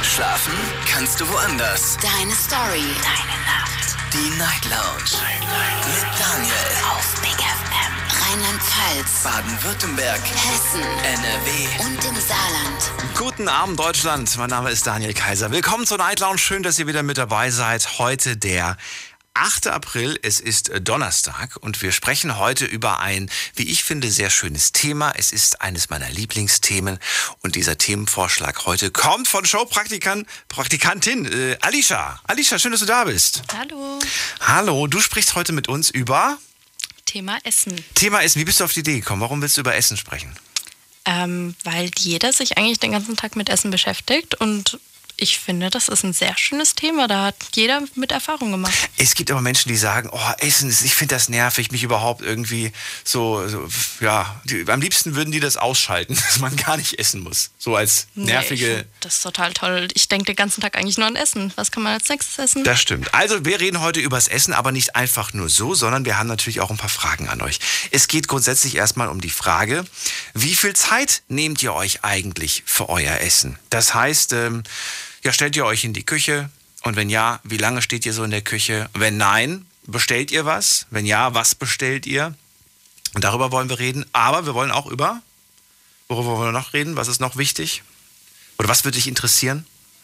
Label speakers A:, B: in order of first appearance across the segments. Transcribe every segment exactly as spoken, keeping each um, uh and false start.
A: Schlafen kannst du woanders.
B: Deine Story. Deine Nacht.
A: Die Night Lounge. Night, Night. Mit Daniel.
B: Auf Big F M. Rheinland-Pfalz.
A: Baden-Württemberg.
B: Hessen.
A: N R W.
B: Und im Saarland.
C: Guten Abend, Deutschland. Mein Name ist Daniel Kaiser. Willkommen zur Night Lounge. Schön, dass ihr wieder mit dabei seid. Heute der achter April, es ist Donnerstag und wir sprechen heute über ein, wie ich finde, sehr schönes Thema. Es ist eines meiner Lieblingsthemen und dieser Themenvorschlag heute kommt von Showpraktikantin Praktikantin äh, Alicia. Alicia, schön, dass du da bist.
D: Hallo.
C: Hallo, du sprichst heute mit uns über
D: Thema Essen.
C: Thema Essen. Wie bist du auf die Idee gekommen? Warum willst du über Essen sprechen?
D: Ähm, weil jeder sich eigentlich den ganzen Tag mit Essen beschäftigt und ich finde, das ist ein sehr schönes Thema. Da hat jeder mit Erfahrung gemacht.
C: Es gibt aber Menschen, die sagen, oh, Essen, ich finde das nervig, mich überhaupt irgendwie so, so ja, die, am liebsten würden die das ausschalten, dass man gar nicht essen muss. So als nervige...
D: Nee, ich find das ist total toll. Ich denke den ganzen Tag eigentlich nur an Essen. Was kann man als nächstes essen?
C: Das stimmt. Also wir reden heute übers Essen, aber nicht einfach nur so, sondern wir haben natürlich auch ein paar Fragen an euch. Es geht grundsätzlich erstmal um die Frage, wie viel Zeit nehmt ihr euch eigentlich für euer Essen? Das heißt, ähm, ja, stellt ihr euch in die Küche? Und wenn ja, wie lange steht ihr so in der Küche? Wenn nein, bestellt ihr was? Wenn ja, was bestellt ihr? Und darüber wollen wir reden. Aber wir wollen auch über, worüber wollen wir noch reden? Was ist noch wichtig? Oder was würde dich interessieren?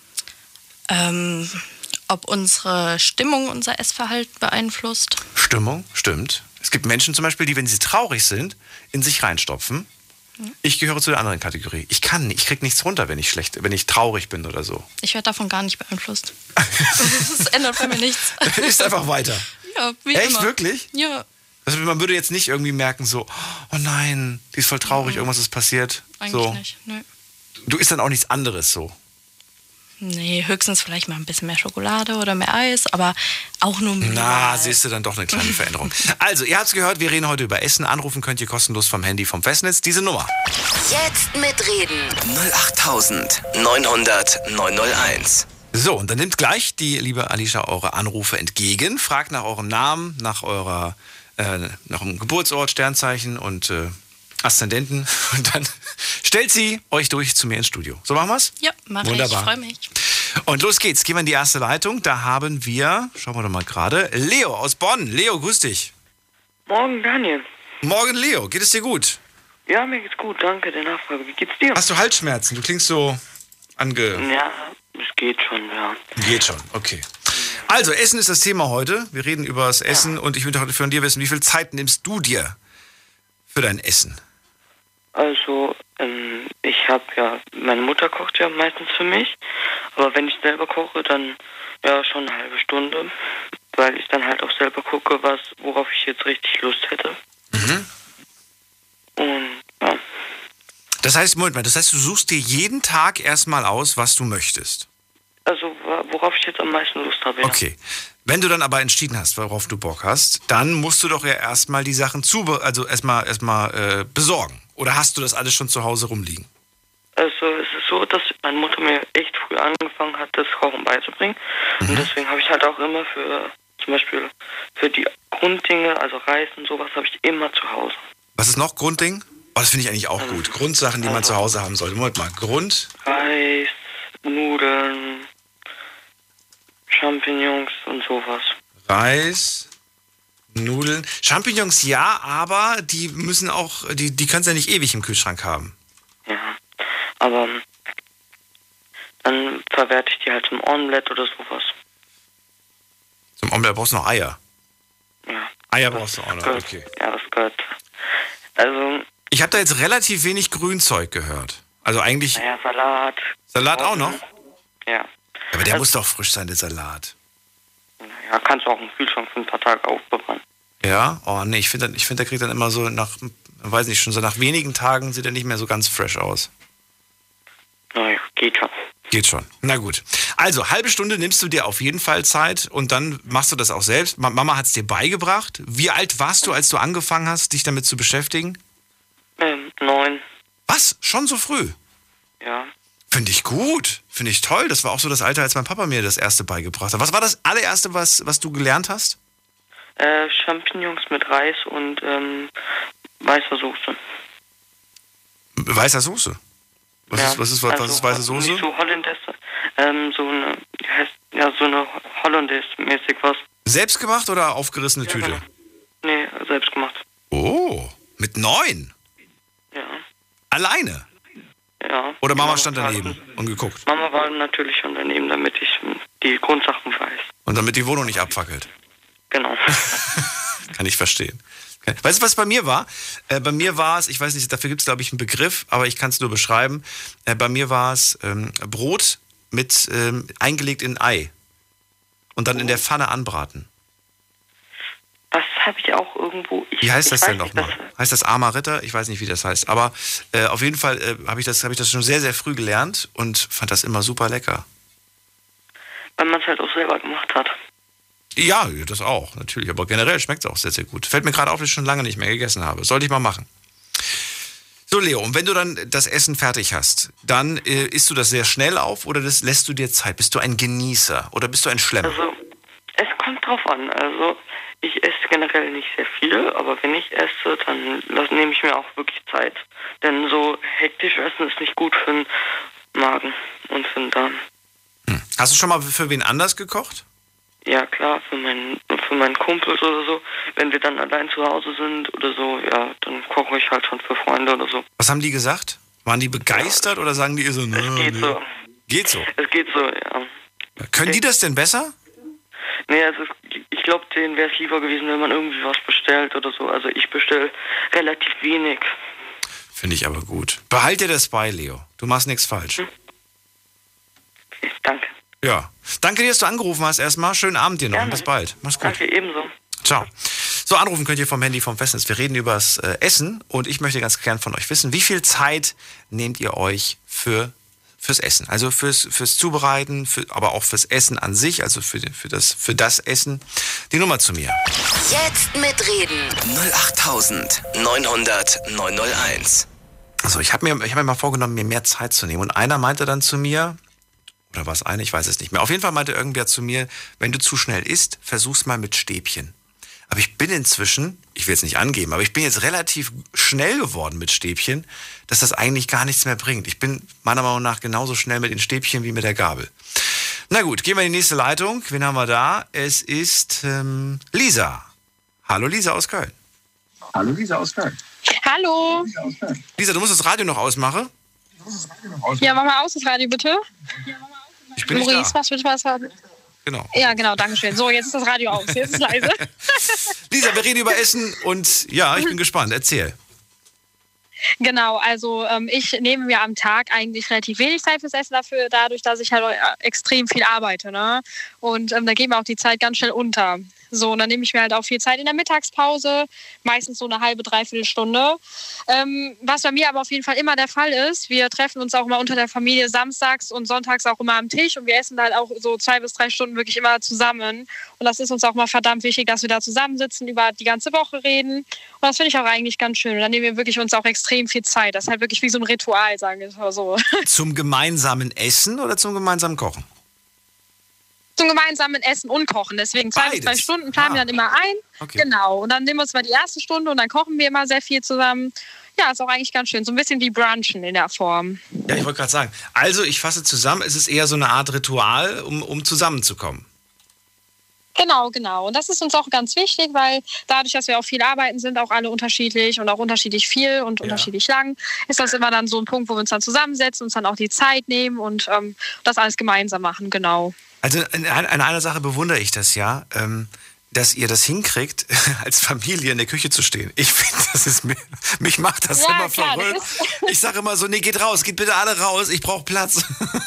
D: Ähm, ob unsere Stimmung unser Essverhalten beeinflusst.
C: Stimmung, stimmt. Es gibt Menschen zum Beispiel, die, wenn sie traurig sind, in sich reinstopfen. Ich gehöre zu der anderen Kategorie. Ich kann nicht, ich krieg nichts runter, wenn ich schlecht, wenn ich traurig bin oder so.
D: Ich werde davon gar nicht beeinflusst. Das ändert bei mir nichts.
C: Ist einfach weiter.
D: Ja, wie
C: Echt,
D: immer.
C: wirklich?
D: Ja.
C: Also man würde jetzt nicht irgendwie merken so, oh nein, die ist voll traurig, irgendwas ist passiert.
D: Eigentlich
C: so.
D: nicht, nö.
C: Du isst dann auch nichts anderes so.
D: Nee, höchstens vielleicht mal ein bisschen mehr Schokolade oder mehr Eis, aber auch nur minimal.
C: Na, siehst du dann doch eine kleine Veränderung. Also, ihr habt's gehört, wir reden heute über Essen. Anrufen könnt ihr kostenlos vom Handy vom Festnetz. Diese Nummer.
B: Jetzt mitreden.
A: null acht neun null null neun null eins.
C: So, und dann nimmt gleich die liebe Alicia eure Anrufe entgegen. Fragt nach eurem Namen, nach eurer, äh, nach eurem Geburtsort, Sternzeichen und äh, Aszendenten. Und dann stellt sie euch durch zu mir ins Studio. So machen wir's?
D: Ja, mach ich.
C: Wunderbar.
D: Ich freue mich.
C: Und los geht's. Gehen wir in die erste Leitung. Da haben wir, schauen wir doch mal gerade, Leo aus Bonn. Leo, grüß dich.
E: Morgen, Daniel.
C: Morgen, Leo. Geht es dir gut?
E: Ja, mir geht's gut, danke der Nachfrage. Wie geht's dir?
C: Hast du Halsschmerzen? Du klingst so ange...
E: Ja, es geht schon, ja.
C: Geht schon, okay. Also, Essen ist das Thema heute. Wir reden über das Essen und ich würde heute von dir wissen, wie viel Zeit nimmst du dir für dein Essen?
E: Also, ähm, ich habe ja, meine Mutter kocht ja meistens für mich, aber wenn ich selber koche, dann ja schon eine halbe Stunde, weil ich dann halt auch selber gucke, was, worauf ich jetzt richtig Lust hätte.
C: Mhm.
E: Und ja.
C: Das heißt, Moment mal, das heißt, du suchst dir jeden Tag erstmal aus, was du möchtest.
E: Also, worauf ich jetzt am meisten Lust habe. Ja.
C: Okay. Wenn du dann aber entschieden hast, worauf du Bock hast, dann musst du doch ja erstmal die Sachen zu, also erstmal erstmal äh, besorgen. Oder hast du das alles schon zu Hause rumliegen?
E: Also es ist so, dass meine Mutter mir echt früh angefangen hat, das Kochen beizubringen. Mhm. Und deswegen habe ich halt auch immer für, zum Beispiel für die Grunddinge, also Reis und sowas, habe ich immer zu Hause.
C: Was ist noch Grundding? Oh, das finde ich eigentlich auch
E: also,
C: gut. Grundsachen, die man
E: also,
C: zu Hause haben sollte. Moment mal, Grund?
E: Reis, Nudeln, Champignons und sowas.
C: Reis, Nudeln. Champignons ja, aber die müssen auch, die, die kannst du ja nicht ewig im Kühlschrank haben.
E: Ja, aber dann verwerte ich die halt zum Omelette oder sowas.
C: Zum Omelette brauchst du noch Eier.
E: Ja.
C: Eier brauchst du auch noch,
E: gehört,
C: okay.
E: Ja, das gehört. Also...
C: Ich habe da jetzt relativ wenig Grünzeug gehört. Also eigentlich...
E: Naja, Salat.
C: Salat auch noch?
E: Ja.
C: Aber der
E: also,
C: muss doch frisch sein, der Salat.
E: Ja, kannst du auch im Kühlschrank für ein paar Tage aufbewahren.
C: Ja? Oh nee, ich finde, ich find, der kriegt dann immer so nach, weiß nicht, schon so nach wenigen Tagen sieht er nicht mehr so ganz fresh aus.
E: Naja, geht schon.
C: Geht schon. Na gut. Also, halbe Stunde nimmst du dir auf jeden Fall Zeit und dann machst du das auch selbst. Mama hat es dir beigebracht. Wie alt warst du, als du angefangen hast, dich damit zu beschäftigen?
E: Ähm, neun.
C: Was? Schon so früh?
E: Ja.
C: Finde ich gut. Finde ich toll. Das war auch so das Alter, als mein Papa mir das erste beigebracht hat. Was war das allererste, was, was du gelernt hast?
E: Äh, Champignons mit Reis und ähm, weißer Soße.
C: Weißer Soße? Was,
E: ja,
C: ist, was, ist, was,
E: also
C: was ist weiße Soße?
E: Nicht so Hollandaise. Ähm, so eine, wie heißt, ja, so eine Hollandaise-mäßig was.
C: Selbst gemacht oder aufgerissene Tüte?
E: Ja, genau. Nee, selbst gemacht.
C: Oh, mit neun?
E: Ja.
C: Alleine?
E: Ja.
C: Oder Mama
E: Mama
C: stand
E: war-
C: daneben und geguckt?
E: Mama war natürlich schon daneben, damit ich die Grundsachen weiß.
C: Und damit die Wohnung nicht abfackelt?
E: Genau.
C: Kann ich verstehen. Weißt du, was bei mir war? Äh, bei mir war es, ich weiß nicht, dafür gibt es, glaube ich, einen Begriff, aber ich kann es nur beschreiben. Äh, bei mir war es ähm, Brot mit ähm, eingelegt in Ei und dann in der Pfanne anbraten.
E: Das habe ich auch irgendwo... Ich,
C: Wie heißt das
E: ich
C: denn
E: weiß nicht,
C: nochmal? Heißt das armer Ritter? Ich weiß nicht, wie das heißt. Aber äh, auf jeden Fall äh, habe ich, das- hab ich das schon sehr, sehr früh gelernt und fand das immer super lecker.
E: Weil man es halt auch selber gemacht hat.
C: Ja, das auch, natürlich. Aber generell schmeckt es auch sehr, sehr gut. Fällt mir gerade auf, dass ich schon lange nicht mehr gegessen habe. Sollte ich mal machen. So, Leo, und wenn du dann das Essen fertig hast, dann äh, isst du das sehr schnell auf oder das lässt du dir Zeit? Bist du ein Genießer oder bist du ein Schlemmer?
E: Also, es kommt drauf an. Also, ich esse generell nicht sehr viel, aber wenn ich esse, dann lass- nehme ich mir auch wirklich Zeit. Denn so hektisch essen ist nicht gut für den Magen und für den Darm.
C: Hm. Hast du schon mal für wen anders gekocht?
E: Ja, klar, für meinen, für meinen Kumpels oder so. Wenn wir dann allein zu Hause sind oder so, ja, dann koche ich halt schon für Freunde oder so.
C: Was haben die gesagt? Waren die begeistert oder sagen die so,
E: Es
C: "Nö,
E: geht
C: nö."
E: so.
C: Geht so.
E: Es geht so, ja.
C: Können die das denn besser?
E: Nee, also ich glaube, denen wäre es lieber gewesen, wenn man irgendwie was bestellt oder so. Also ich bestelle relativ wenig.
C: Finde ich aber gut. Behalt dir das bei, Leo. Du machst nichts falsch.
E: Hm. Okay, danke.
C: Ja. Danke dir, dass du angerufen hast erstmal. Schönen Abend dir noch und
E: Gerne.
C: bis bald. Mach's gut.
E: Danke, ebenso.
C: Ciao. So, anrufen könnt ihr vom Handy vom Festnetz. Wir reden über das äh, Essen und ich möchte ganz gern von euch wissen, wie viel Zeit nehmt ihr euch für fürs Essen? Also fürs, fürs Zubereiten, für, aber auch fürs Essen an sich, also für, für, das, für das Essen. Die Nummer zu mir.
B: Jetzt mitreden.
A: null acht neun null null neun null eins.
C: Also ich habe mir, ich hab mir mal vorgenommen, mir mehr Zeit zu nehmen. Und einer meinte dann zu mir, oder war es eine, ich weiß es nicht mehr. Auf jeden Fall meinte irgendwer zu mir, wenn du zu schnell isst, versuch's mal mit Stäbchen. Aber ich bin inzwischen, ich will es nicht angeben, aber ich bin jetzt relativ schnell geworden mit Stäbchen, dass das eigentlich gar nichts mehr bringt. Ich bin meiner Meinung nach genauso schnell mit den Stäbchen wie mit der Gabel. Na gut, gehen wir in die nächste Leitung. Wen haben wir da? Es ist ähm, Lisa. Hallo Lisa aus Köln.
F: Hallo Lisa aus Köln.
G: Hallo.
C: Lisa, du musst das Radio noch ausmachen.
G: Ja, mach mal aus das Radio bitte.
C: Ich bin nicht
G: Maurice,
C: da.
G: was bitte was Radio?
C: Genau.
G: Ja, genau, danke schön. So, jetzt ist das Radio aus. Jetzt ist es leise.
C: Lisa, wir reden über Essen und ja, ich bin gespannt. Erzähl.
G: Genau, also ähm, ich nehme mir am Tag eigentlich relativ wenig Zeit fürs Essen dafür, dadurch, dass ich halt äh, extrem viel arbeite. Ne? Und ähm, da geht mir auch die Zeit ganz schnell unter. So, und dann nehme ich mir halt auch viel Zeit in der Mittagspause, meistens so eine halbe, dreiviertel Stunde. Ähm, was bei mir aber auf jeden Fall immer der Fall ist, wir treffen uns auch immer unter der Familie samstags und sonntags auch immer am Tisch und wir essen halt auch so zwei bis drei Stunden wirklich immer zusammen. Und das ist uns auch mal verdammt wichtig, dass wir da zusammensitzen, über die ganze Woche reden. Und das finde ich auch eigentlich ganz schön. Und dann nehmen wir wirklich uns auch extrem viel Zeit. Das ist halt wirklich wie so ein Ritual, sagen wir es mal so.
C: Zum gemeinsamen Essen oder zum gemeinsamen Kochen?
G: Zum gemeinsamen Essen und Kochen. Deswegen zwei bis drei
C: Beides.
G: Stunden planen
C: Ah.
G: wir dann immer ein.
C: Okay.
G: Genau. Und dann nehmen wir uns mal die erste Stunde und dann kochen wir immer sehr viel zusammen. Ja, ist auch eigentlich ganz schön. So ein bisschen wie Brunchen in der Form.
C: Ja, ich wollte gerade sagen. Also, ich fasse zusammen, es ist eher so eine Art Ritual, um, um zusammenzukommen.
G: Genau, genau. Und das ist uns auch ganz wichtig, weil dadurch, dass wir auch viel arbeiten, sind auch alle unterschiedlich und auch unterschiedlich viel und
C: Ja.
G: unterschiedlich lang, ist das immer dann so ein Punkt, wo wir uns dann zusammensetzen, uns dann auch die Zeit nehmen und ähm, das alles gemeinsam machen, genau.
C: Also, in, an einer Sache bewundere ich das ja, ähm, dass ihr das hinkriegt, als Familie in der Küche zu stehen. Ich finde, das ist mir, mich macht das
G: Ja,
C: immer
G: klar,
C: verrückt.
G: das
C: Ich sage immer so, nee, geht raus, geht bitte alle raus, ich brauche Platz.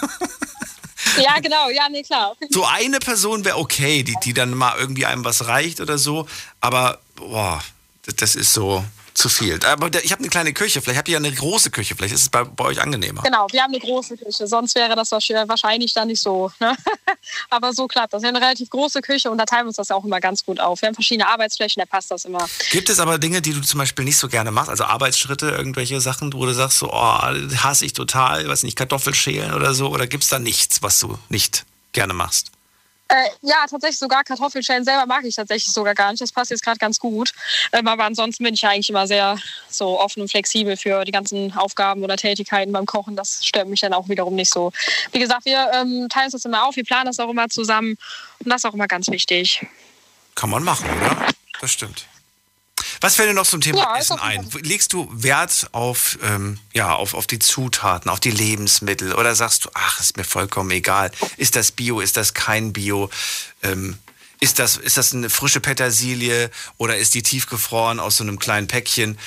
G: Ja, genau, ja, nee, klar.
C: So eine Person wäre okay, die, die dann mal irgendwie einem was reicht oder so. Aber, boah, das, das ist so zu viel. Aber da- ich habe eine kleine Küche, vielleicht habt ihr ja eine große Küche, vielleicht ist es bei, bei euch angenehmer.
G: Genau, wir haben eine große Küche, sonst wäre das wahrsch- wahrscheinlich dann nicht so. Ne? Aber so klappt das. Wir haben eine relativ große Küche und da teilen wir uns das auch immer ganz gut auf. Wir haben verschiedene Arbeitsflächen, da passt das immer.
C: Gibt es aber Dinge, die du zum Beispiel nicht so gerne machst, also Arbeitsschritte, irgendwelche Sachen, wo du sagst, so, oh, hasse ich total, weiß nicht, Kartoffelschälen oder so, oder gibt es da nichts, was du nicht gerne machst?
G: Äh, ja, tatsächlich sogar Kartoffelschälen selber mag ich tatsächlich sogar gar nicht. Das passt jetzt gerade ganz gut. Ähm, aber ansonsten bin ich ja eigentlich immer sehr so offen und flexibel für die ganzen Aufgaben oder Tätigkeiten beim Kochen. Das stört mich dann auch wiederum nicht so. Wie gesagt, wir ähm, teilen uns das immer auf, wir planen das auch immer zusammen und das ist auch immer ganz wichtig.
C: Kann man machen, oder? Das stimmt. Was fällt dir noch zum Thema
G: Ja,
C: Essen ein? Legst du Wert auf, ähm, ja, auf, auf die Zutaten, auf die Lebensmittel? Oder sagst du, ach, ist mir vollkommen egal. Ist das Bio, ist das kein Bio? Ähm, ist das, ist das eine frische Petersilie oder ist die tiefgefroren aus so einem kleinen Päckchen?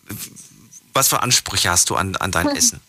C: Was für Ansprüche hast du an, an dein Essen?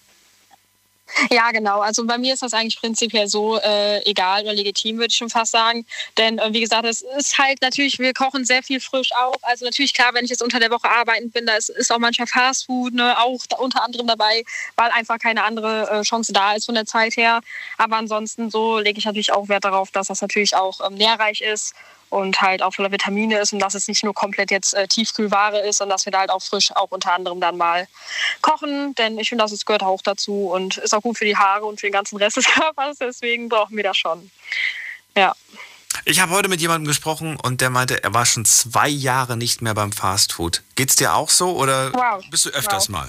G: Ja, genau. Also bei mir ist das eigentlich prinzipiell so äh, egal oder legitim, würde ich schon fast sagen. Denn äh, wie gesagt, es ist halt natürlich, wir kochen sehr viel frisch auch. Also natürlich klar, wenn ich jetzt unter der Woche arbeiten bin, da ist, ist auch manchmal Fastfood, ne, auch da, unter anderem dabei, weil einfach keine andere äh, Chance da ist von der Zeit her. Aber ansonsten so lege ich natürlich auch Wert darauf, dass das natürlich auch ähm, nährreich ist und halt auch voller Vitamine ist und dass es nicht nur komplett jetzt äh, Tiefkühlware ist, sondern dass wir da halt auch frisch auch unter anderem dann mal kochen, denn ich finde, das gehört auch dazu und ist auch gut für die Haare und für den ganzen Rest des Körpers, deswegen brauchen wir das schon. Ja.
C: Ich habe heute mit jemandem gesprochen und der meinte, er war schon zwei Jahre nicht mehr beim Fastfood. Geht's dir auch so oder
G: wow.
C: bist du öfters
G: wow.
C: mal?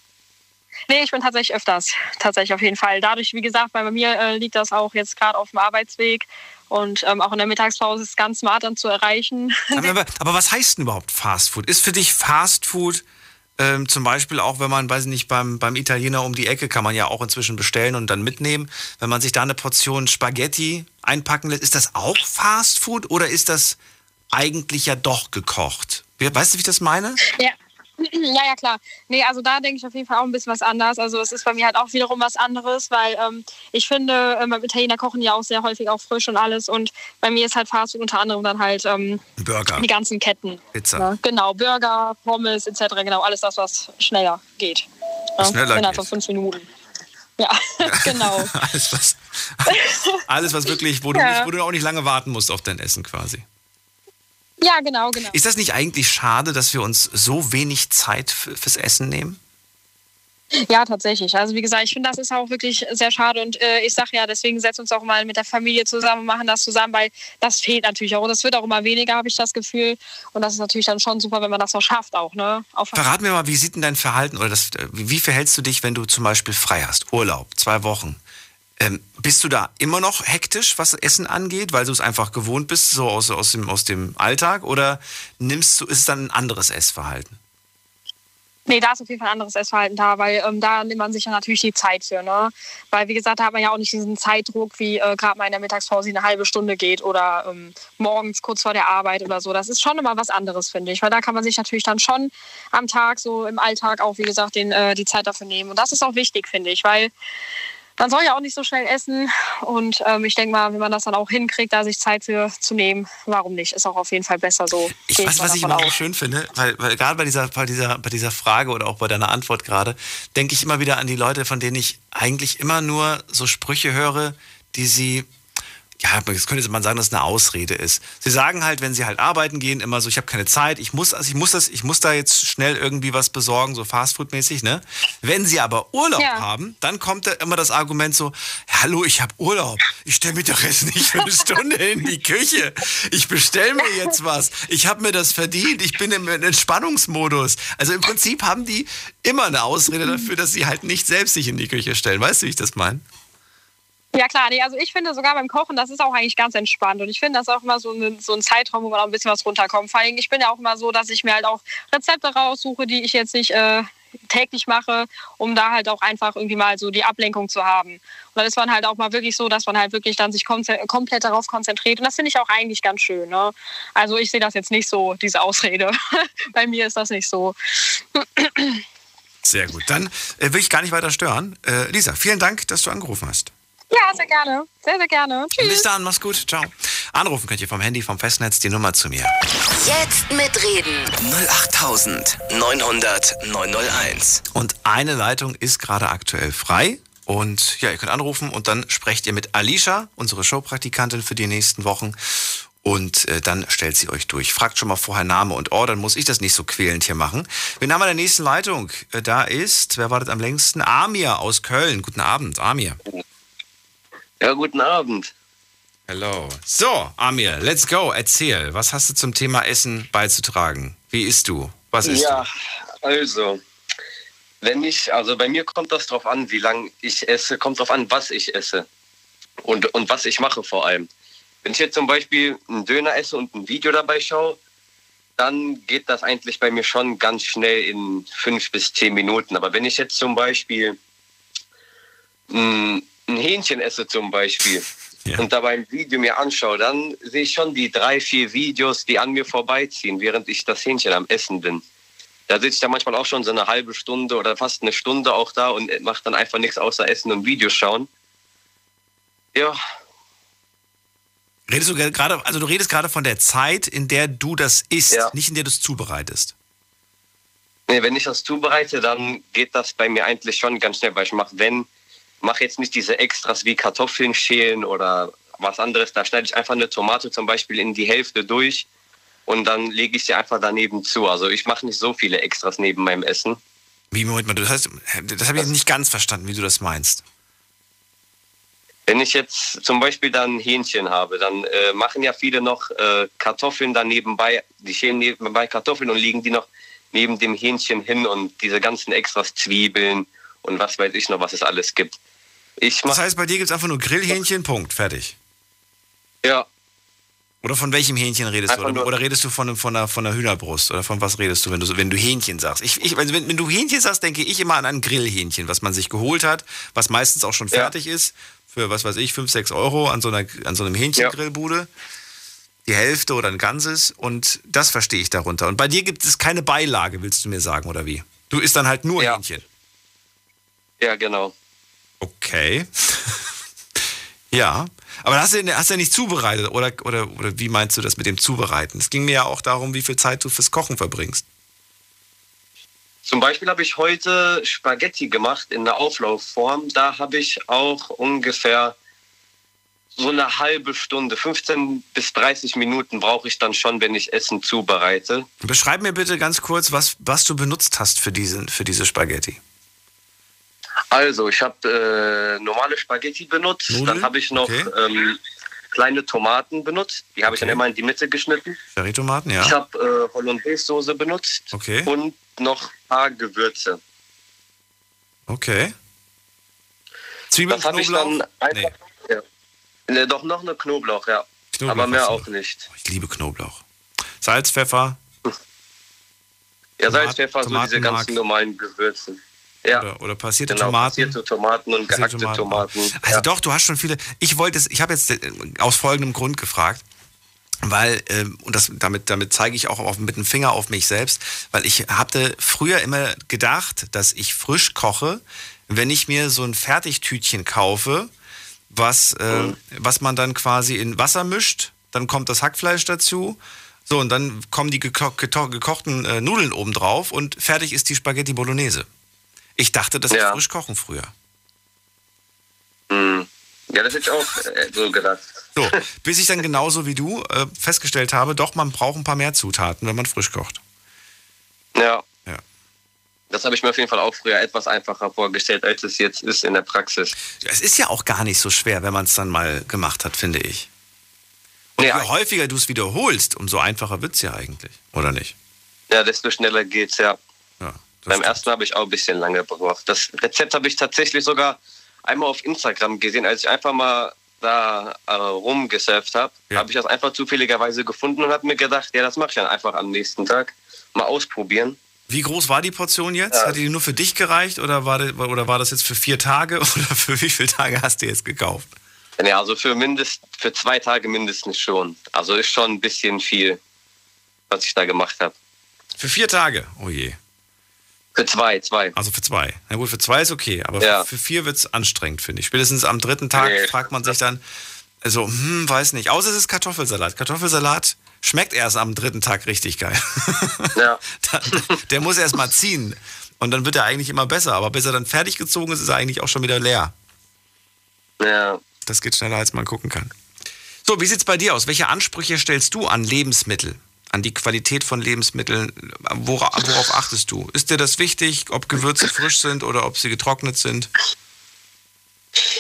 G: Nee, ich bin tatsächlich öfters, tatsächlich auf jeden Fall. Dadurch, wie gesagt, weil bei mir äh, liegt das auch jetzt gerade auf dem Arbeitsweg und ähm, auch in der Mittagspause ist es ganz smart dann zu erreichen.
C: Aber, aber was heißt denn überhaupt Fastfood? Ist für dich Fastfood ähm, zum Beispiel auch, wenn man, weiß ich nicht, beim, beim Italiener um die Ecke kann man ja auch inzwischen bestellen und dann mitnehmen, wenn man sich da eine Portion Spaghetti einpacken lässt, ist das auch Fastfood oder ist das eigentlich ja doch gekocht? Weißt du, wie ich das meine?
G: Ja. Ja, ja, klar. Nee, also da denke ich auf jeden Fall auch ein bisschen was anders. Also es ist bei mir halt auch wiederum was anderes, weil ähm, ich finde, äh, beim Italiener kochen ja auch sehr häufig auch frisch und alles. Und bei mir ist halt Fastfood unter anderem dann halt ähm,
C: Burger.
G: Die ganzen Ketten.
C: Pizza.
G: Ja, genau, Burger, Pommes et cetera. Genau, alles das, was schneller geht. Ja,
C: schneller
G: innerhalb
C: geht.
G: von fünf Minuten. Ja, genau.
C: alles, was, alles, was wirklich, wo du,
G: Ja.
C: nicht, wo du auch nicht lange warten musst auf dein Essen quasi.
G: Ja, genau, genau.
C: Ist das nicht eigentlich schade, dass wir uns so wenig Zeit f- fürs Essen nehmen?
G: Ja, tatsächlich. Also wie gesagt, ich finde, das ist auch wirklich sehr schade und äh, ich sage ja, deswegen setzen wir uns auch mal mit der Familie zusammen und machen das zusammen, weil das fehlt natürlich auch und das wird auch immer weniger, habe ich das Gefühl und das ist natürlich dann schon super, wenn man das noch schafft auch, ne? Auf
C: Verrat mir mal, wie sieht denn dein Verhalten oder das, wie verhältst du dich, wenn du zum Beispiel frei hast, Urlaub, zwei Wochen? Ähm, bist du da immer noch hektisch, was Essen angeht, weil du es einfach gewohnt bist, so aus, aus, dem, aus dem Alltag? Oder nimmst du, ist es dann ein anderes Essverhalten?
G: Nee, da ist auf jeden Fall ein anderes Essverhalten da, weil ähm, da nimmt man sich ja natürlich die Zeit für, ne? Weil, wie gesagt, da hat man ja auch nicht diesen Zeitdruck, wie äh, gerade mal in der Mittagspause eine halbe Stunde geht oder ähm, morgens kurz vor der Arbeit oder so. Das ist schon immer was anderes, finde ich, weil da kann man sich natürlich dann schon am Tag, so im Alltag auch, wie gesagt, den, äh, die Zeit dafür nehmen. Und das ist auch wichtig, finde ich, weil man soll ja auch nicht so schnell essen und ähm, ich denke mal, wenn man das dann auch hinkriegt, da sich Zeit für zu nehmen, warum nicht? Ist auch auf jeden Fall besser so.
C: Ich weiß, was ich immer so schön finde, weil, weil gerade bei dieser, bei, dieser, bei dieser Frage oder auch bei deiner Antwort gerade, denke ich immer wieder an die Leute, von denen ich eigentlich immer nur so Sprüche höre, die sie, ja, das könnte man sagen, dass es eine Ausrede ist. Sie sagen halt, wenn sie halt arbeiten gehen, immer so, ich habe keine Zeit, ich muss, also ich muss das, ich muss da jetzt schnell irgendwie was besorgen, so Fastfood-mäßig, ne? Wenn sie aber Urlaub
G: Ja.
C: haben, dann kommt da immer das Argument so, hallo, ich habe Urlaub, ich stelle mich doch jetzt nicht für eine Stunde in die Küche, ich bestelle mir jetzt was, ich habe mir das verdient, ich bin im Entspannungsmodus. Also im Prinzip haben die immer eine Ausrede dafür, dass sie halt nicht selbst sich in die Küche stellen. Weißt du, wie ich das meine?
G: Ja klar, nee, also ich finde sogar beim Kochen, das ist auch eigentlich ganz entspannt und ich finde das auch immer so, eine, so ein Zeitraum, wo man auch ein bisschen was runterkommt. Vor allem, ich bin ja auch immer so, dass ich mir halt auch Rezepte raussuche, die ich jetzt nicht äh, täglich mache, um da halt auch einfach irgendwie mal so die Ablenkung zu haben. Und dann ist man halt auch mal wirklich so, dass man halt wirklich dann sich konze- komplett darauf konzentriert und das finde ich auch eigentlich ganz schön, ne? Also ich sehe das jetzt nicht so, diese Ausrede. Bei mir ist das nicht so.
C: Sehr gut, dann äh, will ich gar nicht weiter stören. Äh, Lisa, vielen Dank, dass du angerufen hast.
G: Ja, sehr gerne. Sehr, sehr gerne. Tschüss.
C: Bis dann, mach's gut, ciao. Anrufen könnt ihr vom Handy, vom Festnetz, die Nummer zu mir.
B: Jetzt mitreden.
A: null acht neunhundert neunhunderteins.
C: Und eine Leitung ist gerade aktuell frei. Und ja, ihr könnt anrufen und dann sprecht ihr mit Alicia, unsere Showpraktikantin für die nächsten Wochen. Und äh, dann stellt sie euch durch. Fragt schon mal vorher Name und Ort, dann muss ich das nicht so quälend hier machen. Wen haben wir in der nächsten Leitung? Äh, da ist, wer wartet am längsten? Amir aus Köln. Guten Abend, Amir.
H: Ja, guten Abend.
C: Hello. So, Amir, let's go. Erzähl, was hast du zum Thema Essen beizutragen? Wie isst du? Was isst
H: ja,
C: du?
H: also, wenn ich, also bei mir kommt das drauf an, wie lange ich esse, kommt drauf an, was ich esse und, und was ich mache vor allem. Wenn ich jetzt zum Beispiel einen Döner esse und ein Video dabei schaue, dann geht das eigentlich bei mir schon ganz schnell in fünf bis zehn Minuten. Aber wenn ich jetzt zum Beispiel ein, ein Hähnchen esse zum Beispiel, ja, und dabei ein Video mir anschaue, dann sehe ich schon die drei, vier Videos, die an mir vorbeiziehen, während ich das Hähnchen am Essen bin. Da sitze ich dann manchmal auch schon so eine halbe Stunde oder fast eine Stunde auch da und mache dann einfach nichts außer Essen und Videos schauen. Ja.
C: Redest du gerade, also du redest gerade von der Zeit, in der du das isst,
H: ja,
C: nicht in der du es zubereitest.
H: Nee, wenn ich das zubereite, dann geht das bei mir eigentlich schon ganz schnell, weil ich mache, wenn, mache jetzt nicht diese Extras wie Kartoffeln schälen oder was anderes, da schneide ich einfach eine Tomate zum Beispiel in die Hälfte durch und dann lege ich sie einfach daneben zu. Also ich mache nicht so viele Extras neben meinem Essen.
C: Wie, Moment mal, das heißt, das habe ich nicht ganz verstanden, wie du das meinst.
H: Wenn ich jetzt zum Beispiel dann Hähnchen habe, dann äh, machen ja viele noch äh, Kartoffeln da nebenbei, die schälen nebenbei Kartoffeln und legen die noch neben dem Hähnchen hin und diese ganzen Extras, Zwiebeln und was weiß ich noch, was es alles gibt. Ich mach,
C: das heißt, bei dir gibt es einfach nur Grillhähnchen, Punkt, fertig.
H: Ja.
C: Oder von welchem Hähnchen redest du? Oder, oder redest du von, von, einer, von einer Hühnerbrust? Oder von was redest du, wenn du, wenn du Hähnchen sagst? Ich, ich, also wenn, wenn du Hähnchen sagst, denke ich immer an ein Grillhähnchen, was man sich geholt hat, was meistens auch schon fertig ja. ist. Für, was weiß ich, fünf, sechs Euro an so, einer, an so einem Hähnchengrillbude. Ja. Die Hälfte oder ein ganzes. Und das verstehe ich darunter. Und bei dir gibt es keine Beilage, willst du mir sagen, oder wie? Du isst dann halt nur
H: ja.
C: Hähnchen.
H: Ja, genau.
C: Okay. Ja. Aber hast du, hast du ja nicht zubereitet, oder, oder, oder wie meinst du das mit dem Zubereiten? Es ging mir ja auch darum, wie viel Zeit du fürs Kochen verbringst.
H: Zum Beispiel habe ich heute Spaghetti gemacht in der Auflaufform. Da habe ich auch ungefähr so eine halbe Stunde, fünfzehn bis dreißig Minuten brauche ich dann schon, wenn ich Essen zubereite.
C: Beschreib mir bitte ganz kurz, was, was du benutzt hast für diese, für diese Spaghetti.
H: Also, ich habe äh, normale Spaghetti benutzt. Nudeln? Dann habe ich noch okay. ähm, kleine Tomaten benutzt. Die habe okay. ich dann immer in die Mitte geschnitten.
C: Cherrytomaten, ja.
H: Ich habe äh, Hollandaise-Soße benutzt.
C: Okay.
H: Und noch ein paar Gewürze.
C: Okay. Zwiebeln,
H: das habe ich dann einfach... Nee. Ja. Ne, doch noch eine Knoblauch, ja. Knoblauch aber mehr auch nicht.
C: Ich liebe Knoblauch. Salz, Pfeffer.
H: Ja, Salz, Pfeffer, so diese ganzen normalen Gewürze. Ja.
C: Oder, oder passierte
H: genau,
C: Tomaten.
H: Passierte Tomaten und passierte gehackte Tomaten. Tomaten.
C: Also
H: ja.
C: doch, du hast schon viele. Ich wollte es, ich habe jetzt aus folgendem Grund gefragt, weil, ähm, und das, damit, damit zeige ich auch auf, mit dem Finger auf mich selbst, weil ich hatte früher immer gedacht, dass ich frisch koche, wenn ich mir so ein Fertigtütchen kaufe, was, äh, mhm. was man dann quasi in Wasser mischt, dann kommt das Hackfleisch dazu, so, und dann kommen die geko- geko- gekochten äh, Nudeln oben drauf und fertig ist die Spaghetti Bolognese. Ich dachte, das
H: ja.
C: ist frisch kochen früher.
H: Mhm. Ja, das hätte ich auch äh, so gedacht.
C: So, bis ich dann genauso wie du äh, festgestellt habe, doch, man braucht ein paar mehr Zutaten, wenn man frisch kocht.
H: Ja.
C: ja.
H: Das habe ich mir auf jeden Fall auch früher etwas einfacher vorgestellt, als es jetzt ist in der Praxis.
C: Es ist ja auch gar nicht so schwer, wenn man es dann mal gemacht hat, finde ich. Und ja. je häufiger du es wiederholst, umso einfacher wird es ja eigentlich, oder nicht?
H: Ja, desto schneller geht's, ja.
C: ja
H: Beim
C: stimmt. ersten
H: habe ich auch ein bisschen lange gebraucht. Das Rezept habe ich tatsächlich sogar einmal auf Instagram gesehen, als ich einfach mal da äh, rumgesurft habe, ja. habe ich das einfach zufälligerweise gefunden und habe mir gedacht, ja, das mache ich dann einfach am nächsten Tag. Mal ausprobieren.
C: Wie groß war die Portion jetzt?
H: Ja.
C: Hat die nur für dich gereicht oder war, das, oder war das jetzt für vier Tage oder für wie viele Tage hast du jetzt gekauft?
H: Ja, also für, mindest, für zwei Tage mindestens schon. Also ist schon ein bisschen viel, was ich da gemacht habe.
C: Für vier Tage? Oh je.
H: Für zwei, zwei.
C: Also für zwei. Na gut, für zwei ist okay, aber
H: ja.
C: für, für vier wird es anstrengend, finde ich. Spätestens am dritten Tag nee. fragt man sich dann, also, hm, weiß nicht. Außer es ist Kartoffelsalat. Kartoffelsalat schmeckt erst am dritten Tag richtig geil.
H: Ja.
C: der, der muss erst mal ziehen. Und dann wird er eigentlich immer besser. Aber bis er dann fertig gezogen ist, ist er eigentlich auch schon wieder leer.
H: Ja.
C: Das geht schneller, als man gucken kann. So, wie sieht's bei dir aus? Welche Ansprüche stellst du an Lebensmittel? An die Qualität von Lebensmitteln? Wora, worauf achtest du? Ist dir das wichtig, ob Gewürze frisch sind oder ob sie getrocknet sind?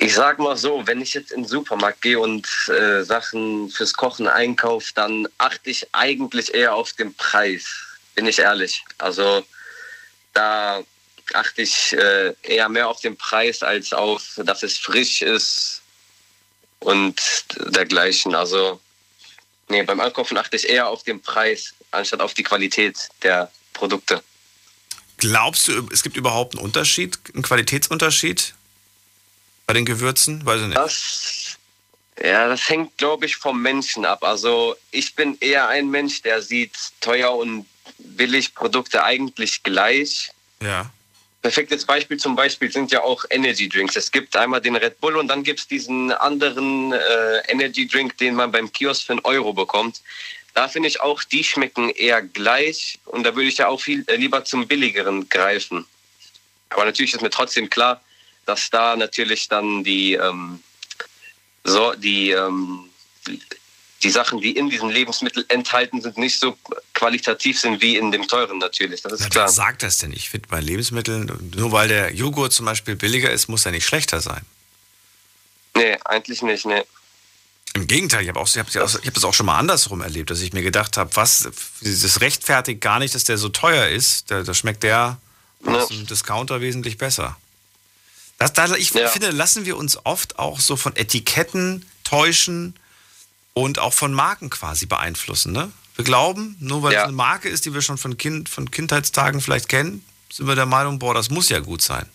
H: Ich sag mal so, wenn ich jetzt in den Supermarkt gehe und äh, Sachen fürs Kochen einkaufe, dann achte ich eigentlich eher auf den Preis, bin ich ehrlich. Also da achte ich äh, eher mehr auf den Preis als auf, dass es frisch ist und dergleichen. Also nee, beim Einkaufen achte ich eher auf den Preis, anstatt auf die Qualität der Produkte.
C: Glaubst du, es gibt überhaupt einen Unterschied, einen Qualitätsunterschied bei den Gewürzen? Weiß ich nicht.
H: Das, ja, das hängt, glaube ich, vom Menschen ab. Also ich bin eher ein Mensch, der sieht teuer und billig Produkte eigentlich gleich.
C: Ja.
H: Perfektes Beispiel zum Beispiel sind ja auch Energy Drinks. Es gibt einmal den Red Bull und dann gibt es diesen anderen äh, Energy Drink, den man beim Kiosk für einen Euro bekommt. Da finde ich auch, die schmecken eher gleich und da würde ich ja auch viel äh, lieber zum billigeren greifen. Aber natürlich ist mir trotzdem klar, dass da natürlich dann die, ähm, so, die, ähm, die Sachen, die in diesen Lebensmitteln enthalten sind, nicht so qualitativ sind wie in dem teuren natürlich. Das ist
C: Ja,
H: klar.
C: wer sagt das denn? Ich finde bei Lebensmitteln, nur weil der Joghurt zum Beispiel billiger ist, muss er nicht schlechter sein.
H: Nee, eigentlich nicht, nee.
C: Im Gegenteil, ich habe auch, ich hab, ich hab das auch schon mal andersrum erlebt, dass ich mir gedacht habe, was, das rechtfertigt gar nicht, dass der so teuer ist. Da, da schmeckt der aus dem Discounter wesentlich besser. Das, da, ich
H: Ja.
C: finde, lassen wir uns oft auch so von Etiketten täuschen und auch von Marken quasi beeinflussen. Ne? Wir glauben, nur weil
H: Ja.
C: es eine Marke ist, die wir schon von, kind, von Kindheitstagen vielleicht kennen, sind wir der Meinung, boah, das muss ja gut sein.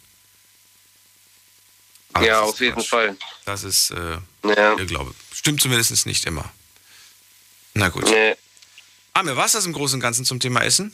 C: Aber
H: Ja,
C: das ist
H: auf jeden
C: Quatsch.
H: Fall.
C: Das ist, äh,
H: Ja.
C: ich glaube, stimmt zumindest nicht immer. Na gut.
H: Nee.
C: Amir, war es das im Großen und Ganzen zum Thema Essen?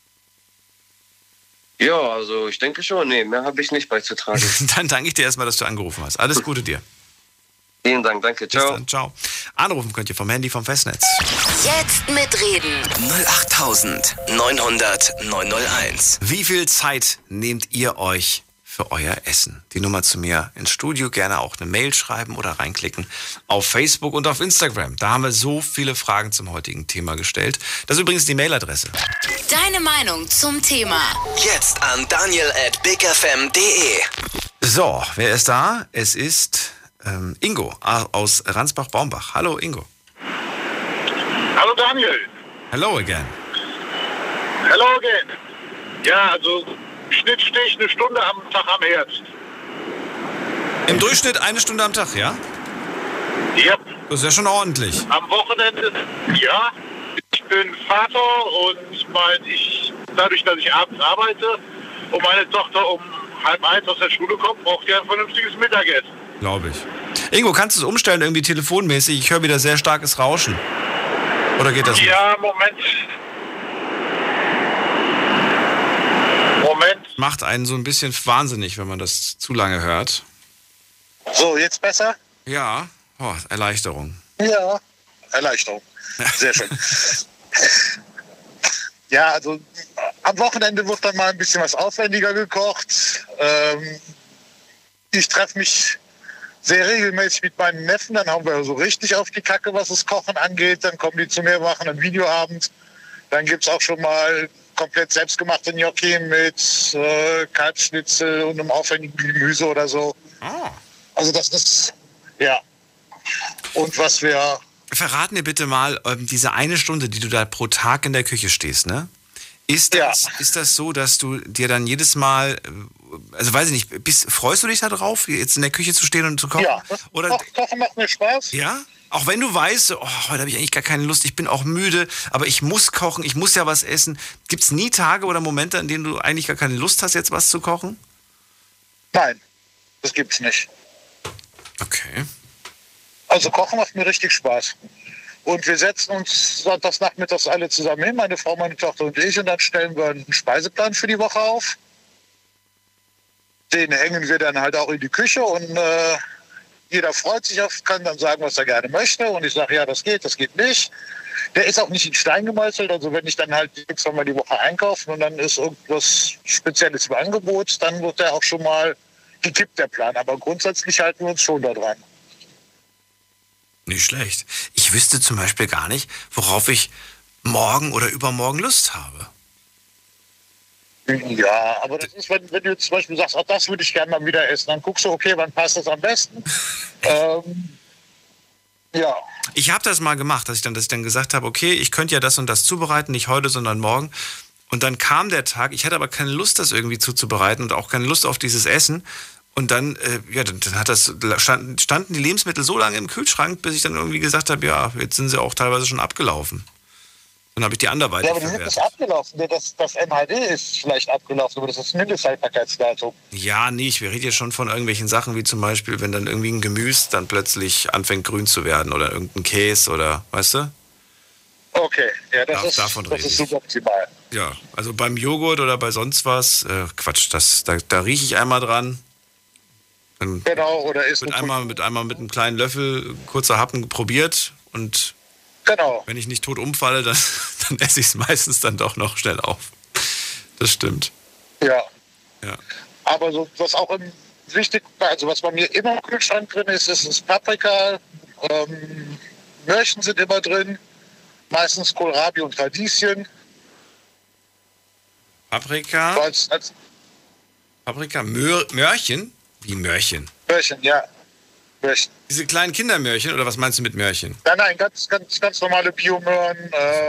H: Ja, also ich denke schon. Nee, mehr habe ich nicht beizutragen.
C: Dann danke ich dir erstmal, dass du angerufen hast. Alles Gute dir.
H: Vielen Dank, danke.
C: Bis
H: Ciao.
C: dann, ciao. Anrufen könnt ihr vom Handy, vom Festnetz.
B: Jetzt mitreden.
A: null acht neun hundert neun null eins.
C: Wie viel Zeit nehmt ihr euch für euer Essen? Die Nummer zu mir ins Studio, gerne auch eine Mail schreiben oder reinklicken auf Facebook und auf Instagram. Da haben wir so viele Fragen zum heutigen Thema gestellt. Das ist übrigens die Mailadresse.
B: Deine Meinung zum Thema.
A: Jetzt an daniel at bigfm punkt de.
C: So, wer ist da? Es ist ähm, Ingo aus Ransbach-Baumbach. Hallo Ingo.
F: Hallo Daniel.
C: Hello again.
F: Hello again. Ja, also Schnittstich eine Stunde am Tag am Herd.
C: Im Durchschnitt eine Stunde am Tag, ja?
F: Ja,
C: Das ist ja schon ordentlich.
F: am Wochenende, ja. Ich bin Vater und mein, ich, dadurch, dass ich abends arbeite und meine Tochter um halb eins aus der Schule kommt, braucht ihr ein vernünftiges Mittagessen.
C: Glaube ich. Ingo, kannst du es umstellen, irgendwie telefonmäßig? Ich höre wieder sehr starkes Rauschen. Oder geht das nicht?
F: Ja, Moment. Moment.
C: Macht einen so ein bisschen wahnsinnig, wenn man das zu lange hört.
F: So, jetzt besser?
C: Ja, oh, Erleichterung.
F: Ja. Erleichterung. Sehr schön. Ja, also am Wochenende wird dann mal ein bisschen was aufwendiger gekocht. Ähm, ich treffe mich sehr regelmäßig mit meinen Neffen. Dann haben wir so richtig auf die Kacke, was das Kochen angeht. Dann kommen die zu mir, machen einen Videoabend. Dann gibt es auch schon mal komplett selbstgemachte Gnocchi mit äh, Kalbsschnitzel und einem aufwendigen Gemüse oder so.
C: Oh.
F: Also das ist, ja. Und was wir...
C: Verrat mir bitte mal, ähm, diese eine Stunde, die du da pro Tag in der Küche stehst, ne? Ist das,
F: Ja.
C: ist das so, dass du dir dann jedes Mal, äh, also weiß ich nicht, bist, freust du dich da drauf, jetzt in der Küche zu stehen und zu kochen?
F: Ja, das
C: Oder,
F: Koch- Kochen macht mir Spaß.
C: ja? Auch wenn du weißt, so, oh, heute habe ich eigentlich gar keine Lust, ich bin auch müde, aber ich muss kochen, ich muss ja was essen. Gibt es nie Tage oder Momente, an denen du eigentlich gar keine Lust hast, jetzt was zu kochen?
F: Nein, das gibt's nicht.
C: Okay.
F: Also Kochen macht mir richtig Spaß. Und wir setzen uns sonntags nachmittags alle zusammen hin, meine Frau, meine Tochter und ich, und dann stellen wir einen Speiseplan für die Woche auf. Den hängen wir dann halt auch in die Küche und äh, jeder freut sich auf, kann dann sagen, was er gerne möchte. Und ich sage, ja, das geht, das geht nicht. Der ist auch nicht in Stein gemeißelt. Also wenn ich dann halt zweimal die Woche einkaufen und dann ist irgendwas Spezielles im Angebot, dann wird der auch schon mal gekippt, der Plan. Aber grundsätzlich halten wir uns schon da dran.
C: Nicht schlecht. Ich wüsste zum Beispiel gar nicht, worauf ich morgen oder übermorgen Lust habe.
F: Ja, aber das ist, wenn, wenn du zum Beispiel sagst, auch das würde ich gerne mal wieder essen, dann guckst du, okay, wann passt das am besten? ähm, ja.
C: Ich habe das mal gemacht, dass ich, dann, dass ich dann gesagt habe, okay, ich könnte ja das und das zubereiten, nicht heute, sondern morgen. Und dann kam der Tag, ich hatte aber keine Lust, das irgendwie zuzubereiten und auch keine Lust auf dieses Essen. Und dann, äh, ja, dann, dann hat das, stand, standen die Lebensmittel so lange im Kühlschrank, bis ich dann irgendwie gesagt habe, ja, jetzt sind sie auch teilweise schon abgelaufen. Dann habe ich die anderweitig
F: Ja, aber die sind
C: verwertet.
F: nicht abgelaufen. Das, das M H D ist vielleicht abgelaufen, aber das ist das Mindesthaltbarkeitsdatum. Ja,
C: Nee, ich rede jetzt schon von irgendwelchen Sachen, wie zum Beispiel, wenn dann irgendwie ein Gemüse dann plötzlich anfängt grün zu werden oder irgendein Käse oder, weißt du?
F: Okay, ja, das
C: Da-
F: ist,
C: davon
F: das
C: rede
F: ist
C: ich.
F: suboptimal.
C: Ja, also beim Joghurt oder bei sonst was, äh, Quatsch, das, da, da rieche ich einmal dran. Dann
F: Genau, oder ist
C: wird
F: ein-
C: einmal mit, einmal mit einem kleinen Löffel kurzer Happen probiert und
F: Genau.
C: wenn ich nicht tot umfalle, dann, dann esse ich es meistens dann doch noch schnell auf. Das stimmt.
F: Ja.
C: Ja.
F: Aber so, was auch im wichtig, also was bei mir immer im Kühlschrank drin ist, ist, ist Paprika, ähm, Möhrchen sind immer drin, meistens Kohlrabi und Radieschen.
C: Paprika,
F: Als, als
C: Paprika, Möhr, Möhrchen? Wie Möhrchen?
F: Möhrchen, ja. Möhrchen.
C: Diese kleinen Kindermöhrchen oder was meinst du mit Möhrchen?
F: Nein, nein, ganz, ganz, ganz normale Biomöhren. Äh,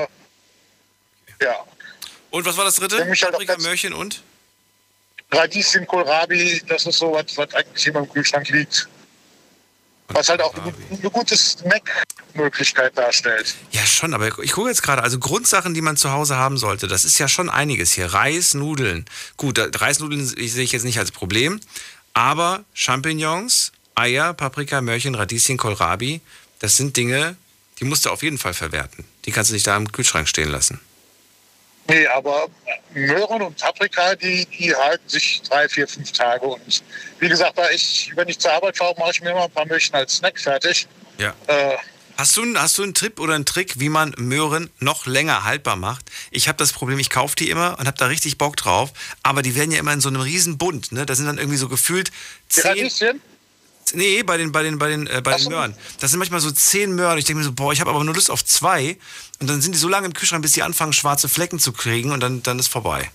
F: ja.
C: Und was war das dritte?
F: Ja, mich halt auch
C: Paprika,
F: ganz-
C: Möhrchen und?
F: Radieschen, Kohlrabi, das ist so was, was eigentlich immer im Kühlschrank liegt. Was halt auch eine, eine gute Snack-Möglichkeit darstellt.
C: Ja, schon, aber ich gucke jetzt gerade, also Grundsachen, die man zu Hause haben sollte, das ist ja schon einiges hier. Reis, Nudeln. Gut, da- Reisnudeln sehe ich jetzt nicht als Problem, aber Champignons, Eier, Paprika, Möhrchen, Radieschen, Kohlrabi, das sind Dinge, die musst du auf jeden Fall verwerten. Die kannst du nicht da im Kühlschrank stehen lassen.
F: Nee, aber Möhren und Paprika, die, die halten sich drei, vier, fünf Tage. Und wie gesagt, da ich, wenn ich zur Arbeit fahre, mache ich mir immer ein paar Möhrchen als Snack fertig.
C: Ja.
F: Äh,
C: Hast du, einen- hast du einen Tipp oder einen Trick, wie man Möhren noch länger haltbar macht? Ich habe das Problem, ich kaufe die immer und habe da richtig Bock drauf, aber die werden ja immer in so einem riesen Bund, ne? Da sind dann irgendwie so gefühlt
F: die
C: zehn...
F: Radieschen?
C: Nee, bei den, bei den, bei den, äh, bei
F: Ach
C: den
F: so.
C: Möhren. Das sind manchmal so zehn Möhren. Ich denke mir so, boah, ich habe aber nur Lust auf zwei. Und dann sind die so lange im Kühlschrank, bis sie anfangen, schwarze Flecken zu kriegen und dann, dann ist vorbei.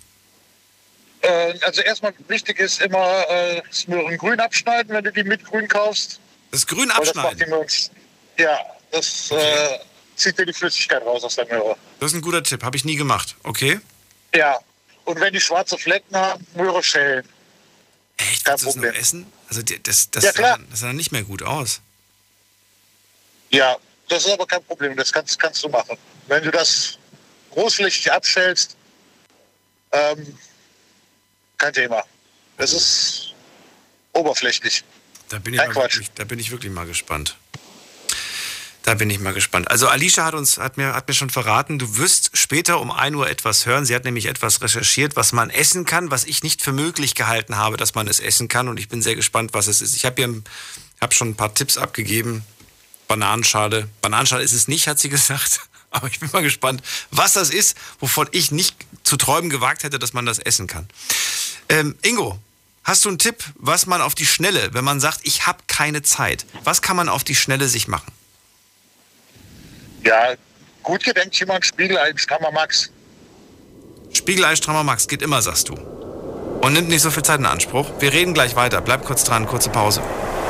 F: Äh, also erstmal wichtig ist immer äh, das Möhren grün abschneiden, wenn du die mit grün kaufst.
C: Das Grün
F: Weil das macht die
C: abschneiden.
F: Möhren, ja, das äh, zieht dir die Flüssigkeit raus aus der Möhre.
C: Das ist ein guter Tipp, habe ich nie gemacht. Okay?
F: Ja, und wenn die schwarze Flecken haben, Möhre schälen.
C: Echt?
F: Kein
C: Kannst du das noch
F: Problem.
C: essen? Also die- das, das,
F: Ja,
C: sah
F: klar.
C: dann, das sah dann nicht mehr gut aus.
F: Ja, das ist aber kein Problem, das kannst, kannst du machen. Wenn du das großflächig abschälst, ähm, kein Thema. Das ist oberflächlich.
C: Da bin ich,
F: Kein
C: mal
F: Quatsch.
C: wirklich, da bin ich wirklich mal gespannt. Da bin ich mal gespannt. Also Alicia hat uns, hat mir, hat mir schon verraten, du wirst später um ein Uhr etwas hören. Sie hat nämlich etwas recherchiert, was man essen kann, was ich nicht für möglich gehalten habe, dass man es essen kann. Und ich bin sehr gespannt, was es ist. Ich habe ihr hab schon ein paar Tipps abgegeben. Bananenschale. Bananenschale ist es nicht, hat sie gesagt. Aber ich bin mal gespannt, was das ist, wovon ich nicht zu träumen gewagt hätte, dass man das essen kann. Ähm, Ingo, hast du einen Tipp, was man auf die Schnelle, wenn man sagt, ich habe keine Zeit, was kann man auf die Schnelle sich machen?
F: Ja, gut gedenkt jemand Spiegelei im Strammer Max.
C: Spiegelei strammer Max, geht immer, sagst du. Und nimmt nicht so viel Zeit in Anspruch. Wir reden gleich weiter. Bleib kurz dran, kurze Pause.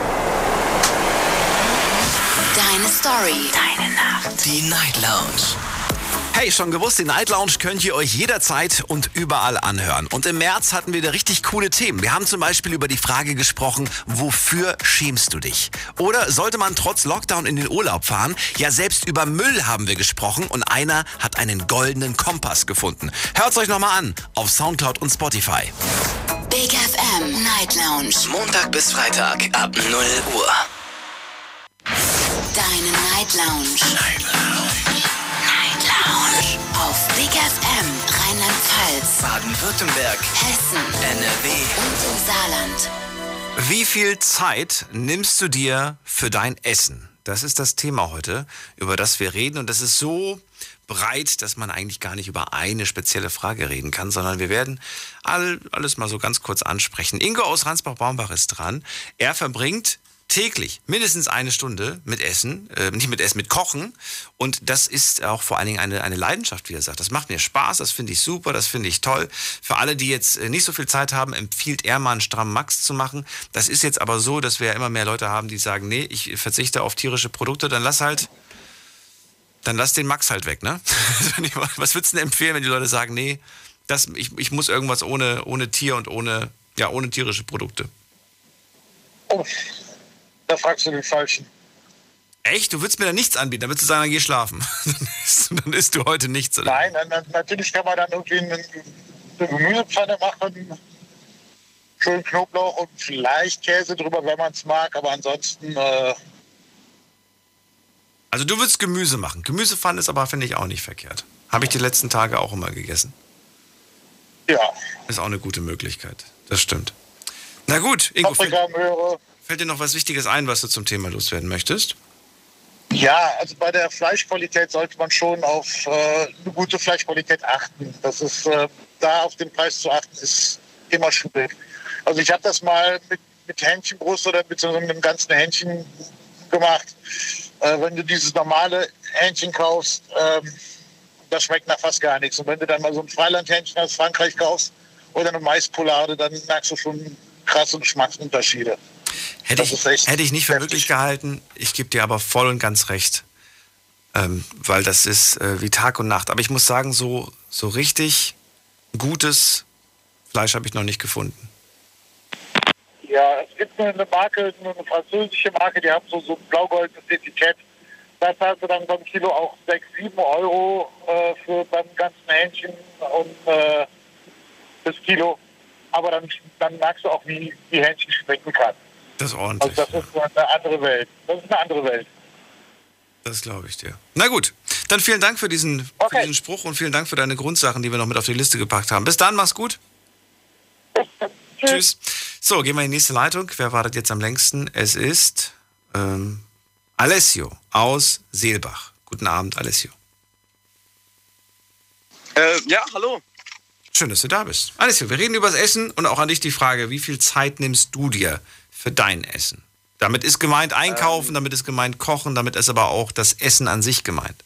B: Deine Story. Deine Nacht.
A: Die Night Lounge.
C: Hey, schon gewusst, die Night Lounge könnt ihr euch jederzeit und überall anhören. Und im März hatten wir da richtig coole Themen. Wir haben zum Beispiel über die Frage gesprochen, wofür schämst du dich? Oder sollte man trotz Lockdown in den Urlaub fahren? Ja, selbst über Müll haben wir gesprochen und einer hat einen goldenen Kompass gefunden. Hört's euch nochmal an auf Soundcloud und Spotify.
B: Big F M Night Lounge.
A: Montag bis Freitag ab null Uhr.
B: Deine Night Lounge. Night Lounge. Night Lounge. Auf Big F M Rheinland-Pfalz,
A: Baden-Württemberg,
B: Hessen
A: N R W.
B: und im Saarland.
C: Wie viel Zeit nimmst du dir für dein Essen? Das ist das Thema heute, über das wir reden. Und das ist so breit, dass man eigentlich gar nicht über eine spezielle Frage reden kann, sondern wir werden all, alles mal so ganz kurz ansprechen. Ingo aus Ransbach-Baumbach ist dran. Er verbringt täglich mindestens eine Stunde mit Essen, äh, nicht mit Essen, mit Kochen. Und das ist auch vor allen Dingen eine, eine Leidenschaft, wie er sagt. Das macht mir Spaß, das finde ich super, das finde ich toll. Für alle, die jetzt äh, nicht so viel Zeit haben, empfiehlt er mal einen strammen Max zu machen. Das ist jetzt aber so, dass wir ja immer mehr Leute haben, die sagen, nee, ich verzichte auf tierische Produkte, dann lass halt, dann lass den Max halt weg, ne? Was würdest du denn empfehlen, wenn die Leute sagen, nee, das, ich, ich muss irgendwas ohne, ohne Tier und ohne, ja, ohne tierische Produkte?
F: Oh, da fragst du den Falschen.
C: Echt? Du würdest mir da nichts anbieten? Dann würdest du sagen, dann geh schlafen. Dann isst, dann isst du heute nichts, oder?
F: Nein, na, na, natürlich kann man dann irgendwie eine, eine Gemüsepfanne machen, schön Knoblauch und vielleicht Käse drüber, wenn man es mag, aber ansonsten... Äh
C: Also du würdest Gemüse machen. Gemüsepfanne ist aber, finde ich, auch nicht verkehrt. Habe ich die letzten Tage auch immer gegessen.
F: Ja.
C: Ist auch eine gute Möglichkeit. Das stimmt. Na gut, Ingo, fällt, fällt dir noch was Wichtiges ein, was du zum Thema loswerden möchtest?
F: Ja, also bei der Fleischqualität sollte man schon auf äh, eine gute Fleischqualität achten. Das ist, äh, da auf den Preis zu achten, ist immer schwierig. Also ich habe das mal mit, mit Hähnchenbrust oder mit so einem ganzen Hähnchen gemacht. Äh, wenn du dieses normale Hähnchen kaufst, ähm, das schmeckt nach fast gar nichts. Und wenn du dann mal so ein Freilandhähnchen aus Frankreich kaufst oder eine Maispolade, dann merkst du schon krasse Geschmacksunterschiede.
C: Hätte ich, hätte ich nicht für möglich gehalten. Ich gebe dir aber voll und ganz recht. Ähm, weil das ist äh, wie Tag und Nacht. Aber ich muss sagen, so, so richtig gutes Fleisch habe ich noch nicht gefunden.
F: Ja, es gibt eine Marke, eine französische Marke, die haben so, so ein blau-goldenes Etikett. Da zahlst du dann beim Kilo auch sechs, sieben Euro äh, für beim ganzen Hähnchen und äh, das Kilo. Aber dann, dann merkst du auch, wie die Hähnchen schmecken kann.
C: Das ist ordentlich.
F: Also das ist eine andere Welt. Das ist eine andere Welt.
C: Das glaube ich dir. Na gut, dann vielen Dank für diesen, okay. für diesen Spruch und vielen Dank für deine Grundsachen, die wir noch mit auf die Liste gepackt haben. Bis dann, mach's gut. Tschüss. So, gehen wir in die nächste Leitung. Wer wartet jetzt am längsten? Es ist ähm, Alessio aus Seelbach. Guten Abend, Alessio.
I: Äh, ja, hallo.
C: Schön, dass du da bist. Alessio, wir reden über das Essen und auch an dich die Frage, wie viel Zeit nimmst du dir für dein Essen? Damit ist gemeint einkaufen, ähm, damit ist gemeint kochen, damit ist aber auch das Essen an sich gemeint.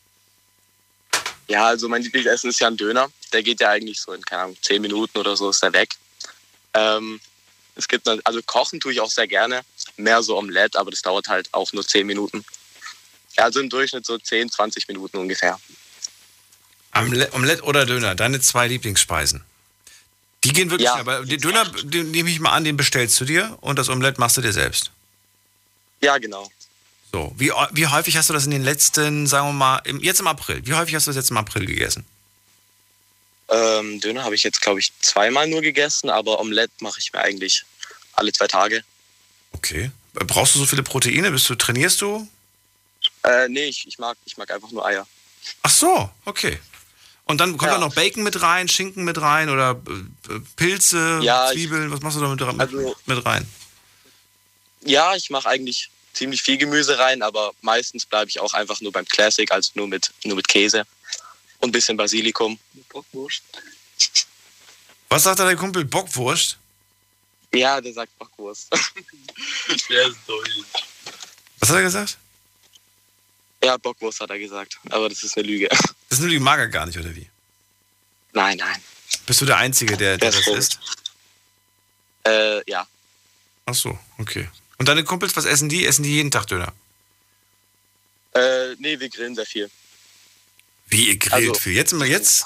I: Ja, also mein Lieblingsessen ist ja ein Döner. Der geht ja eigentlich so in, keine Ahnung, zehn Minuten oder so ist der weg. Ähm, es gibt, eine, also kochen tue ich auch sehr gerne. Mehr so Omelette, aber das dauert halt auch nur zehn Minuten. Ja, also im Durchschnitt so zehn, zwanzig Minuten ungefähr.
C: Omelette oder Döner, deine zwei Lieblingsspeisen. Die gehen wirklich, ja, aber den Döner, den nehme ich mal an, den bestellst du dir und das Omelette machst du dir selbst.
I: Ja, genau.
C: So, wie, wie häufig hast du das in den letzten, sagen wir mal, im, jetzt im April, wie häufig hast du das jetzt im April gegessen?
I: Ähm, Döner habe ich jetzt, glaube ich, zweimal nur gegessen, aber Omelette mache ich mir eigentlich alle zwei Tage.
C: Okay. Brauchst du so viele Proteine? Bist du, trainierst du?
I: Äh, nee, ich, ich, mag, ich mag einfach nur Eier.
C: Ach so, okay. Und dann kommt
I: ja.
C: da noch Bacon mit rein, Schinken mit rein oder äh, Pilze, ja, Zwiebeln, was machst du da mit, also, mit rein?
I: Ja, ich mache eigentlich ziemlich viel Gemüse rein, aber meistens bleibe ich auch einfach nur beim Classic, also nur mit, nur mit Käse und ein bisschen Basilikum. Bockwurst.
C: Was sagt da der Kumpel? Bockwurst?
I: Ja, der sagt Bockwurst. Der ist deutsch.
C: Was hat er gesagt?
I: Ja, Bockwurst hat er gesagt, aber das ist eine Lüge.
C: Das ist eine Lüge, mag er gar nicht, oder wie?
I: Nein, nein.
C: Bist du der Einzige, der, der das isst?
I: Äh, ja.
C: Ach so, okay. Und deine Kumpels, was essen die? Essen die jeden Tag Döner?
I: Äh, nee, wir grillen sehr viel.
C: Wie, ihr grillt also, viel? Jetzt immer jetzt?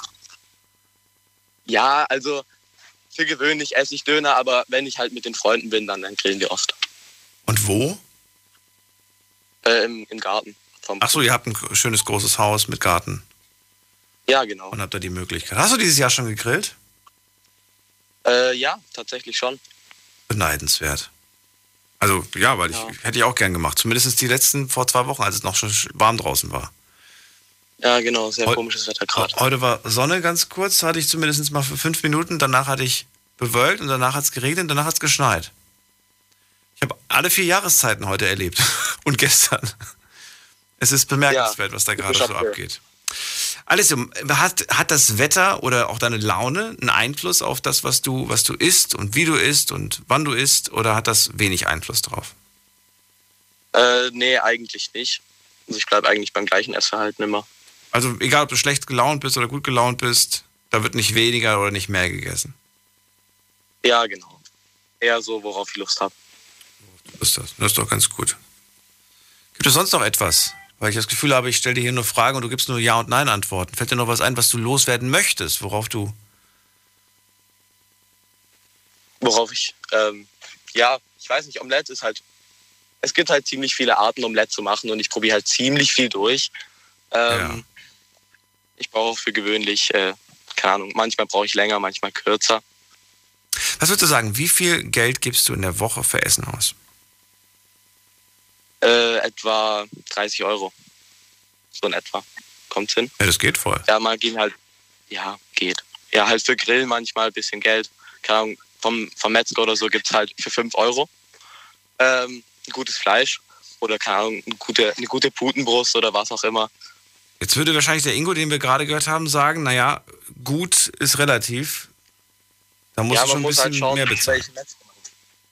I: Ja, also für gewöhnlich esse ich Döner, aber wenn ich halt mit den Freunden bin, dann, dann grillen wir oft.
C: Und wo?
I: Äh, im, im Garten.
C: Ach so, ihr habt ein schönes großes Haus mit Garten.
I: Ja, genau.
C: Und habt da die Möglichkeit. Hast du dieses Jahr schon gegrillt?
I: Äh, ja, tatsächlich schon.
C: Beneidenswert. Also, ja, weil ja. ich hätte ich auch gern gemacht. Zumindest die letzten, vor zwei Wochen, als es noch schon warm draußen war.
I: Ja, genau, sehr Heu- komisches Wetter gerade.
C: Heute war Sonne ganz kurz, hatte ich zumindest mal für fünf Minuten. Danach hatte ich bewölkt und danach hat es geregnet und danach hat es geschneit. Ich habe alle vier Jahreszeiten heute erlebt. Und gestern. Es ist bemerkenswert, ja, was da gerade so abgeht. Alles, hat, hat das Wetter oder auch deine Laune einen Einfluss auf das, was du, was du isst und wie du isst und wann du isst, oder hat das wenig Einfluss drauf?
I: Äh, nee, eigentlich nicht. Also ich bleibe eigentlich beim gleichen Essverhalten immer.
C: Also egal, ob du schlecht gelaunt bist oder gut gelaunt bist, da wird nicht weniger oder nicht mehr gegessen.
I: Ja, genau. Eher so, worauf ich Lust habe.
C: Das ist das. Das ist doch ganz gut. Gibt es sonst noch etwas? Weil ich das Gefühl habe, ich stelle dir hier nur Fragen und du gibst nur Ja- und Nein-Antworten. Fällt dir noch was ein, was du loswerden möchtest, worauf du...
I: Worauf ich, ähm, ja, ich weiß nicht, Omelette ist halt, es gibt halt ziemlich viele Arten, Omelette zu machen und ich probiere halt ziemlich viel durch. Ähm,
C: Ja.
I: Ich brauche für gewöhnlich, äh, keine Ahnung, manchmal brauche ich länger, manchmal kürzer.
C: Was würdest du sagen, wie viel Geld gibst du in der Woche für Essen aus?
I: Äh, etwa dreißig Euro. So in etwa. Kommt's hin?
C: Ja, das geht voll.
I: Ja, mal gehen halt, ja, geht. Ja, halt für Grill manchmal ein bisschen Geld. Keine Ahnung, vom, vom Metzger oder so gibt's halt für fünf Euro ähm, ein gutes Fleisch. Oder, keine Ahnung, eine gute, eine gute Putenbrust oder was auch immer.
C: Jetzt würde wahrscheinlich der Ingo, den wir gerade gehört haben, sagen, naja, gut ist relativ. Da musst
I: Ja,
C: du schon
I: man
C: ein
I: muss
C: bisschen
I: halt schauen,
C: mehr bezahlen.
I: welchen Metzger man-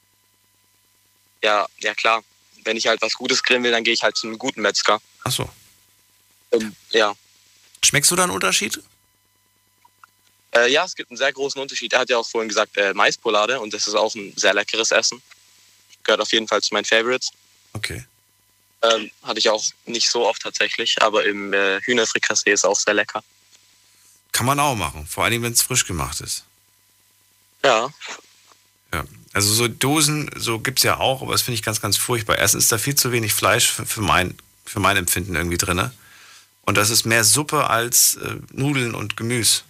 I: Ja, ja klar. Wenn ich halt was Gutes grillen will, dann gehe ich halt zu einem guten Metzger.
C: Ach so.
I: Ähm, ja.
C: Schmeckst du da einen Unterschied?
I: Äh, ja, es gibt einen sehr großen Unterschied. Er hat ja auch vorhin gesagt, äh, Maispolade und das ist auch ein sehr leckeres Essen. Gehört auf jeden Fall zu meinen Favorites.
C: Okay.
I: Ähm, hatte ich auch nicht so oft tatsächlich, aber im äh, Hühnerfrikassee ist auch sehr lecker.
C: Kann man auch machen, vor allem wenn es frisch gemacht ist.
I: Ja.
C: Ja. Also so Dosen, so gibt's ja auch, aber das finde ich ganz, ganz furchtbar. Erstens ist da viel zu wenig Fleisch für, für, mein, für mein Empfinden irgendwie drin. Und das ist mehr Suppe als äh, Nudeln und Gemüse.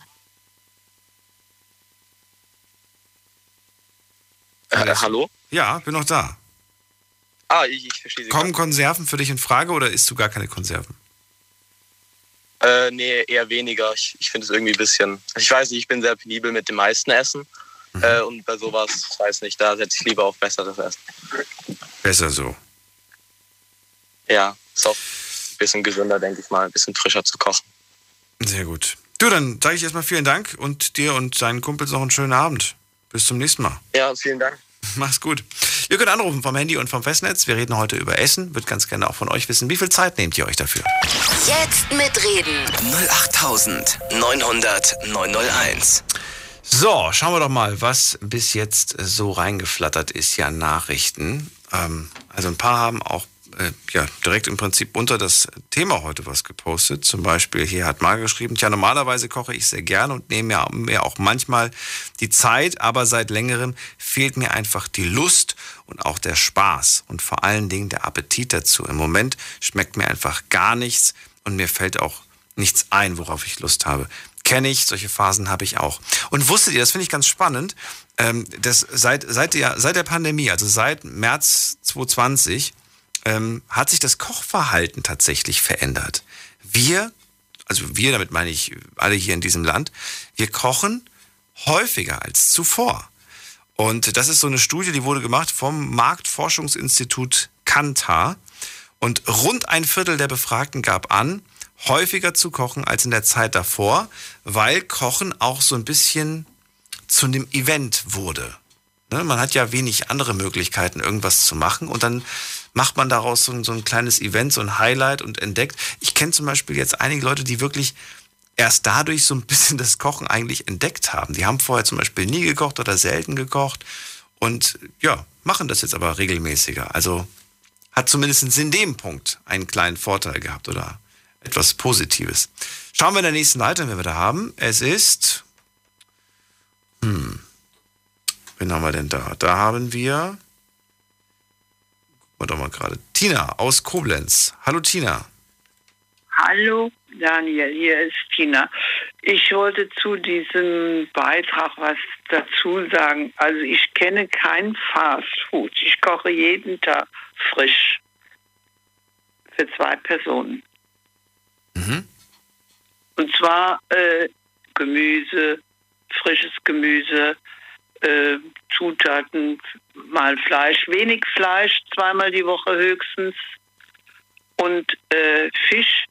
I: Äh, hallo?
C: Ja, bin noch da.
I: Ah, ich, ich verstehe Sie.
C: Kommen Konserven für dich in Frage oder isst du gar keine Konserven?
I: Äh, nee, eher weniger. Ich, ich finde es irgendwie ein bisschen... Also ich weiß nicht, ich bin sehr penibel mit dem meisten Essen.
C: Mhm.
I: Äh, und bei sowas, ich weiß nicht, da setze ich lieber auf besseres Essen.
C: Besser so.
I: Ja, ist auch ein bisschen gesünder, denke ich mal, ein bisschen frischer zu kochen.
C: Sehr gut. Du, dann sage ich erstmal vielen Dank und dir und deinen Kumpels noch einen schönen Abend. Bis zum nächsten Mal.
I: Ja, vielen Dank.
C: Mach's gut. Ihr könnt anrufen vom Handy und vom Festnetz. Wir reden heute über Essen. Würde ganz gerne auch von euch wissen, wie viel Zeit nehmt ihr euch dafür?
B: Jetzt mitreden.
A: null acht neun null null neun null eins.
C: So, schauen wir doch mal, was bis jetzt so reingeflattert ist hier an Nachrichten. Ähm, also ein paar haben auch äh, ja, direkt im Prinzip unter das Thema heute was gepostet. Zum Beispiel hier hat Marga geschrieben, tja, normalerweise koche ich sehr gerne und nehme mir, mir auch manchmal die Zeit, aber seit längerem fehlt mir einfach die Lust und auch der Spaß und vor allen Dingen der Appetit dazu. Im Moment schmeckt mir einfach gar nichts und mir fällt auch nichts ein, worauf ich Lust habe. Kenne ich, solche Phasen habe ich auch. Und wusstet ihr, das finde ich ganz spannend, ähm, dass seit, seit, der, seit der Pandemie, also seit März zwanzig zwanzig, ähm, hat sich das Kochverhalten tatsächlich verändert. Wir, also wir, damit meine ich alle hier in diesem Land, wir kochen häufiger als zuvor. Und das ist so eine Studie, die wurde gemacht vom Marktforschungsinstitut Kantar. Und rund ein Viertel der Befragten gab an, häufiger zu kochen als in der Zeit davor, weil Kochen auch so ein bisschen zu einem Event wurde. Ne, man hat ja wenig andere Möglichkeiten, irgendwas zu machen und dann macht man daraus so ein, so ein kleines Event, so ein Highlight und entdeckt. Ich kenne zum Beispiel jetzt einige Leute, die wirklich erst dadurch so ein bisschen das Kochen eigentlich entdeckt haben. Die haben vorher zum Beispiel nie gekocht oder selten gekocht und ja, machen das jetzt aber regelmäßiger. Also hat zumindest in dem Punkt einen kleinen Vorteil gehabt oder etwas Positives. Schauen wir in der nächsten Leitung, wen wir da haben. Es ist... Hm... Wen haben wir denn da? Da haben wir... Gucken wir doch mal gerade. Tina aus Koblenz. Hallo Tina.
J: Hallo Daniel, hier ist Tina. Ich wollte zu diesem Beitrag was dazu sagen. Also ich kenne kein Fast Food. Ich koche jeden Tag frisch für zwei Personen.
C: Mhm.
J: Und zwar äh, Gemüse, frisches Gemüse, äh, Zutaten, mal Fleisch, wenig Fleisch, zweimal die Woche höchstens und äh, Fisch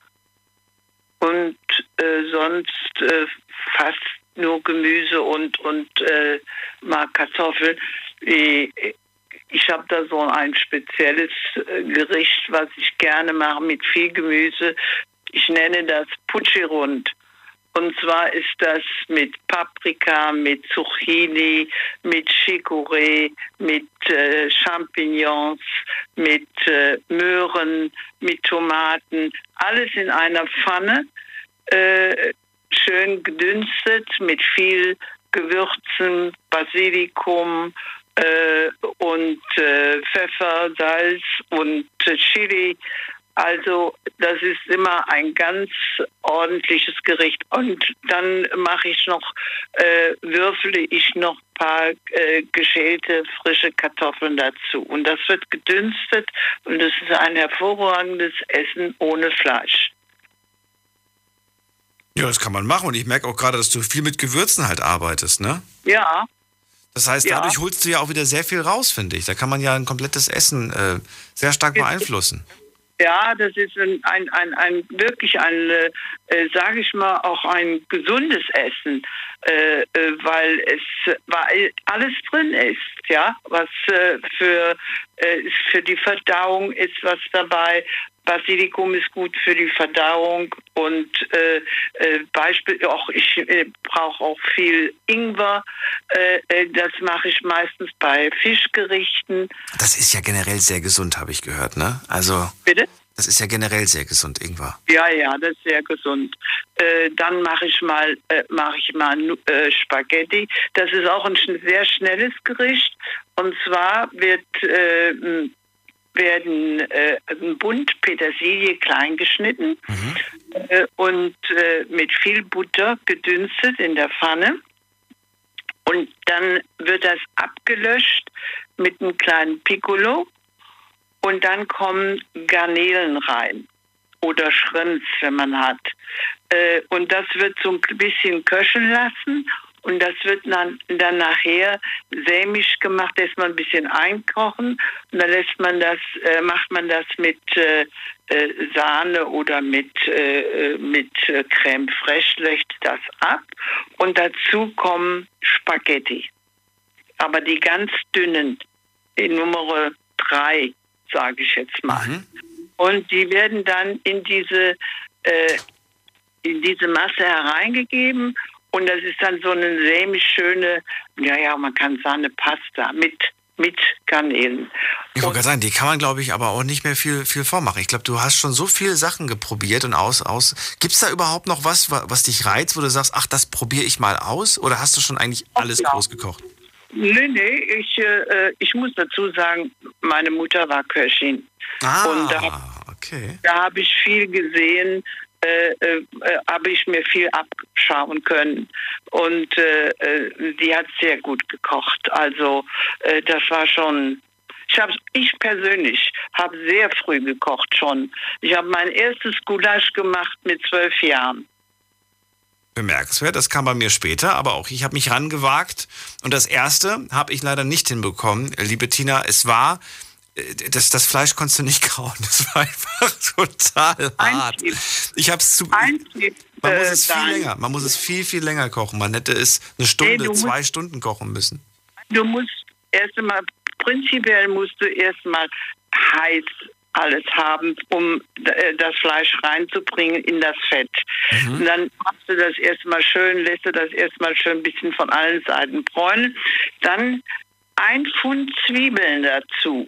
J: und äh, sonst äh, fast nur Gemüse und, und äh, mal Kartoffeln. Ich, ich habe da so ein spezielles äh, Gericht, was ich gerne mache mit viel Gemüse. Ich nenne das Putschi-Rund. Und zwar ist das mit Paprika, mit Zucchini, mit Chicorée, mit äh, Champignons, mit äh, Möhren, mit Tomaten. Alles in einer Pfanne, äh, schön gedünstet mit viel Gewürzen, Basilikum äh, und äh, Pfeffer, Salz und äh, Chili. Also das ist immer ein ganz ordentliches Gericht. Und dann mache ich noch, äh, würfele ich noch ein paar äh, geschälte, frische Kartoffeln dazu. Und das wird gedünstet und es ist ein hervorragendes Essen ohne Fleisch.
C: Ja, das kann man machen. Und ich merke auch gerade, dass du viel mit Gewürzen halt arbeitest, ne?
J: Ja.
C: Das heißt,
J: Ja.
C: dadurch holst du ja auch wieder sehr viel raus, finde ich. Da kann man ja ein komplettes Essen äh, sehr stark beeinflussen.
J: Ja, das ist ein, ein, ein, ein wirklich ein, äh, sage ich mal, auch ein gesundes Essen, äh, äh, weil es weil alles drin ist, ja, was äh, für, äh, für die Verdauung ist was dabei. Basilikum ist gut für die Verdauung und äh, äh, Beispiel auch ich äh, brauche auch viel Ingwer. Äh, äh, das mache ich meistens bei Fischgerichten.
C: Das ist ja generell sehr gesund, habe ich gehört, ne? Also
J: Bitte?
C: Das ist ja generell sehr gesund, Ingwer.
J: Ja, ja, das ist sehr gesund. Äh, dann mache ich mal, äh, mache ich mal äh, Spaghetti. Das ist auch ein sch- sehr schnelles Gericht. Und zwar wird äh, werden äh, ein Bund Petersilie klein geschnitten
C: Mhm.
J: äh, und äh, mit viel Butter gedünstet in der Pfanne. Und dann wird das abgelöscht mit einem kleinen Piccolo. Und dann kommen Garnelen rein oder Schrimps, wenn man hat. Äh, und das wird so ein bisschen köcheln lassen. Und das wird dann, dann nachher sämig gemacht, lässt man ein bisschen einkochen. Und dann lässt man das, äh, macht man das mit äh, äh, Sahne oder mit, äh, mit äh, Crème fraiche, löscht das ab. Und dazu kommen Spaghetti. Aber die ganz dünnen, die Nummer drei, sage ich jetzt mal.
C: Mhm.
J: Und die werden dann in diese, äh, in diese Masse hereingegeben. Und das ist dann so eine sämig schöne, ja, ja, man kann sagen, eine Pasta mit, mit Garnelen.
C: Ich wollte gerade sagen, die kann man, glaube ich, aber auch nicht mehr viel, viel vormachen. Ich glaube, du hast schon so viele Sachen geprobiert und aus, aus. Gibt es da überhaupt noch was, was dich reizt, wo du sagst, ach, das probiere ich mal aus? Oder hast du schon eigentlich alles
J: ja.
C: groß gekocht?
J: Nee, nee, ich, äh, ich muss dazu sagen, meine Mutter war Köchin.
C: Ah,
J: Und da,
C: okay.
J: da habe ich viel gesehen, äh, äh, habe ich mir viel abschauen können. Und äh, äh, die hat sehr gut gekocht. Also äh, das war schon... Ich, hab, ich persönlich habe sehr früh gekocht schon. Ich habe mein erstes Gulasch gemacht mit zwölf Jahren.
C: Bemerkenswert, das kam bei mir später, aber auch ich habe mich rangewagt und das erste habe ich leider nicht hinbekommen. Liebe Tina, es war, das, das Fleisch konntest du nicht kauen, das war einfach total hart. Ich habe es zu...
J: Einzig,
C: Man muss
J: äh,
C: es viel
J: dann-
C: länger, man muss es viel, viel länger kochen. Man hätte es eine Stunde,
J: Nee, du
C: zwei
J: musst-
C: Stunden kochen müssen.
J: Du musst erst einmal, prinzipiell musst du erstmal heiß alles haben, um äh, das Fleisch reinzubringen in das Fett.
C: Mhm.
J: Und dann machst du das erstmal schön, lässt du das erstmal schön ein bisschen von allen Seiten bräunen. Dann ein Pfund Zwiebeln dazu.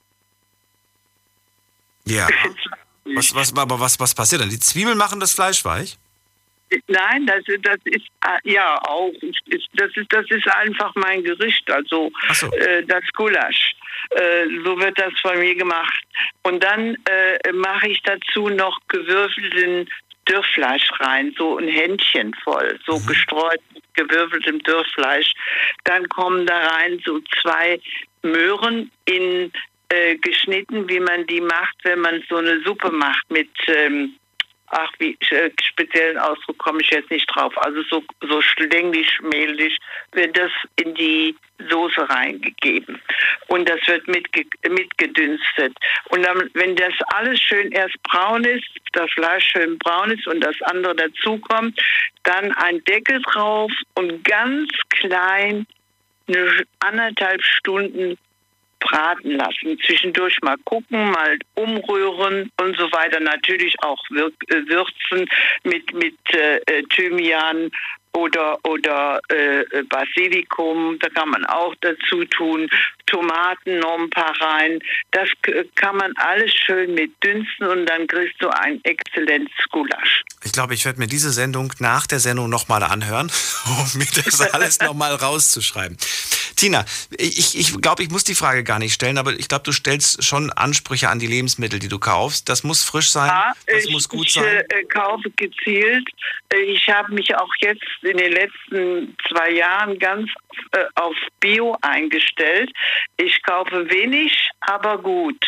C: Ja. Was, was, aber was, was passiert dann? Die Zwiebeln machen das Fleisch weich?
J: Nein, das, das ist äh, ja auch. Ist, das ist das ist einfach mein Gericht, also
C: Ach so.
J: äh, das Gulasch. Äh, so wird das von mir gemacht. Und dann äh, mache ich dazu noch gewürfelten Dürrfleisch rein, so ein Händchen voll, so
C: Mhm.
J: gestreut mit gewürfeltem Dürrfleisch. Dann kommen da rein so zwei Möhren in äh, geschnitten, wie man die macht, wenn man so eine Suppe macht mit ähm, ach, wie äh, speziellen Ausdruck komme ich jetzt nicht drauf. Also so, so schlänglich, mehlig wird das in die Soße reingegeben. Und das wird mitge mitgedünstet. Und dann, wenn das alles schön erst braun ist, das Fleisch schön braun ist und das andere dazukommt, dann ein Deckel drauf und ganz klein eine anderthalb Stunden braten lassen. Zwischendurch mal gucken, mal umrühren und so weiter. Natürlich auch wir, äh, würzen mit, mit äh, Thymian oder, oder äh, Basilikum, da kann man auch dazu tun, Tomaten noch ein paar rein. Das k- kann man alles schön mit dünsten und dann kriegst du ein exzellentes Gulasch.
C: Ich glaube, ich werde mir diese Sendung nach der Sendung nochmal anhören, um mir das alles nochmal rauszuschreiben. Tina, ich, ich glaube, ich muss die Frage gar nicht stellen, aber ich glaube, du stellst schon Ansprüche an die Lebensmittel, die du kaufst. Das muss frisch sein,
J: ja,
C: das
J: ich,
C: muss gut
J: ich,
C: sein.
J: Ich äh, kaufe gezielt. Ich habe mich auch jetzt in den letzten zwei Jahren ganz äh, auf Bio eingestellt. Ich kaufe wenig, aber gut.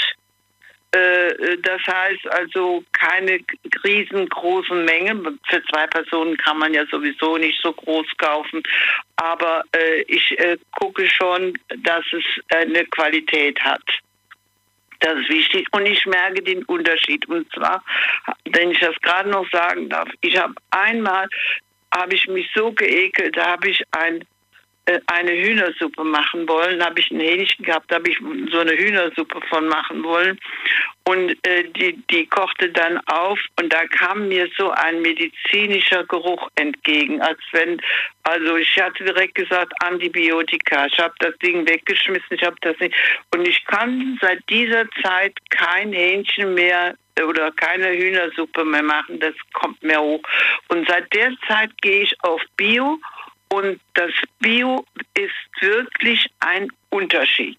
J: Äh, das heißt also keine riesengroßen Mengen. Für zwei Personen kann man ja sowieso nicht so groß kaufen. Aber äh, ich äh, gucke schon, dass es eine Qualität hat. Das ist wichtig. Und ich merke den Unterschied. Und zwar, wenn ich das gerade noch sagen darf, ich habe einmal, habe ich mich so geekelt, da habe ich ein eine Hühnersuppe machen wollen. Da habe ich ein Hähnchen gehabt, da habe ich so eine Hühnersuppe von machen wollen. Und äh, die, die kochte dann auf und da kam mir so ein medizinischer Geruch entgegen, als wenn, also ich hatte direkt gesagt, Antibiotika. Ich habe das Ding weggeschmissen, ich habe das nicht. Und ich kann seit dieser Zeit kein Hähnchen mehr oder keine Hühnersuppe mehr machen, das kommt mir hoch. Und seit der Zeit gehe ich auf Bio. Und das Bio ist wirklich ein Unterschied.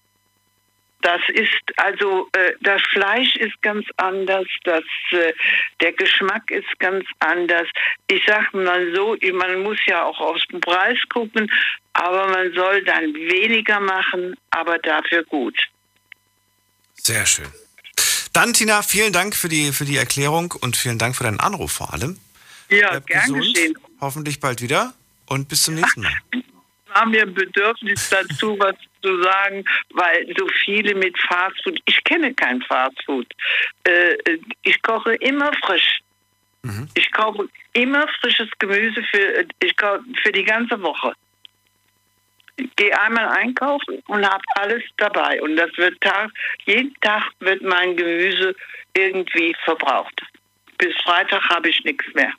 J: Das ist also, äh, das Fleisch ist ganz anders, das, äh, der Geschmack ist ganz anders. Ich sag mal so, man muss ja auch aufs Preis gucken, aber man soll dann weniger machen, aber dafür gut.
C: Sehr schön. Dann, Tina, vielen Dank für die, für die Erklärung und vielen Dank für deinen Anruf vor allem.
J: Ja,
C: Bleib
J: gern
C: gesund,
J: geschehen.
C: hoffentlich bald wieder und bis zum nächsten Mal.
J: War mir Bedürfnis dazu, was zu sagen, weil so viele mit Fastfood, ich kenne kein Fastfood. Äh, ich koche immer frisch. Mhm. Ich kaufe immer frisches Gemüse für, ich kaufe für die ganze Woche. Ich gehe einmal einkaufen und habe alles dabei. Und das wird Tag, jeden Tag wird mein Gemüse irgendwie verbraucht. Bis Freitag habe ich nichts mehr.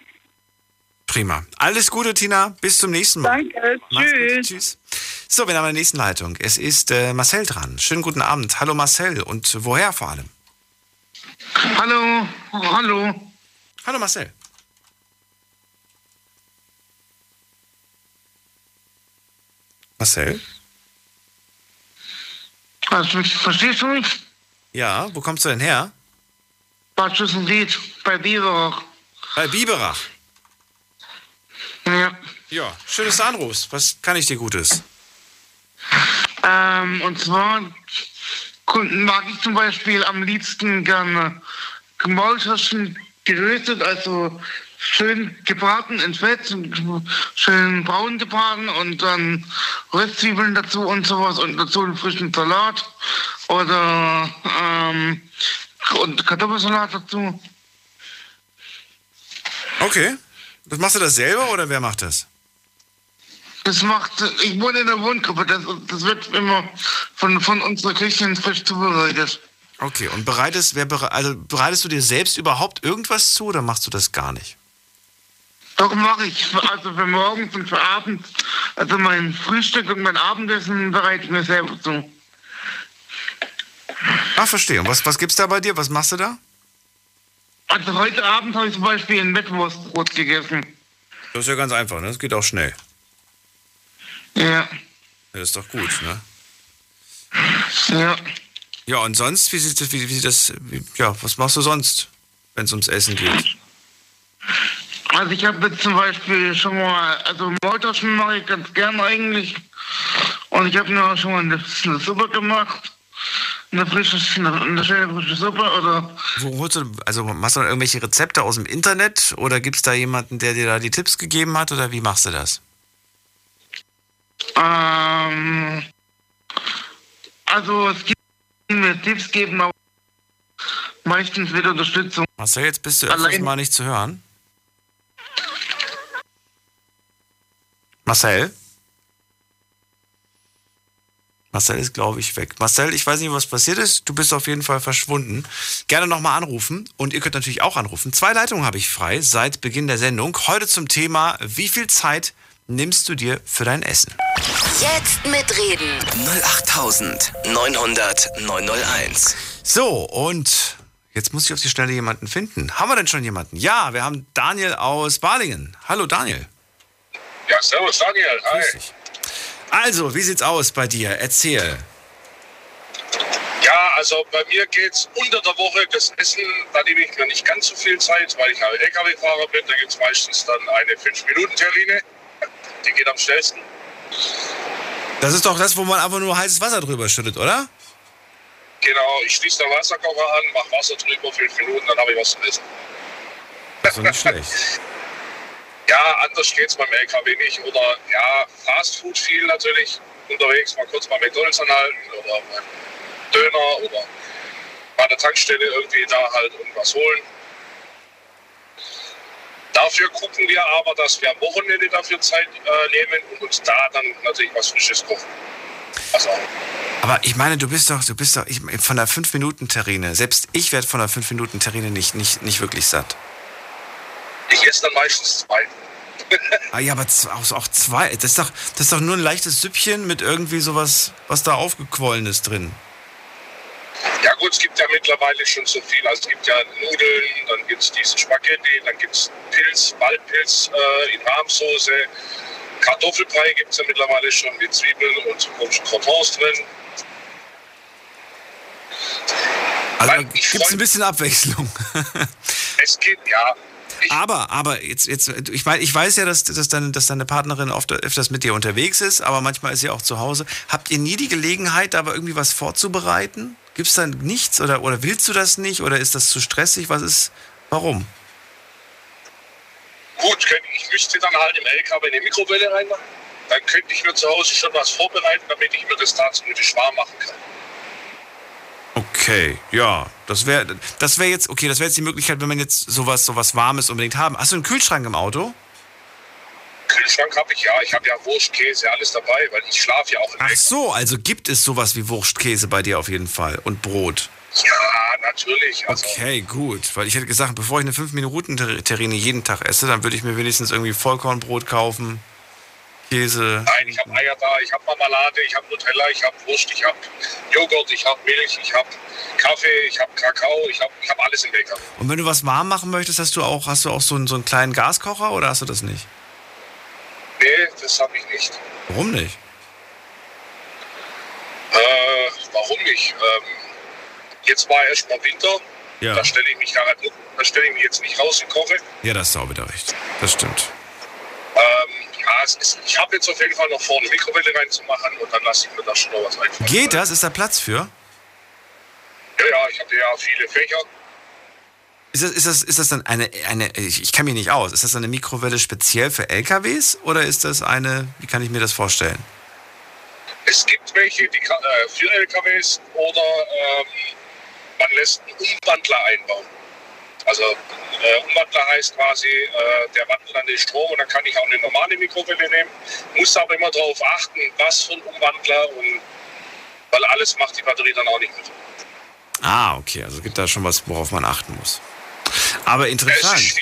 C: Prima. Alles Gute, Tina. Bis zum nächsten Mal.
J: Danke.
C: Mach's
J: Tschüss.
C: gut. Tschüss. So, wir haben eine nächste Leitung. Es ist äh, Marcel dran. Schönen guten Abend. Hallo Marcel. Und woher vor allem?
K: Hallo. Hallo.
C: Hallo Marcel. Marcel?
K: Also, verstehst du mich?
C: Ja, wo kommst du denn her?
K: Bad Schüssenried, bei Biberach.
C: Bei Biberach?
K: Ja.
C: Ja, schön, dass du anrufst. Was kann ich dir Gutes?
K: Ähm, und zwar mag ich zum Beispiel am liebsten gerne Maultaschen geröstet, also schön gebraten in Fett, schön braun gebraten und dann Röstzwiebeln dazu und sowas und dazu einen frischen Salat oder ähm, und Kartoffelsalat dazu.
C: Okay. Das machst du das selber oder wer macht das?
K: Das macht, ich wohne in der Wohngruppe, das, das wird immer von, von unserer Küche frisch zubereitet.
C: Okay, und bereitest, wer, also bereitest du dir selbst überhaupt irgendwas zu oder machst du das gar nicht?
K: Doch, mache ich. Also für morgens und für abends. Also mein Frühstück und mein Abendessen bereite ich mir selber zu.
C: Ah, verstehe. Und was, was gibt's da bei dir? Was machst du da?
K: Also heute Abend habe ich zum Beispiel ein Mettwurstbrot gegessen.
C: Das ist ja ganz einfach, ne? Das geht auch schnell.
K: Ja.
C: Das ist doch gut, ne?
K: Ja.
C: Ja, und sonst, wie sieht das, wie, wie sieht das, wie, ja, was machst du sonst, wenn es ums Essen geht?
K: Also ich habe jetzt zum Beispiel schon mal, also Maultaschen mache ich ganz gern eigentlich. Und ich habe mir auch schon mal eine, eine Suppe gemacht. Eine frische, eine, eine schöne frische Suppe, oder?
C: Wo holst du, also machst du irgendwelche Rezepte aus dem Internet oder gibt es da jemanden, der dir da die Tipps gegeben hat oder wie machst du das?
K: Ähm, also es gibt mir Tipps geben, aber meistens wird Unterstützung.
C: Marcel, jetzt bist du öfters mal nicht zu hören. Marcel? Marcel ist, glaube ich, weg. Marcel, ich weiß nicht, was passiert ist. Du bist auf jeden Fall verschwunden. Gerne nochmal anrufen. Und ihr könnt natürlich auch anrufen. Zwei Leitungen habe ich frei seit Beginn der Sendung. Heute zum Thema, wie viel Zeit nimmst du dir für dein Essen?
B: Jetzt mitreden.
A: null acht neunhundert neunhunderteins.
C: So, und jetzt muss ich auf die Schnelle jemanden finden. Haben wir denn schon jemanden? Ja, wir haben Daniel aus Balingen. Hallo Daniel.
L: Ja, servus Daniel. Hi.
C: Also, wie sieht's aus bei dir? Erzähl.
L: Ja, also bei mir geht's unter der Woche das Essen, da nehme ich mir nicht ganz so viel Zeit, weil ich halt L K W-Fahrer bin. Da gibt's meistens dann eine fünf Minuten Terrine. Die geht am schnellsten.
C: Das ist doch das, wo man einfach nur heißes Wasser drüber schüttet, oder?
L: Genau, ich schließe den Wasserkocher an, mache Wasser drüber, fünf Minuten, dann habe ich was zu essen.
C: Das ist doch nicht schlecht.
L: Ja, anders geht's beim L K W nicht. Oder ja, Fastfood viel natürlich unterwegs, mal kurz bei McDonalds anhalten oder beim Döner oder bei der Tankstelle irgendwie da halt irgendwas holen. Dafür gucken wir aber, dass wir am Wochenende dafür Zeit äh, nehmen und uns da dann natürlich was Frisches kochen. Also,
C: aber ich meine, du bist doch, du bist doch ich, von der fünf Minuten Terrine. Selbst ich werde von der fünf Minuten Terrine nicht, nicht, nicht wirklich satt.
L: Ich esse dann meistens zwei.
C: Ah ja, aber auch, auch zwei. Das ist, doch, das ist doch nur ein leichtes Süppchen mit irgendwie sowas, was da aufgequollen ist drin.
L: Ja gut, es gibt ja mittlerweile schon so viel. Also es gibt ja Nudeln, dann gibt es diese Spaghetti, dann gibt es Pilz, Waldpilz äh, in Rahmsoße. Kartoffelbrei gibt es ja mittlerweile schon mit Zwiebeln und so komischen Croutons drin.
C: Also gibt es ein bisschen Abwechslung.
L: Es gibt, ja.
C: Aber, aber jetzt, jetzt, ich meine, ich weiß ja, dass, dass, deine, dass deine Partnerin oft öfters mit dir unterwegs ist, aber manchmal ist sie auch zu Hause. Habt ihr nie die Gelegenheit, aber irgendwie was vorzubereiten? Gibt es da nichts oder, oder willst du das nicht oder ist das zu stressig? Was ist, warum?
L: Gut, ich müsste dann halt im L K W eine Mikrowelle reinmachen. Dann könnte ich mir zu Hause schon was vorbereiten, damit ich mir das tatsächlich warm machen kann.
C: Okay, ja, das wäre das wär jetzt, okay, das wäre jetzt die Möglichkeit, wenn man jetzt sowas, sowas Warmes unbedingt haben. Hast du einen Kühlschrank im Auto?
L: Kühlschrank habe ich, ja. Ich habe ja Wurst, Käse, alles dabei, weil ich schlafe ja auch im
C: Ach so, also gibt es sowas wie Wurstkäse bei dir auf jeden Fall und Brot?
L: Ja, natürlich. Also
C: okay, gut, weil ich hätte gesagt, bevor ich eine fünf Minuten Terrine jeden Tag esse, dann würde ich mir wenigstens irgendwie Vollkornbrot kaufen, Käse.
L: Nein, ich habe Eier da, ich habe Marmelade, ich habe Nutella, ich habe Wurst, ich habe Joghurt, ich habe Milch, ich habe Kaffee, ich habe Kakao, ich habe ich hab alles im L K W.
C: Und wenn du was warm machen möchtest, hast du auch, hast du auch so einen, so einen kleinen Gaskocher oder hast du das nicht?
L: Nee, das habe ich nicht.
C: Warum nicht?
L: Äh, warum nicht? Ähm, jetzt war erst mal Winter,
C: ja.
L: Da stelle ich mich garantiert, da stelle ich mich jetzt nicht raus und koche.
C: Ja, das ist auch wieder recht. Das stimmt.
L: Ähm, ja, es ist, ich habe jetzt auf jeden Fall noch vor, eine Mikrowelle reinzumachen und dann lasse ich mir da schon noch was einfallen.
C: Geht das? Ist da Platz für?
L: Ja, ja, ich habe ja viele Fächer.
C: Ist das, ist das, ist das dann eine, eine ich, ich kenne mich nicht aus, ist das eine Mikrowelle speziell für L K Ws oder ist das eine, wie kann ich mir das vorstellen?
L: Es gibt welche, die äh, für L K Ws oder ähm, man lässt einen Umwandler einbauen. Also äh, Umwandler heißt quasi, äh, der wandelt dann den Strom und dann kann ich auch eine normale Mikrowelle nehmen. Muss aber immer darauf achten, was für ein Umwandler und weil alles macht die Batterie dann auch nicht mit.
C: Ah, okay, also gibt da schon was, worauf man achten muss. Aber interessant. Ich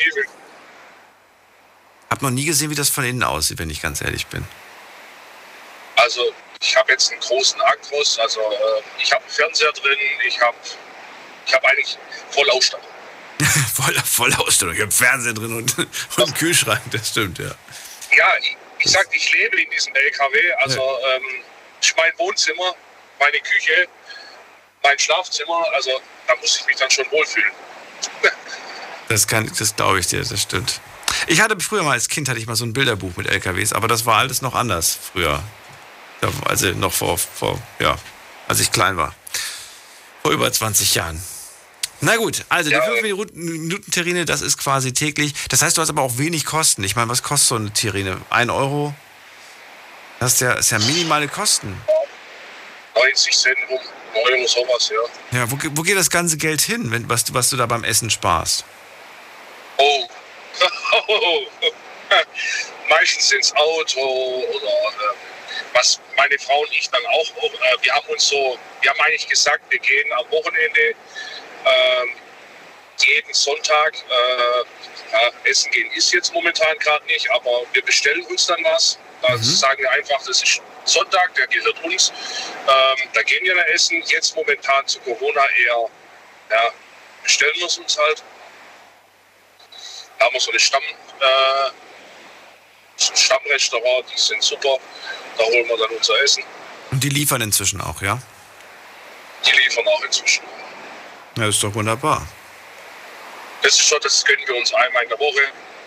C: habe noch nie gesehen, wie das von innen aussieht, wenn ich ganz ehrlich bin.
L: Also ich habe jetzt einen großen Akkus, also äh, ich habe einen Fernseher drin, ich habe ich hab eigentlich Vollausstattung.
C: Voll, Vollausstattung, ich habe Fernseher drin und, und einen Kühlschrank, das stimmt, ja.
L: Ja, ich, ich sag, ich lebe in diesem L K W, also ja. ähm, mein Wohnzimmer, meine Küche, mein Schlafzimmer, also da muss ich mich dann schon wohlfühlen.
C: Das kann, das glaube ich dir, das stimmt. Ich hatte früher mal als Kind hatte ich mal so ein Bilderbuch mit L K Ws, aber das war alles noch anders früher. Also noch vor, vor, ja, als ich klein war. Vor über zwanzig Jahren. Na gut, also die fünf Minuten Terrine, das ist quasi täglich. Das heißt, du hast aber auch wenig Kosten. Ich meine, was kostet so eine Terrine? Ein Euro? Das ist ja, ist ja minimale Kosten.
L: neunzig Cent rum, Euro, sowas, ja.
C: Ja, wo, wo geht das ganze Geld hin, wenn, was, was du da beim Essen sparst?
L: Oh. Meistens ins Auto oder äh, was meine Frau und ich dann auch, äh, wir haben uns so, wir haben eigentlich gesagt, wir gehen am Wochenende äh, jeden Sonntag äh, ja, essen gehen ist jetzt momentan gerade nicht, aber wir bestellen uns dann was. Da mhm. sagen wir einfach, das ist Sonntag, der gehört uns. Ähm, da gehen wir dann essen. Jetzt momentan zu Corona eher, ja, bestellen wir es uns halt. Da haben wir so eine Stamm, äh, so ein Stammrestaurant, die sind super. Da holen wir dann unser Essen.
C: Und die liefern inzwischen auch, ja?
L: Die liefern auch inzwischen.
C: Ja, ist doch wunderbar.
L: Das ist schon, das gönnen wir uns einmal in der Woche.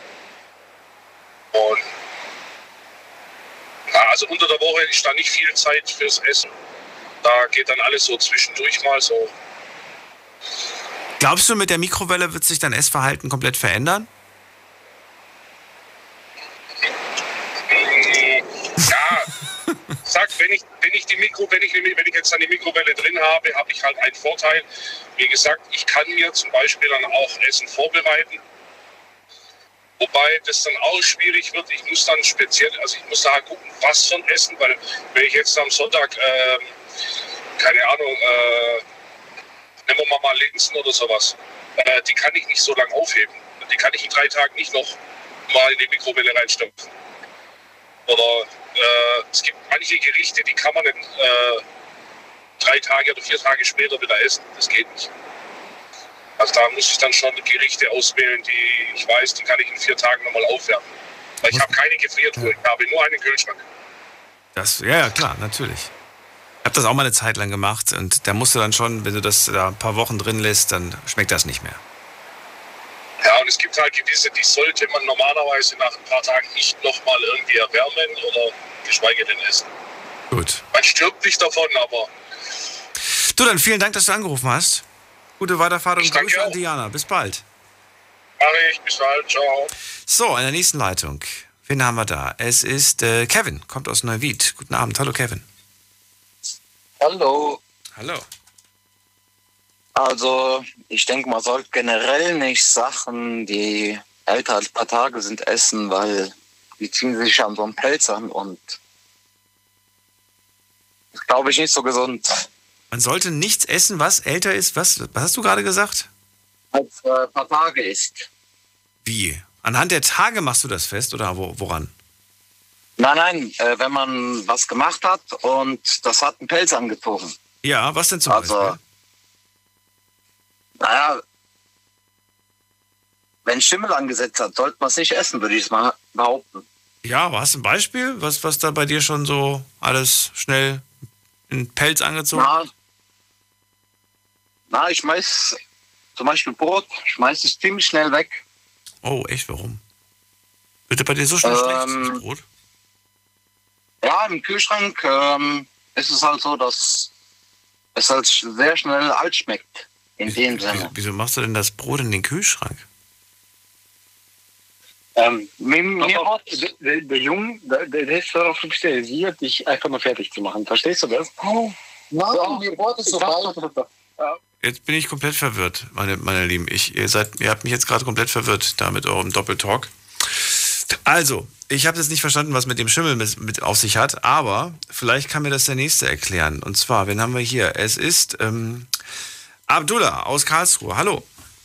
L: Und ja, also unter der Woche ist da nicht viel Zeit fürs Essen. Da geht dann alles so zwischendurch mal so.
C: Glaubst du, mit der Mikrowelle wird sich dein Essverhalten komplett verändern?
L: Ja, sag, wenn ich, wenn ich die Mikro, wenn ich, wenn ich jetzt dann die Mikrowelle drin habe, habe ich halt einen Vorteil. Wie gesagt, ich kann mir zum Beispiel dann auch Essen vorbereiten. Wobei das dann auch schwierig wird. Ich muss dann speziell, also ich muss da halt gucken, was für ein Essen, weil wenn ich jetzt am Sonntag, äh, keine Ahnung, äh, nehmen wir mal Linsen oder sowas, äh, die kann ich nicht so lange aufheben. Die kann ich in drei Tagen nicht noch mal in die Mikrowelle reinstopfen. Oder äh, es gibt manche Gerichte, die kann man nicht äh, drei Tage oder vier Tage später wieder essen. Das geht nicht. Also da muss ich dann schon Gerichte auswählen, die ich weiß, die kann ich in vier Tagen nochmal aufwärmen. Weil ich habe keine Gefriertruhe, ich habe nur einen Kühlschrank.
C: Das, ja, ja, klar, natürlich. Ich habe das auch mal eine Zeit lang gemacht und da musst du dann schon, wenn du das da ein paar Wochen drin lässt, dann schmeckt das nicht mehr.
L: Ja, und es gibt halt gewisse, die sollte man normalerweise nach ein paar Tagen nicht nochmal irgendwie erwärmen oder geschweige denn essen.
C: Gut.
L: Man stirbt nicht davon, aber...
C: Du, dann vielen Dank, dass du angerufen hast. Gute Weiterfahrt und Grüße an
L: auch.
C: Diana. Bis bald.
L: Mach ich, bis bald, ciao.
C: So, in der nächsten Leitung. Wen haben wir da? Es ist äh, Kevin, kommt aus Neuwied. Guten Abend. Hallo, Kevin.
M: Hallo.
C: Hallo.
M: Also, ich denke, man sollte generell nicht Sachen, die älter als ein paar Tage sind, essen, weil die ziehen sich an so einen Pelz an und das glaube ich nicht so gesund.
C: Man sollte nichts essen, was älter ist. Was, was hast du gerade gesagt?
M: Als äh, ein paar Tage ist.
C: Wie? Anhand der Tage machst du das fest oder wo, woran?
M: Nein, nein, äh, wenn man was gemacht hat und das hat einen Pelz angezogen.
C: Ja, was denn zum
M: also,
C: Beispiel?
M: Naja, wenn Schimmel angesetzt hat, sollte man es nicht essen, würde ich mal behaupten.
C: Ja, aber hast du ein Beispiel, was, was da bei dir schon so alles schnell in Pelz angezogen
M: Na,
C: hat?
M: na, ich schmeiß zum Beispiel Brot, schmeiß es ziemlich schnell weg.
C: Oh, echt, warum? Bitte bei dir so schnell
M: Ähm,
C: schlecht, das Brot?
M: Ja, im Kühlschrank ähm, ist es halt so, dass es halt sehr schnell alt schmeckt. In dem Sinne.
C: Wieso, wieso machst du denn das Brot in den Kühlschrank?
N: Ähm, mir, mir hat, der, der Junge, der, der ist darauf spezialisiert, dich einfach nur fertig zu machen. Verstehst du das? Oh,
M: nein, ja, mir wurde so bald.
C: Jetzt bin ich komplett verwirrt, meine, meine Lieben. Ich, ihr, seid, ihr habt mich jetzt gerade komplett verwirrt da mit eurem Doppeltalk. Also, ich habe jetzt nicht verstanden, was mit dem Schimmel mit, mit auf sich hat, aber vielleicht kann mir das der Nächste erklären. Und zwar, wen haben wir hier? Es ist ähm, Abdullah aus Karlsruhe. Hallo.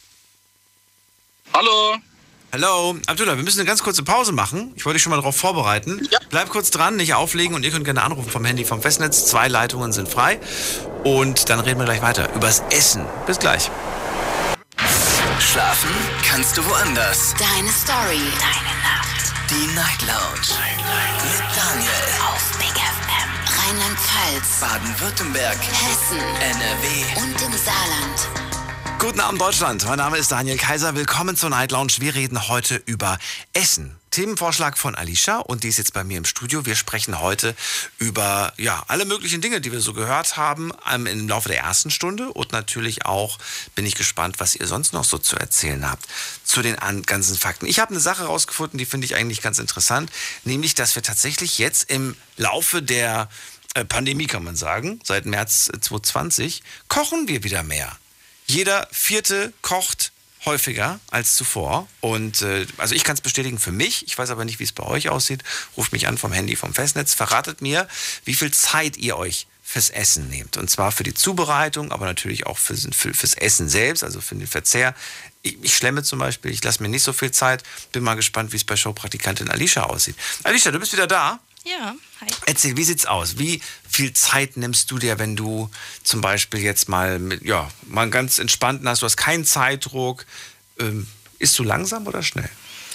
O: Hallo.
C: Hallo. Abdullah, wir müssen eine ganz kurze Pause machen. Ich wollte dich schon mal darauf vorbereiten. Ja. Bleib kurz dran, nicht auflegen und ihr könnt gerne anrufen vom Handy vom Festnetz. Zwei Leitungen sind frei. Und dann reden wir gleich weiter übers Essen. Bis gleich.
A: Schlafen kannst du woanders.
B: Deine Story. Deine Nacht.
A: Die Night Lounge. Night, Night. Mit Daniel.
B: Auf Big F M. Rheinland-Pfalz.
A: Baden-Württemberg.
B: Hessen.
A: N R W.
B: Und im Saarland.
C: Guten Abend, Deutschland. Mein Name ist Daniel Kaiser. Willkommen zur Night Lounge. Wir reden heute über Essen. Themenvorschlag von Alicia und die ist jetzt bei mir im Studio. Wir sprechen heute über ja, alle möglichen Dinge, die wir so gehört haben ähm, im Laufe der ersten Stunde und natürlich auch bin ich gespannt, was ihr sonst noch so zu erzählen habt zu den an, ganzen Fakten. Ich habe eine Sache rausgefunden, die finde ich eigentlich ganz interessant, nämlich, dass wir tatsächlich jetzt im Laufe der äh, Pandemie, kann man sagen, seit März zwanzig zwanzig, kochen wir wieder mehr. Jeder Vierte kocht häufiger als zuvor. Und äh, also ich kann es bestätigen für mich. Ich weiß aber nicht, wie es bei euch aussieht. Ruft mich an vom Handy, vom Festnetz. Verratet mir, wie viel Zeit ihr euch fürs Essen nehmt. Und zwar für die Zubereitung, aber natürlich auch für, für, fürs Essen selbst, also für den Verzehr. Ich, ich schlemme zum Beispiel, ich lasse mir nicht so viel Zeit. Bin mal gespannt, wie es bei Showpraktikantin Alicia aussieht. Alicia, du bist wieder da?
D: Ja, hi.
C: Erzähl, wie sieht's aus? Wie viel Zeit nimmst du dir, wenn du zum Beispiel jetzt mal mit, ja, mal ganz entspannten hast, du hast keinen Zeitdruck. Ähm, isst du langsam oder schnell?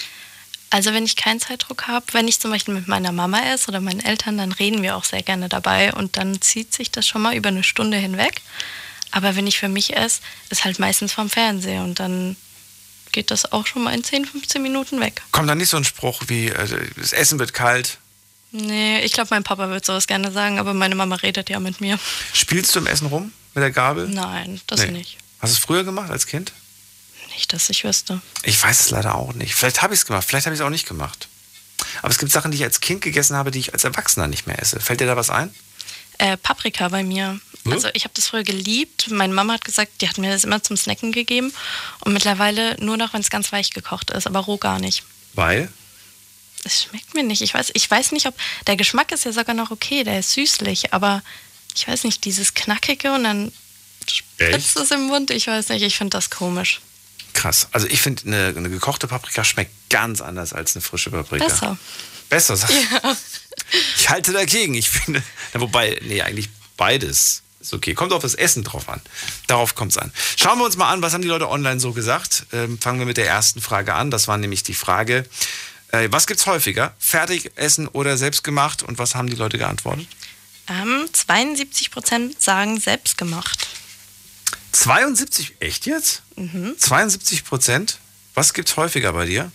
D: Also wenn ich keinen Zeitdruck habe, wenn ich zum Beispiel mit meiner Mama esse oder meinen Eltern, dann reden wir auch sehr gerne dabei und dann zieht sich das schon mal über eine Stunde hinweg. Aber wenn ich für mich esse, ist halt meistens vom Fernseher und dann geht das auch schon mal in zehn, fünfzehn Minuten weg.
C: Kommt dann nicht so ein Spruch wie, äh, das Essen wird kalt?
D: Nee, ich glaube, mein Papa wird sowas gerne sagen, aber meine Mama redet ja mit mir.
C: Spielst du im Essen rum mit der Gabel?
D: Nein, das
C: Nee.
D: nicht.
C: Hast du es früher gemacht als Kind?
D: Nicht, dass ich wüsste.
C: Ich weiß es leider auch nicht. Vielleicht habe ich es gemacht, vielleicht habe ich es auch nicht gemacht. Aber es gibt Sachen, die ich als Kind gegessen habe, die ich als Erwachsener nicht mehr esse. Fällt dir da was ein?
D: Äh, Paprika bei mir.
C: Hm?
D: Also ich habe das früher geliebt. Meine Mama hat gesagt, die hat mir das immer zum Snacken gegeben. Und mittlerweile nur noch, wenn es ganz weich gekocht ist, aber roh gar nicht.
C: Weil?
D: Es schmeckt mir nicht. Ich weiß, ich weiß nicht, ob... Der Geschmack ist ja sogar noch okay, der ist süßlich. Aber ich weiß nicht, dieses Knackige und dann spritzt es im Mund. Ich weiß nicht, ich finde das komisch.
C: Krass. Also ich finde, eine, eine gekochte Paprika schmeckt ganz anders als eine frische Paprika.
D: Besser.
C: Besser, sagst du?
D: Ja.
C: Ich halte dagegen. Ich finde, na, wobei, nee, eigentlich beides ist okay. Kommt auf das Essen drauf an. Darauf kommt es an. Schauen wir uns mal an, was haben die Leute online so gesagt. Ähm, fangen wir mit der ersten Frage an. Das war nämlich die Frage, äh, was gibt's häufiger? Fertigessen oder selbstgemacht? Und was haben die Leute geantwortet?
D: Ähm, zweiundsiebzig Prozent sagen selbstgemacht.
C: zweiundsiebzig, echt jetzt?
D: Mhm.
C: zweiundsiebzig Prozent? Was gibt's häufiger bei dir?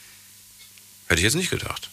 C: Hätte ich jetzt nicht gedacht.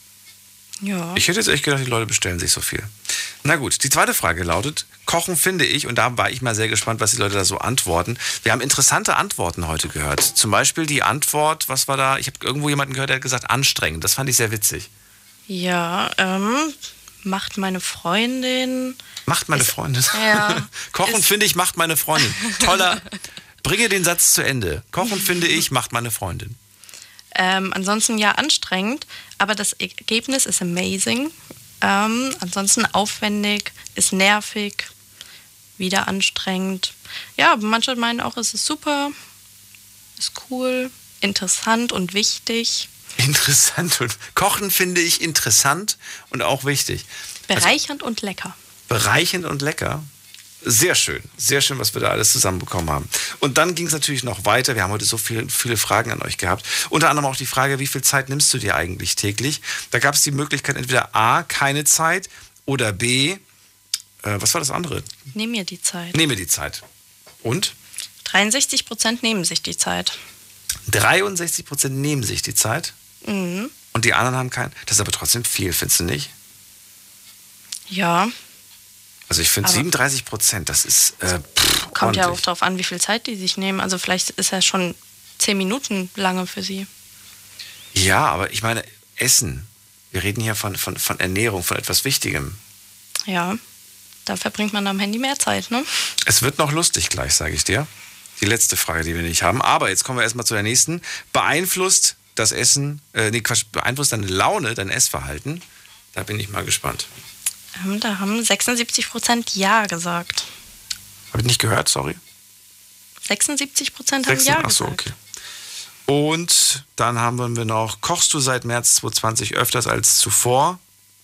D: Ja.
C: Ich hätte jetzt echt gedacht, die Leute bestellen sich so viel. Na gut, die zweite Frage lautet, Kochen finde ich, und da war ich mal sehr gespannt, was die Leute da so antworten. Wir haben interessante Antworten heute gehört. Zum Beispiel die Antwort, was war da? Ich habe irgendwo jemanden gehört, der hat gesagt, anstrengend. Das fand ich sehr witzig.
D: Ja, ähm, macht meine Freundin.
C: Macht meine
D: Ist-
C: Freundin.
D: Ja.
C: Kochen
D: Ist-
C: finde ich, macht meine Freundin. Toller. Bringe den Satz zu Ende. Kochen finde ich, macht meine Freundin.
D: Ähm, ansonsten ja anstrengend, aber das Ergebnis ist amazing. Ähm, ansonsten aufwendig, ist nervig, wieder anstrengend. Ja, aber manche meinen auch, es ist super, ist cool, interessant und wichtig.
C: Interessant. Und Kochen finde ich interessant und auch wichtig.
D: Bereichernd und lecker.
C: Bereichend und lecker. Sehr schön, sehr schön, was wir da alles zusammenbekommen haben. Und dann ging es natürlich noch weiter. Wir haben heute so viele, viele Fragen an euch gehabt. Unter anderem auch die Frage, wie viel Zeit nimmst du dir eigentlich täglich? Da gab es die Möglichkeit, entweder A, keine Zeit oder B, äh, was war das andere?
D: Nehm mir die Zeit.
C: Nehme die Zeit. Und?
D: dreiundsechzig Prozent nehmen sich die Zeit.
C: dreiundsechzig Prozent nehmen sich die Zeit
D: Mhm.
C: und die anderen haben keinen. Das ist aber trotzdem viel, findest du nicht?
D: Ja,
C: Also ich finde
D: Aber-
C: siebenunddreißig Prozent, das ist äh, pff,
D: kommt ja auch
C: ordentlich.
D: darauf an, wie viel Zeit die sich nehmen. Also vielleicht ist er schon zehn Minuten lange für sie.
C: Ja, aber ich meine, Essen. Wir reden hier von, von, von Ernährung, von etwas Wichtigem.
D: Ja, da verbringt man am Handy mehr Zeit, ne?
C: Es wird noch lustig gleich, sage ich dir. Die letzte Frage, die wir nicht haben. Aber jetzt kommen wir erstmal zu der nächsten. Beeinflusst das Essen, äh, nee, Quatsch, beeinflusst deine Laune, dein Essverhalten? Da bin ich mal gespannt.
D: Ähm, da haben sechsundsiebzig Prozent Ja gesagt.
C: Habe ich nicht gehört, sorry.
D: sechsundsiebzig Prozent haben
C: Sechs-
D: Ja
C: Ach so,
D: gesagt.
C: okay. Und dann haben wir noch, kochst du seit März zwanzig zwanzig öfters als zuvor?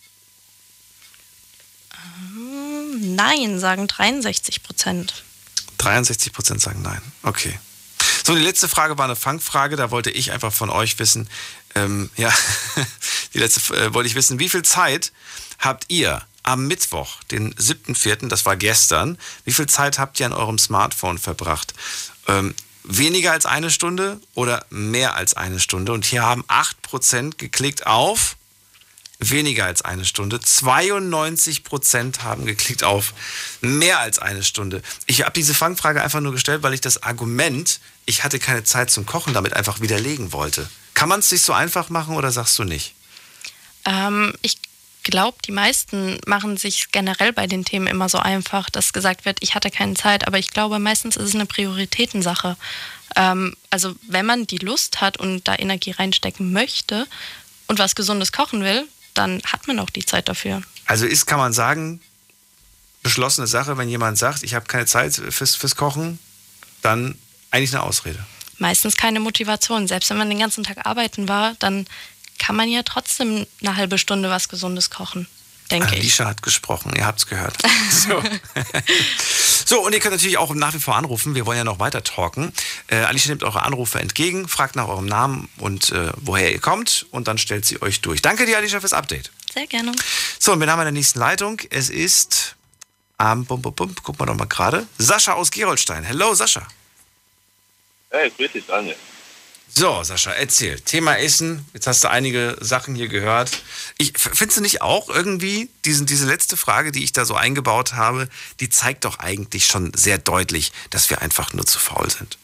D: Ähm, Nein, sagen dreiundsechzig Prozent.
C: dreiundsechzig Prozent sagen nein. Okay. So, die letzte Frage war eine Fangfrage. Da wollte ich einfach von euch wissen, ähm, ja, die letzte äh, wollte ich wissen, wie viel Zeit habt ihr am Mittwoch, den siebten vierten, das war gestern, wie viel Zeit habt ihr an eurem Smartphone verbracht? Ähm, weniger als eine Stunde oder mehr als eine Stunde? Und hier haben acht Prozent geklickt auf weniger als eine Stunde. zweiundneunzig Prozent haben geklickt auf mehr als eine Stunde. Ich habe diese Fangfrage einfach nur gestellt, weil ich das Argument, ich hatte keine Zeit zum Kochen, damit einfach widerlegen wollte. Kann man es sich so einfach machen oder sagst du nicht?
D: Ähm, ich glaube, die meisten machen sich generell bei den Themen immer so einfach, dass gesagt wird, ich hatte keine Zeit, aber ich glaube, meistens ist es eine Prioritätensache. Ähm, also wenn man die Lust hat und da Energie reinstecken möchte und was Gesundes kochen will, dann hat man auch die Zeit dafür.
C: Also ist, kann man sagen, beschlossene Sache, wenn jemand sagt, ich habe keine Zeit fürs, fürs Kochen, dann eigentlich eine Ausrede.
D: Meistens keine Motivation. Selbst wenn man den ganzen Tag arbeiten war, dann kann man ja trotzdem eine halbe Stunde was Gesundes kochen, denke ich.
C: Alicia hat gesprochen, ihr habt es gehört. So. So, und ihr könnt natürlich auch nach wie vor anrufen. Wir wollen ja noch weiter talken. Äh, Alicia nimmt eure Anrufe entgegen, fragt nach eurem Namen und äh, woher ihr kommt und dann stellt sie euch durch. Danke dir, Alicia, fürs Update.
D: Sehr gerne.
C: So, und wir haben in der nächsten Leitung. Es ist, ähm, bum, bum, bum, gucken wir doch mal gerade, Sascha aus Gerolstein. Hello, Sascha.
O: Hey, grüß dich, Daniel.
C: So, Sascha, erzähl. Thema Essen. Jetzt hast du einige Sachen hier gehört. Ich, findest du nicht auch irgendwie, diesen, diese letzte Frage, die ich da so eingebaut habe, die zeigt doch eigentlich schon sehr deutlich, dass wir einfach nur zu faul sind.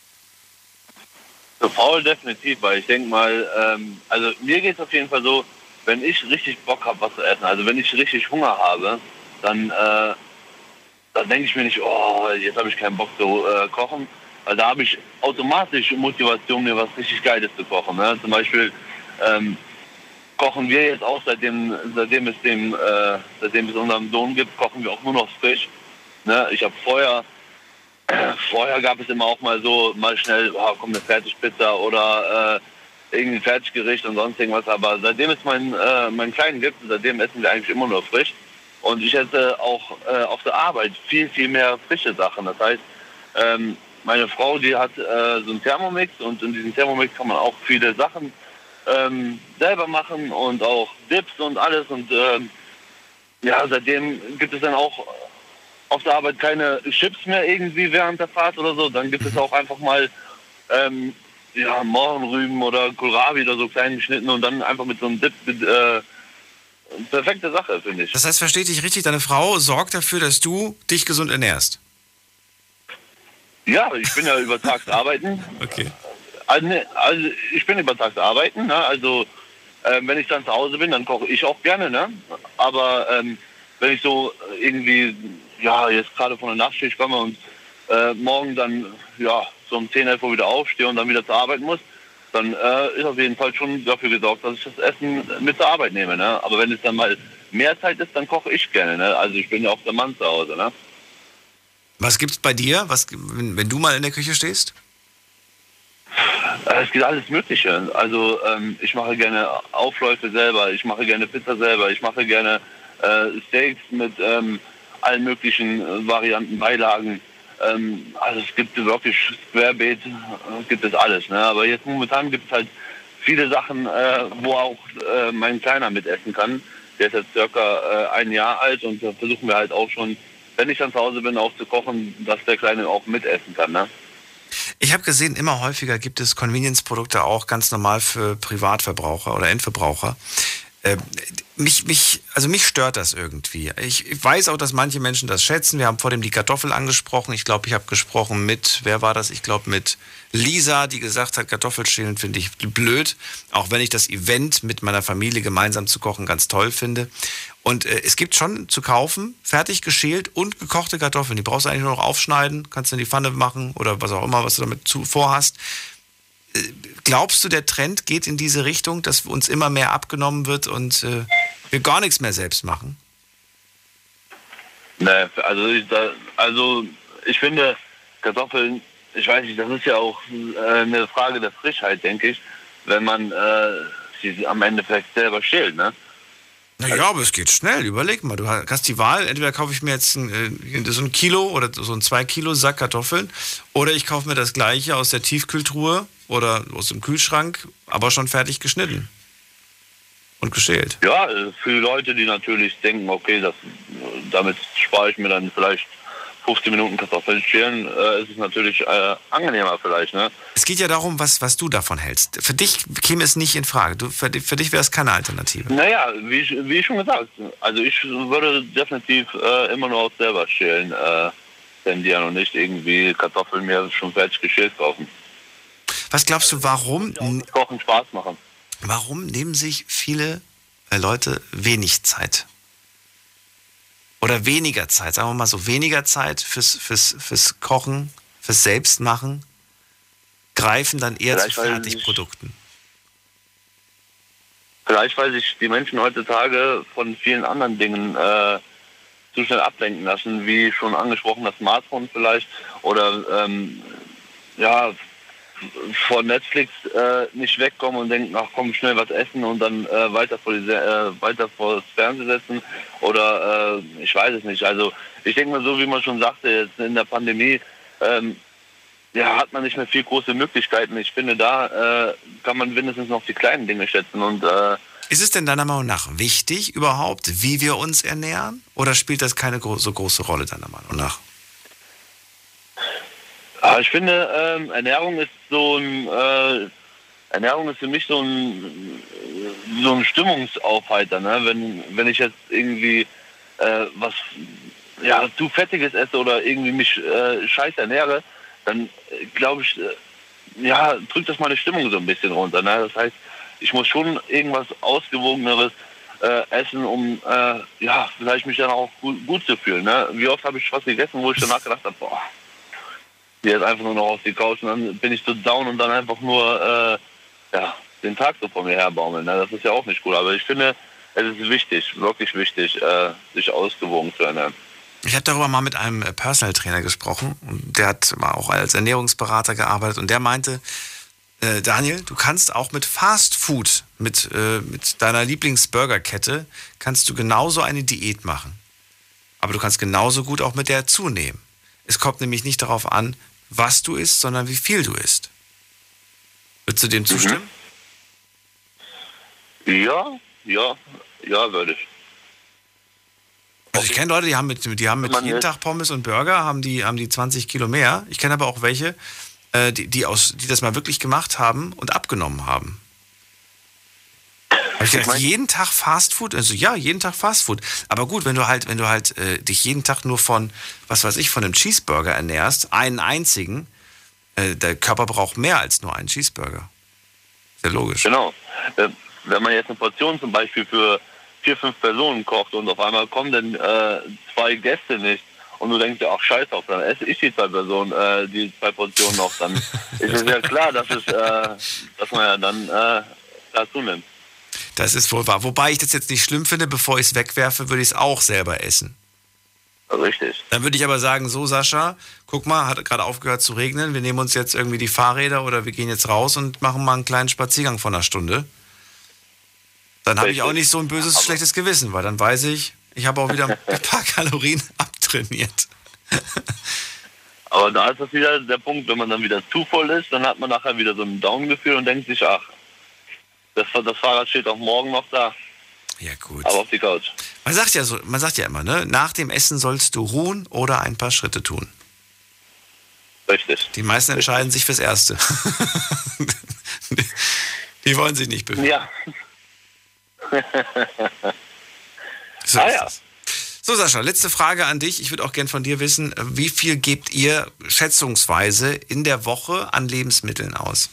O: Zu faul definitiv, weil ich denke mal, ähm, also mir geht es auf jeden Fall so, wenn ich richtig Bock habe, was zu essen, also wenn ich richtig Hunger habe, dann, äh, dann denke ich mir nicht, oh, jetzt habe ich keinen Bock zu äh, kochen. Weil da habe ich automatisch Motivation, mir was richtig Geiles zu kochen. Ne? Zum Beispiel ähm, kochen wir jetzt auch, seitdem, seitdem, es dem, äh, seitdem es unseren Sohn gibt, kochen wir auch nur noch frisch. Ne? Ich habe vorher, äh, vorher gab es immer auch mal so, mal schnell, oh, kommt eine Fertigpizza oder äh, irgendein Fertiggericht und sonst irgendwas. Aber seitdem es meinen äh, mein Kleinen gibt, seitdem essen wir eigentlich immer nur frisch. Und ich esse auch äh, auf der Arbeit viel, viel mehr frische Sachen. Das heißt, ähm, meine Frau, die hat äh, so einen Thermomix und in diesem Thermomix kann man auch viele Sachen ähm, selber machen und auch Dips und alles. Und ähm, ja, seitdem gibt es dann auch auf der Arbeit keine Chips mehr irgendwie während der Fahrt oder so. Dann gibt es auch einfach mal ähm, ja, Mohrenrüben oder Kohlrabi oder so klein geschnitten und dann einfach mit so einem Dip mit, äh, perfekte Sache, finde ich.
C: Das heißt, verstehe ich dich richtig, deine Frau sorgt dafür, dass du dich gesund ernährst?
O: Ja, ich bin ja übertags arbeiten.
C: Okay.
O: Also, also ich bin übertags arbeiten, ne? Also äh, wenn ich dann zu Hause bin, dann koche ich auch gerne, ne? Aber ähm, wenn ich so irgendwie, ja, jetzt gerade von der Nachtschicht komme und äh, morgen dann, ja, so um zehn, elf Uhr wieder aufstehe und dann wieder zur Arbeit muss, dann äh, ist auf jeden Fall schon dafür gesorgt, dass ich das Essen mit zur Arbeit nehme, ne? Aber wenn es dann mal mehr Zeit ist, dann koche ich gerne, ne? Also ich bin ja auch der Mann zu Hause, ne?
C: Was gibt's bei dir, was, wenn, wenn du mal in der Küche stehst?
O: Es gibt alles Mögliche. Also ähm, ich mache gerne Aufläufe selber, ich mache gerne Pizza selber, ich mache gerne äh, Steaks mit ähm, allen möglichen äh, Varianten, Beilagen. Ähm, also es gibt wirklich Squarebeet, äh, gibt es alles. Ne? Aber jetzt momentan gibt es halt viele Sachen, äh, wo auch äh, mein Kleiner mitessen kann. Der ist jetzt circa äh, ein Jahr alt und da versuchen wir halt auch schon, wenn ich dann zu Hause bin, auch zu kochen, dass der Kleine auch mitessen kann, ne?
C: Ich habe gesehen, immer häufiger gibt es Convenience-Produkte auch ganz normal für Privatverbraucher oder Endverbraucher. Äh, mich, mich, also mich stört das irgendwie. Ich, ich weiß auch, dass manche Menschen das schätzen. Wir haben vor dem die Kartoffel angesprochen. Ich glaube, ich habe gesprochen mit, wer war das? Ich glaube mit Lisa, die gesagt hat, Kartoffelschälen finde ich blöd. Auch wenn ich das Event mit meiner Familie gemeinsam zu kochen ganz toll finde. Und äh, es gibt schon zu kaufen, fertig geschält und gekochte Kartoffeln. Die brauchst du eigentlich nur noch aufschneiden, kannst du in die Pfanne machen oder was auch immer, was du damit zu, vorhast. Äh, glaubst du, der Trend geht in diese Richtung, dass uns immer mehr abgenommen wird und äh, wir gar nichts mehr selbst machen?
O: Ne, also ich, da, also ich finde Kartoffeln, ich weiß nicht, das ist ja auch äh, eine Frage der Frischheit, denke ich, wenn man äh, sie am Endeffekt selber schält, ne?
C: Naja, aber es geht schnell. Überleg mal, du hast die Wahl, entweder kaufe ich mir jetzt ein, so ein Kilo oder so ein zwei Kilo Sack Kartoffeln oder ich kaufe mir das gleiche aus der Tiefkühltruhe oder aus dem Kühlschrank, aber schon fertig geschnitten und geschält.
O: Ja, für die Leute, die natürlich denken, okay, das, damit spare ich mir dann vielleicht fünfzehn Minuten Kartoffeln schälen, äh, ist es natürlich äh, angenehmer vielleicht, ne?
C: Es geht ja darum, was, was du davon hältst. Für dich käme es nicht in Frage. Du, für, für dich wäre es keine Alternative.
O: Naja, wie, ich- wie schon gesagt, also ich würde definitiv äh, immer nur aus selber schälen äh, tendieren und nicht irgendwie Kartoffeln mir schon fertig geschält kaufen.
C: Was glaubst du, warum,
O: Kochen Spaß machen.
C: warum nehmen sich viele äh, Leute wenig Zeit? Oder weniger Zeit, sagen wir mal so, weniger Zeit fürs, fürs, fürs Kochen, fürs Selbstmachen. greifen dann eher zu
O: Vielleicht, weil
C: Fertigprodukten.
O: Vielleicht, weil sich die Menschen heutzutage von vielen anderen Dingen äh, zu schnell ablenken lassen, wie schon angesprochen das Smartphone vielleicht oder ähm, ja von Netflix äh, nicht wegkommen und denken, ach komm, schnell was essen und dann äh, weiter vor die, äh, weiter vor das Fernsehen setzen oder äh, ich weiß es nicht. Also ich denke mal so, wie man schon sagte, jetzt in der Pandemie ähm, ja, hat man nicht mehr viel große Möglichkeiten. Ich finde, da äh, kann man wenigstens noch die kleinen Dinge schätzen. Und äh,
C: ist es denn deiner Meinung nach wichtig überhaupt, wie wir uns ernähren? Oder spielt das keine gro- so große Rolle deiner Meinung nach?
O: Aber ich finde, ähm, Ernährung ist so ein äh, Ernährung ist für mich so ein so ein Stimmungsaufheiter. Ne? Wenn wenn ich jetzt irgendwie äh, was ja zu Fettiges esse oder irgendwie mich äh, scheiß ernähre, dann äh, glaube ich, äh, ja drückt das meine Stimmung so ein bisschen runter. Ne? Das heißt, ich muss schon irgendwas Ausgewogeneres äh, essen, um äh, ja vielleicht mich dann auch gut, gut zu fühlen. Ne? Wie oft habe ich was gegessen, wo ich danach gedacht habe, boah, jetzt einfach nur noch auf die Couch und dann bin ich so down und dann einfach nur äh, ja, den Tag so vor mir herbaumeln. Ne? Das ist ja auch nicht gut. Aber ich finde, es ist wichtig, wirklich wichtig, äh, sich ausgewogen zu ernähren.
C: Ich habe darüber mal mit einem Personal Trainer gesprochen und der hat mal auch als Ernährungsberater gearbeitet und der meinte, äh, Daniel, du kannst auch mit Fast Food, mit, äh, mit deiner Lieblingsburgerkette, kannst du genauso eine Diät machen. Aber du kannst genauso gut auch mit der zunehmen. Es kommt nämlich nicht darauf an, was du isst, sondern wie viel du isst. Würdest du dem zustimmen?
O: Ja, ja, ja, würde ich.
C: Also ich kenne Leute, die haben mit, die haben mit jeden Tag Pommes und Burger, haben die, haben die zwanzig Kilo mehr. Ich kenne aber auch welche, äh, die, die, aus, die das mal wirklich gemacht haben und abgenommen haben. Habe ich gedacht, jeden Tag Fastfood? Also ja, jeden Tag Fastfood. Aber gut, wenn du halt, wenn du halt äh, dich jeden Tag nur von, was weiß ich, von einem Cheeseburger ernährst, einen einzigen, äh, der Körper braucht mehr als nur einen Cheeseburger. Sehr logisch.
O: Genau. Äh, wenn man jetzt eine Portion zum Beispiel für vier, fünf Personen kocht und auf einmal kommen dann äh, zwei Gäste nicht und du denkst dir, ach scheiß auf, dann esse ich die zwei Personen, äh, die zwei Portionen noch, dann ist es ja klar, dass, es, äh, dass man ja dann äh, dazu nimmt.
C: Das ist wohl wahr. Wobei ich das jetzt nicht schlimm finde, bevor ich es wegwerfe, würde ich es auch selber essen.
O: Richtig.
C: Dann würde ich aber sagen, so Sascha, guck mal, hat gerade aufgehört zu regnen, wir nehmen uns jetzt irgendwie die Fahrräder oder wir gehen jetzt raus und machen mal einen kleinen Spaziergang von einer Stunde. Dann habe ich auch nicht so ein böses, aber schlechtes Gewissen, weil dann weiß ich, ich habe auch wieder ein paar Kalorien abtrainiert.
O: Aber da ist das wieder der Punkt, wenn man dann wieder zu voll ist, dann hat man nachher wieder so ein Down-Gefühl und denkt sich, ach, das, das Fahrrad steht auch morgen noch da.
C: Ja gut.
O: Aber auf die Couch.
C: Man sagt ja so, man sagt ja immer, ne, nach dem Essen sollst du ruhen oder ein paar Schritte tun.
O: Richtig.
C: Die meisten
O: Richtig.
C: entscheiden sich fürs Erste. Die wollen sich nicht bewegen.
O: Ja.
C: So,
O: ah, ja.
C: So Sascha, letzte Frage an dich. Ich würde auch gern von dir wissen, wie viel gebt ihr schätzungsweise in der Woche an Lebensmitteln aus?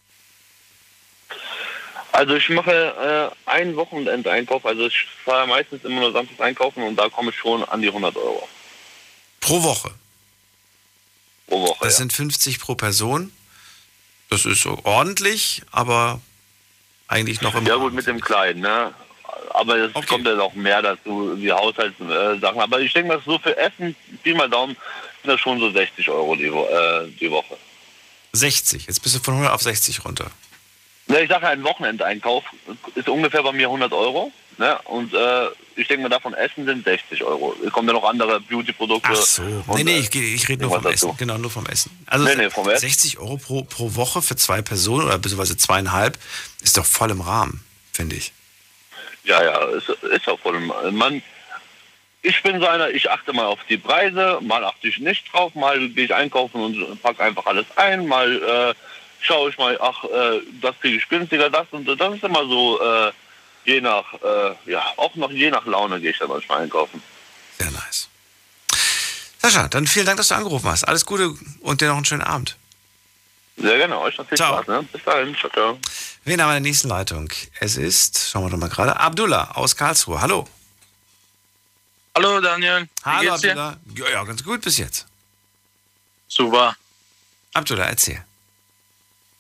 O: Also ich mache äh, einen Wochenendeinkauf, also ich fahre meistens immer nur samstags einkaufen und da komme ich schon an die hundert Euro.
C: Pro Woche?
O: Pro Woche,
C: Das
O: ja.
C: sind fünfzig pro Person. Das ist so ordentlich, aber eigentlich noch immer.
O: Ja gut, mit dem Kleinen, ne? Aber es okay. kommt ja noch mehr dazu, die Haushaltssachen. Aber ich denke mal, so für Essen, Pi mal Daumen, sind das schon so sechzig Euro die, äh, die Woche.
C: sechzig? Jetzt bist du von hundert auf sechzig runter.
O: Ne, ich sage, ein Wochenendeinkauf ist ungefähr bei mir hundert Euro. Ne? Und äh, ich denke mal, davon Essen sind sechzig Euro. Es kommen ja noch andere Beauty-Produkte.
C: Ach so. Und, nee, nee, ich, ich rede nur vom
O: dazu.
C: Essen. Genau, nur vom Essen. Also
O: nee, nee, vom Essen.
C: sechzig Euro pro, pro Woche für zwei Personen oder beziehungsweise zweieinhalb ist doch voll im Rahmen, finde ich.
O: Ja, ja, ist, ist auch voll im Rahmen. Ich bin so einer, ich achte mal auf die Preise, mal achte ich nicht drauf, mal gehe ich einkaufen und packe einfach alles ein, mal äh, schaue ich mal, ach, äh, das kriege ich günstiger, das und das ist immer so, äh, je nach, äh, ja, auch noch je nach Laune gehe ich dann manchmal einkaufen.
C: Sehr nice. Sascha, dann vielen Dank, dass du angerufen hast. Alles Gute und dir noch einen schönen Abend.
O: Sehr gerne, euch noch viel Spaß, ne? Bis dahin, ciao, ciao.
C: Wen haben wir in der nächsten Leitung? Es ist, schauen wir doch mal gerade, Abdullah aus Karlsruhe. Hallo.
P: Hallo Daniel.
C: Hallo Abdullah. Ja, ja, ganz gut bis jetzt.
P: Super.
C: Abdullah, erzähl.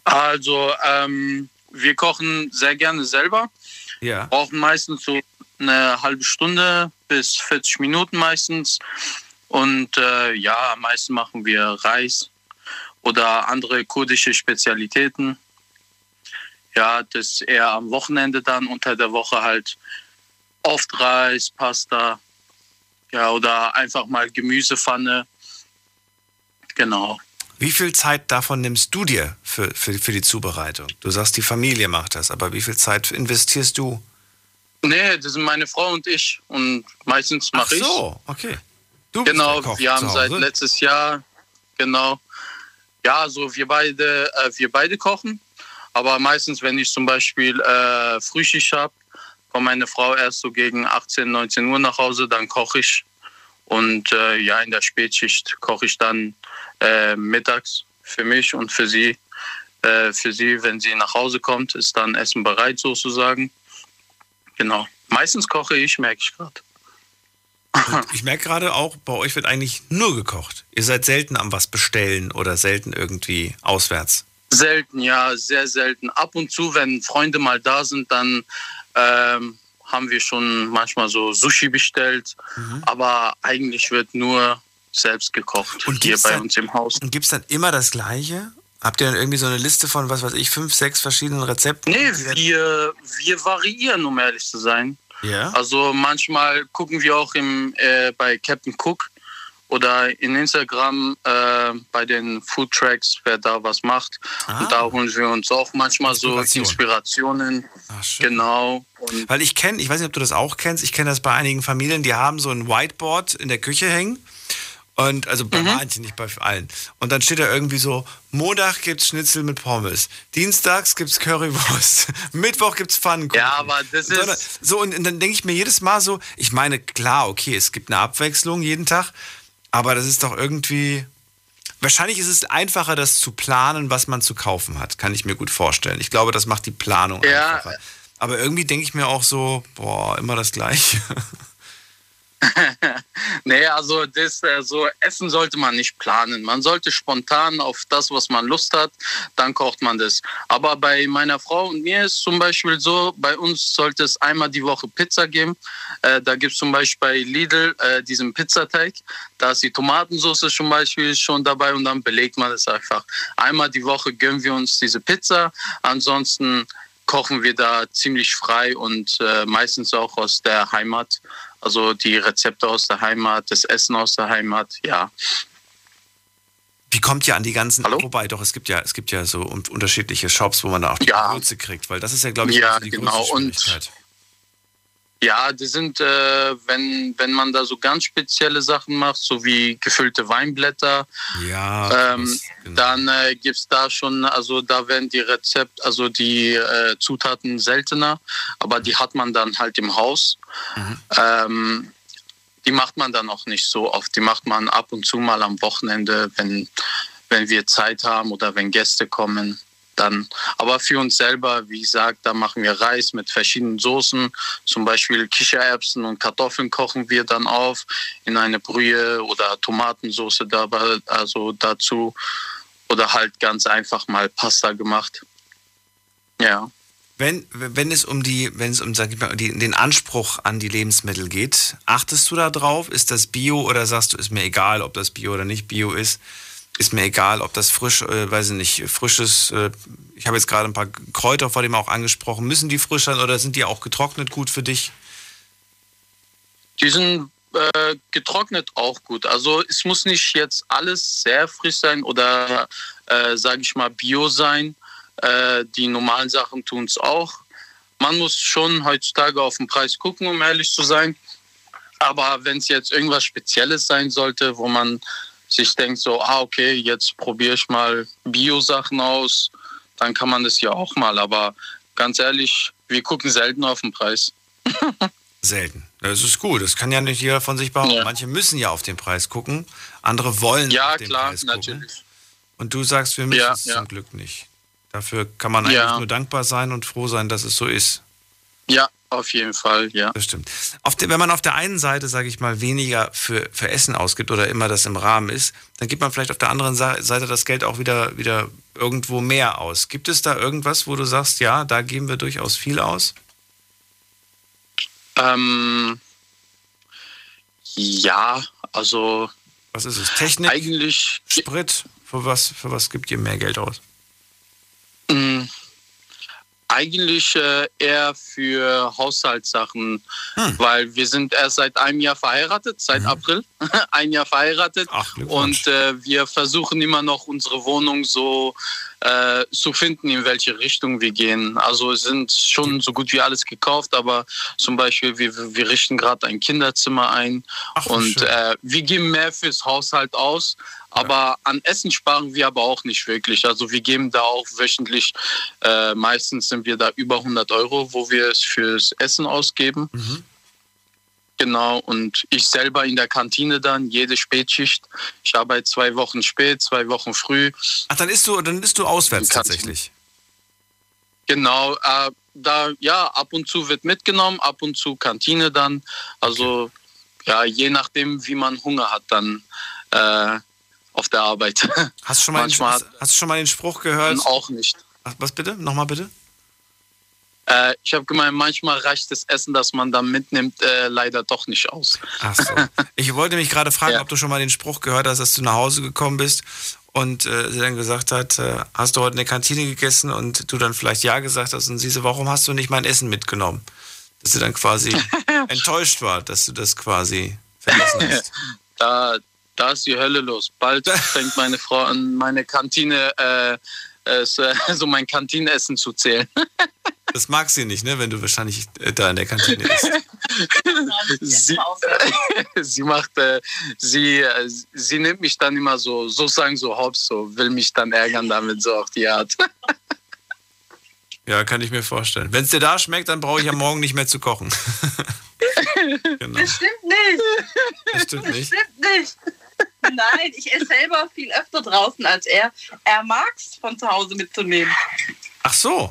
P: Also, ähm, wir kochen sehr gerne selber.
C: Ja.
P: Brauchen meistens so eine halbe Stunde bis vierzig Minuten meistens. Und äh, ja, am meisten machen wir Reis oder andere kurdische Spezialitäten. Ja, das eher am Wochenende dann, unter der Woche halt oft Reis, Pasta, ja, oder einfach mal Gemüsepfanne. Genau.
C: Wie viel Zeit davon nimmst du dir für, für, für die Zubereitung? Du sagst, die Familie macht das, aber wie viel Zeit investierst du?
P: Nee, das sind meine Frau und ich und meistens mache ich.
C: Ach so, okay. Du bist
P: Genau,
C: der Koch
P: wir haben
C: zu
P: seit
C: Hause?
P: letztes Jahr, genau. Ja, so wir beide, äh, wir beide kochen, aber meistens, wenn ich zum Beispiel äh, Frühschicht habe, kommt meine Frau erst so gegen achtzehn, neunzehn Uhr nach Hause, dann koche ich. Und äh, ja, in der Spätschicht koche ich dann äh, mittags für mich und für sie. Äh, für sie, wenn sie nach Hause kommt, ist dann Essen bereit sozusagen. Genau. Meistens koche ich, merke ich gerade.
C: Ich merke gerade auch, bei euch wird eigentlich nur gekocht. Ihr seid selten am was bestellen oder selten irgendwie auswärts.
P: Selten, ja, sehr selten. Ab und zu, wenn Freunde mal da sind, dann ähm, haben wir schon manchmal so Sushi bestellt. Mhm. Aber eigentlich wird nur selbst gekocht
C: und
P: hier bei
C: dann,
P: uns im Haus.
C: Und gibt es dann immer das Gleiche? Habt ihr dann irgendwie so eine Liste von, was weiß ich, fünf, sechs verschiedenen Rezepten?
P: Nee, wir, wir variieren, um ehrlich zu sein.
C: Ja.
P: Also manchmal gucken wir auch im, äh, bei Captain Cook oder in Instagram äh, bei den Food Tracks, wer da was macht.
C: Ah.
P: Und da holen wir uns auch manchmal
C: Inspiration.
P: so Inspirationen.
C: Ach, schön.
P: Genau. Und
C: Weil ich kenne, ich weiß nicht, ob du das auch kennst, ich kenne das bei einigen Familien, die haben so ein Whiteboard in der Küche hängen. Und also bei manchen, nicht bei allen. Und dann steht da irgendwie so, Montag gibt's Schnitzel mit Pommes, Dienstags gibt's Currywurst, Mittwoch gibt's Pfannkuchen.
P: Ja, aber das
C: und dann,
P: ist...
C: So, und, und dann denke ich mir jedes Mal so, ich meine, klar, okay, es gibt eine Abwechslung jeden Tag, aber das ist doch irgendwie... Wahrscheinlich ist es einfacher, das zu planen, was man zu kaufen hat, kann ich mir gut vorstellen. Ich glaube, das macht die Planung
P: Ja.
C: einfacher. Aber irgendwie denke ich mir auch so, boah, immer das Gleiche.
P: Nee, also das, äh, so Essen sollte man nicht planen. Man sollte spontan auf das, was man Lust hat, dann kocht man das. Aber bei meiner Frau und mir ist zum Beispiel so, bei uns sollte es einmal die Woche Pizza geben. Äh, da gibt es zum Beispiel bei Lidl äh, diesen Pizzateig. Da ist die Tomatensauce zum Beispiel schon dabei und dann belegt man es einfach. Einmal die Woche gönnen wir uns diese Pizza. Ansonsten kochen wir da ziemlich frei und äh, meistens auch aus der Heimat. Also die Rezepte aus der Heimat, das Essen aus der Heimat, ja.
C: Wie kommt ihr an die ganzen...
P: Hallo?
C: Wobei, doch, es gibt ja, es gibt ja so unterschiedliche Shops, wo man da auch die
P: Ja.
C: Gewürze kriegt, weil das ist ja, glaube ich,
P: Ja,
C: auch so die
P: genau.
C: größte
P: Und
C: Schwierigkeit.
P: ja, die sind, äh, wenn, wenn man da so ganz spezielle Sachen macht, so wie gefüllte Weinblätter,
C: Ja,
P: ähm,
C: das- genau.
P: dann äh, gibt's da schon, also da werden die Rezept, also die äh, Zutaten seltener, aber die hat man dann halt im Haus.
C: Mhm.
P: Ähm, die macht man dann auch nicht so oft. Die macht man ab und zu mal am Wochenende, wenn, wenn wir Zeit haben oder wenn Gäste kommen. Dann. Aber für uns selber, wie gesagt, da machen wir Reis mit verschiedenen Soßen. Zum Beispiel Kichererbsen und Kartoffeln kochen wir dann auf in eine Brühe oder Tomatensauce dabei, also dazu. Oder halt ganz einfach mal Pasta gemacht. Ja.
C: Wenn, wenn es um die, wenn es um, sag ich mal, die, den Anspruch an die Lebensmittel geht, achtest du da drauf? Ist das Bio oder sagst du, ist mir egal, ob das Bio oder nicht Bio ist? Ist mir egal, ob das frisch, äh, weiß ich nicht, frisches, äh, ich habe jetzt gerade ein paar Kräuter vor dem auch angesprochen. Müssen die frisch sein oder sind die auch getrocknet gut für dich?
P: Die sind äh, getrocknet auch gut. Also es muss nicht jetzt alles sehr frisch sein oder, äh, sage ich mal, Bio sein. Äh, die normalen Sachen tun es auch. Man muss schon heutzutage auf den Preis gucken, um ehrlich zu sein. Aber wenn es jetzt irgendwas Spezielles sein sollte, wo man sich denkt so, ah okay, jetzt probiere ich mal Bio-Sachen aus, dann kann man das ja auch mal. Aber ganz ehrlich, wir gucken selten auf den Preis.
C: Selten. Das ist gut. Das kann ja nicht jeder von sich behaupten.
P: Ja.
C: Manche müssen ja auf den Preis gucken. Andere wollen
P: Ja,
C: auf den
P: klar,
C: Preis gucken.
P: natürlich.
C: Und du sagst, wir müssen
P: Ja,
C: es
P: ja.
C: zum Glück nicht. Dafür kann man eigentlich
P: Ja.
C: nur dankbar sein und froh sein, dass es so ist.
P: Ja, auf jeden Fall, ja.
C: Das stimmt. Auf der, wenn man auf der einen Seite, sage ich mal, weniger für, für Essen ausgibt oder immer das im Rahmen ist, dann gibt man vielleicht auf der anderen Seite das Geld auch wieder, wieder irgendwo mehr aus. Gibt es da irgendwas, wo du sagst, ja, da geben wir durchaus viel aus?
P: Ähm, ja, also...
C: Was ist es? Technik?
P: Eigentlich...
C: Sprit? Für was, für was gibt ihr mehr Geld aus?
P: Mh, eigentlich äh, eher für Haushaltssachen, hm. weil wir sind erst seit einem Jahr verheiratet, seit mhm. April, ein Jahr verheiratet.
C: Ach,
P: und äh, wir versuchen immer noch unsere Wohnung so äh, zu finden, in welche Richtung wir gehen. Also es sind schon so gut wie alles gekauft, aber zum Beispiel wir, wir richten gerade ein Kinderzimmer ein.
C: Ach,
P: und äh, wir geben mehr fürs Haushalt aus. Aber an Essen sparen wir aber auch nicht wirklich. Also wir geben da auch wöchentlich, äh, meistens sind wir da über hundert Euro, wo wir es fürs Essen ausgeben.
C: Mhm.
P: Genau, und ich selber in der Kantine dann, jede Spätschicht. Ich arbeite zwei Wochen spät, zwei Wochen früh.
C: Ach, dann isst du, dann isst du auswärts tatsächlich?
P: Genau, äh, da, ja, ab und zu wird mitgenommen, ab und zu Kantine dann. Also, okay. Ja, je nachdem, wie man Hunger hat dann, äh, auf der Arbeit.
C: Hast du schon mal,
P: Manchmal
C: den, hast du schon mal den Spruch gehört?
P: Auch nicht.
C: Ach, was bitte? Nochmal bitte?
P: Äh, ich habe gemeint, manchmal reicht das Essen, das man dann mitnimmt, äh, leider doch nicht aus.
C: Ach so. Ich wollte mich gerade fragen, ja. ob du schon mal den Spruch gehört hast, dass du nach Hause gekommen bist und äh, sie dann gesagt hat, äh, hast du heute in der Kantine gegessen und du dann vielleicht ja gesagt hast und sie so, warum hast du nicht mein Essen mitgenommen? Dass sie dann quasi enttäuscht war, dass du das quasi vergessen hast.
P: Da Da ist die Hölle los. Bald fängt meine Frau an, meine Kantine, äh, äh, so mein Kantinenessen zu zählen.
C: Das mag sie nicht, ne? Wenn du wahrscheinlich äh, da in der Kantine isst.
P: sie, sie macht, äh, sie, äh, sie nimmt mich dann immer so, sozusagen so hops, so will mich dann ärgern damit, so auf die Art.
C: Ja, kann ich mir vorstellen. Wenn es dir da schmeckt, dann brauche ich ja morgen nicht mehr zu kochen.
Q: Genau. Das stimmt nicht.
C: Das stimmt nicht.
Q: Das stimmt nicht. Nein, ich esse selber viel öfter draußen als er. Er mag es von zu Hause mitzunehmen.
C: Ach so.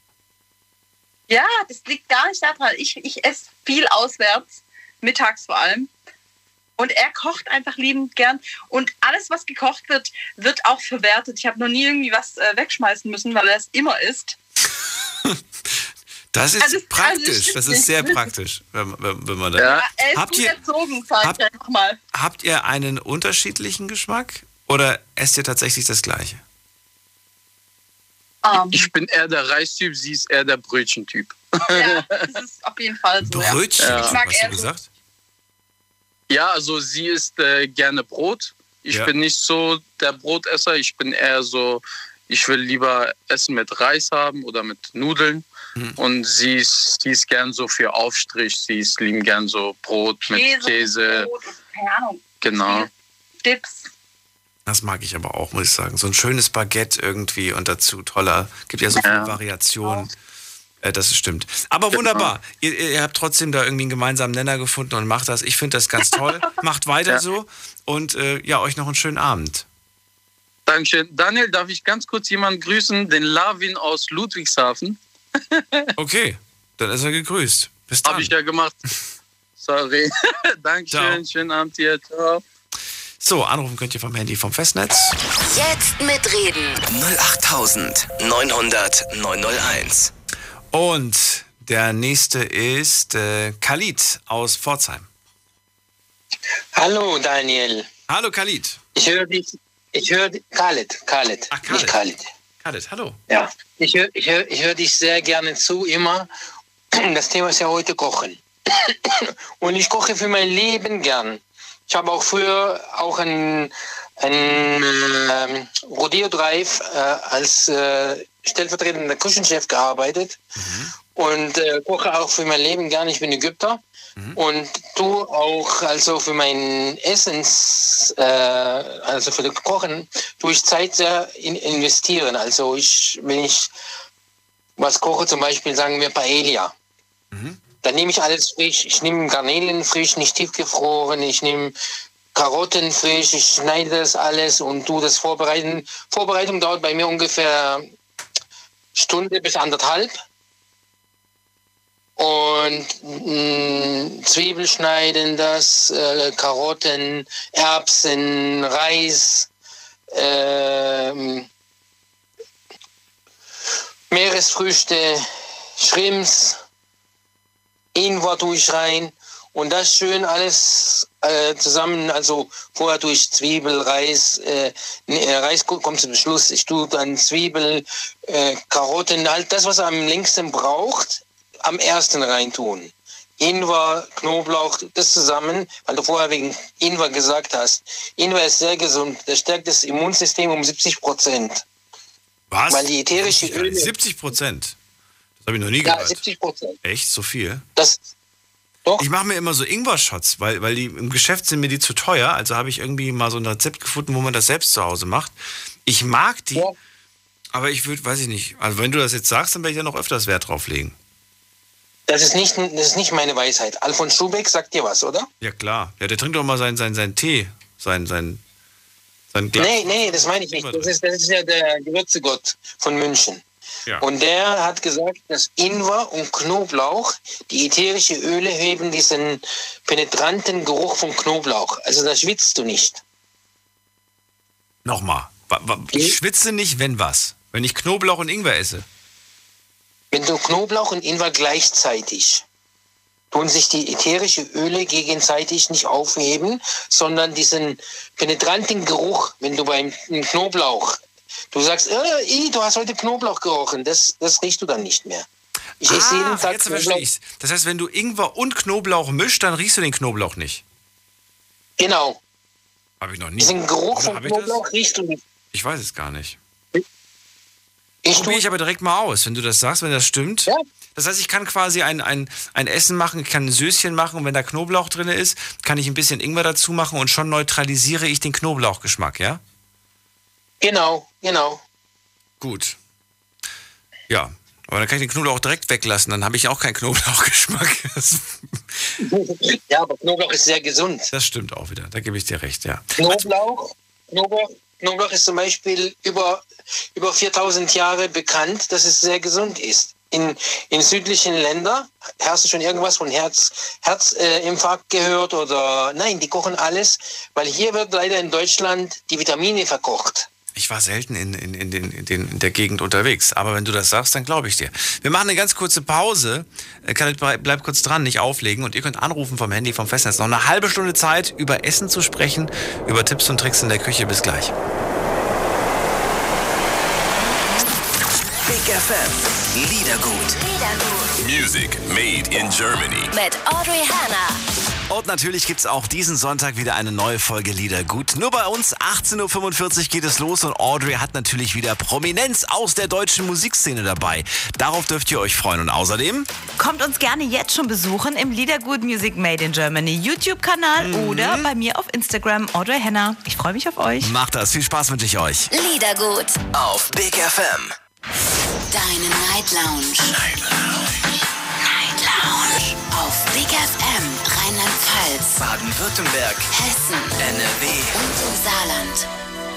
Q: Ja, das liegt gar nicht daran. Ich, ich esse viel auswärts, mittags vor allem. Und er kocht einfach liebend gern. Und alles, was gekocht wird, wird auch verwertet. Ich habe noch nie irgendwie was äh, wegschmeißen müssen, weil er es immer isst.
C: Das ist
Q: also,
C: praktisch,
Q: also
C: das ist sehr praktisch, wenn, wenn, wenn man da...
Q: Ja, er ist
C: habt
Q: gut
C: ihr,
Q: erzogen, sag
C: habt,
Q: ich einfach mal.
C: Habt ihr einen unterschiedlichen Geschmack oder esst ihr tatsächlich das Gleiche?
Q: Um.
P: Ich bin eher der Reistyp, sie ist eher der Brötchentyp.
Q: Ja, das ist auf jeden Fall so.
C: Brötchen,
Q: ja. Ich mag
C: hast
Q: eher
C: du gesagt?
P: Ja, also sie isst äh, gerne Brot. Ich
C: Ja.
P: bin nicht so der Brotesser, ich bin eher so... Ich will lieber Essen mit Reis haben oder mit Nudeln. Mhm. Und sie ist, sie ist gern so für Aufstrich. Sie ist lieben gern so Brot mit
Q: Käse,
P: Käse.
Q: Brot und, keine Ahnung.
P: Genau.
Q: Dips.
C: Das mag ich aber auch, muss ich sagen. So ein schönes Baguette irgendwie und dazu toller. Gibt ja so viele
P: Ja.
C: Variationen. Äh, das stimmt. Aber wunderbar. Ihr, ihr habt trotzdem da irgendwie einen gemeinsamen Nenner gefunden und macht das. Ich finde das ganz toll. Macht weiter
P: Ja.
C: so. Und äh, ja, euch noch einen schönen Abend.
P: Dankeschön. Daniel, darf ich ganz kurz jemanden grüßen? Den Larvin aus Ludwigshafen.
C: Okay, dann ist er gegrüßt. Bis dann.
P: Habe ich ja gemacht. Sorry. Dankeschön.
C: Ciao.
P: Schönen Abend dir. Ciao.
C: So, anrufen könnt ihr vom Handy vom Festnetz.
B: Jetzt mitreden.
A: null acht neunhundert neunhunderteins.
C: Und der nächste ist äh, Khalid aus Pforzheim.
R: Hallo Daniel.
C: Hallo Khalid.
R: Ich höre dich. Ich höre Khalid. Khalid.
C: Ach, Khalid.
R: Nicht Khalid.
C: Khalid, hallo.
R: Ja. Ich höre ich hör, ich hör dich sehr gerne zu, immer. Das Thema ist ja heute Kochen. Und ich koche für mein Leben gern. Ich habe auch früher auch ein, ein äh, Rodeo Drive äh, als äh, stellvertretender Küchenchef gearbeitet.
C: Mhm.
R: Und äh, koche auch für mein Leben gern. Ich bin Ägypter. Und du auch, also für mein Essens, äh, also für das Kochen, tue ich Zeit sehr in, investieren. Also ich, wenn ich was koche, zum Beispiel sagen wir Paella,
C: Mhm.
R: dann nehme ich alles frisch. Ich nehme Garnelen frisch, nicht tiefgefroren. Ich nehme Karotten frisch. Ich schneide das alles und tue das vorbereiten. Vorbereitung dauert bei mir ungefähr Stunde bis anderthalb. und mh, Zwiebel schneiden, das, äh, Karotten, Erbsen, Reis, äh, Meeresfrüchte, Shrimps, Ingwer tue ich rein und das schön alles äh, zusammen, also vorher tue ich Zwiebel, Reis, äh, nee, Reis kommt zum Schluss, ich tue dann Zwiebel, äh, Karotten, halt das, was er am längsten braucht, am ersten reintun. Ingwer, Knoblauch, das zusammen, weil du vorher wegen Ingwer gesagt hast. Ingwer ist sehr gesund, das stärkt das Immunsystem um siebzig Prozent.
C: Was?
R: Weil die ätherische Öle...
C: siebzig Prozent? Das habe ich noch nie gehört.
R: Ja, siebzig Prozent.
C: Echt? So viel?
R: Das, doch.
C: Ich mache mir immer so Ingwer-Shots, weil, weil die im Geschäft sind mir die zu teuer. Also habe ich irgendwie mal so ein Rezept gefunden, wo man das selbst zu Hause macht. Ich mag die, ja. aber ich würde, weiß ich nicht. Also wenn du das jetzt sagst, dann werde ich da noch öfters Wert drauf legen.
R: Das ist nicht, das ist nicht meine Weisheit. Alfons Schubeck sagt dir was, oder?
C: Ja, klar. Ja, der trinkt doch mal seinen sein, sein Tee, sein, sein, sein Glas.
R: Nee, nee, das meine ich nicht. Das ist, das ist ja der Gewürzegott von München.
C: Ja.
R: Und der hat gesagt, dass Ingwer und Knoblauch, die ätherische Öle heben diesen penetranten Geruch vom Knoblauch. Also da schwitzt du nicht.
C: Nochmal. Ich schwitze nicht, wenn was? Wenn ich Knoblauch und Ingwer esse?
R: Wenn du Knoblauch und Ingwer gleichzeitig, tun sich die ätherischen Öle gegenseitig nicht aufheben, sondern diesen penetranten Geruch, wenn du beim Knoblauch, du sagst, äh, du hast heute Knoblauch gerochen, das, das riechst du dann nicht mehr. Ich esse
C: ah,
R: jeden Tag
C: jetzt verstehe ich's. Das heißt, wenn du Ingwer und Knoblauch mischst, dann riechst du den Knoblauch nicht.
R: Genau.
C: Habe ich noch nie.
R: Diesen Geruch
C: Oder
R: von Knoblauch riechst du nicht.
C: Ich weiß es gar nicht.
R: Ich
C: Probiere ich aber direkt mal aus, wenn du das sagst, wenn das stimmt.
R: Ja.
C: Das heißt, ich kann quasi ein, ein, ein Essen machen, ich kann ein Söschen machen und wenn da Knoblauch drin ist, kann ich ein bisschen Ingwer dazu machen und schon neutralisiere ich den Knoblauchgeschmack, ja?
R: Genau, genau.
C: Gut. Ja, aber dann kann ich den Knoblauch direkt weglassen, dann habe ich auch keinen Knoblauchgeschmack.
R: Ja, aber Knoblauch ist sehr gesund.
C: Das stimmt auch wieder, da gebe ich dir recht, ja.
R: Knoblauch, Knoblauch, Knoblauch ist zum Beispiel über, über viertausend Jahre bekannt, dass es sehr gesund ist. In, in südlichen Ländern, hast du schon irgendwas von Herz, Herzinfarkt gehört oder nein, die kochen alles, weil hier wird leider in Deutschland die Vitamine verkocht.
C: Ich war selten in, in, in, den, in, den, in der Gegend unterwegs, aber wenn du das sagst, dann glaube ich dir. Wir machen eine ganz kurze Pause. Khaled, bleib kurz dran, nicht auflegen und ihr könnt anrufen vom Handy, vom Festnetz. Noch eine halbe Stunde Zeit, über Essen zu sprechen, über Tipps und Tricks in der Küche. Bis gleich.
A: Big F M, Liedergut.
B: Liedergut.
A: Music made in Germany.
B: Mit Audrey Hanna.
C: Und natürlich gibt es auch diesen Sonntag wieder eine neue Folge Liedergut. Nur bei uns, achtzehn Uhr fünfundvierzig geht es los und Audrey hat natürlich wieder Prominenz aus der deutschen Musikszene dabei. Darauf dürft ihr euch freuen und außerdem...
S: Kommt uns gerne jetzt schon besuchen im Liedergut Music Made in Germany YouTube-Kanal mhm. oder bei mir auf Instagram, Audrey Hanna. Ich freue mich auf euch.
C: Macht das, viel Spaß wünsche ich euch.
B: Liedergut.
A: Auf Big F M.
B: Deine Night Lounge. Night Lounge. Night Lounge. Auf Big F M, Rheinland-Pfalz,
A: Baden-Württemberg,
B: Hessen,
A: N R W
B: und im Saarland.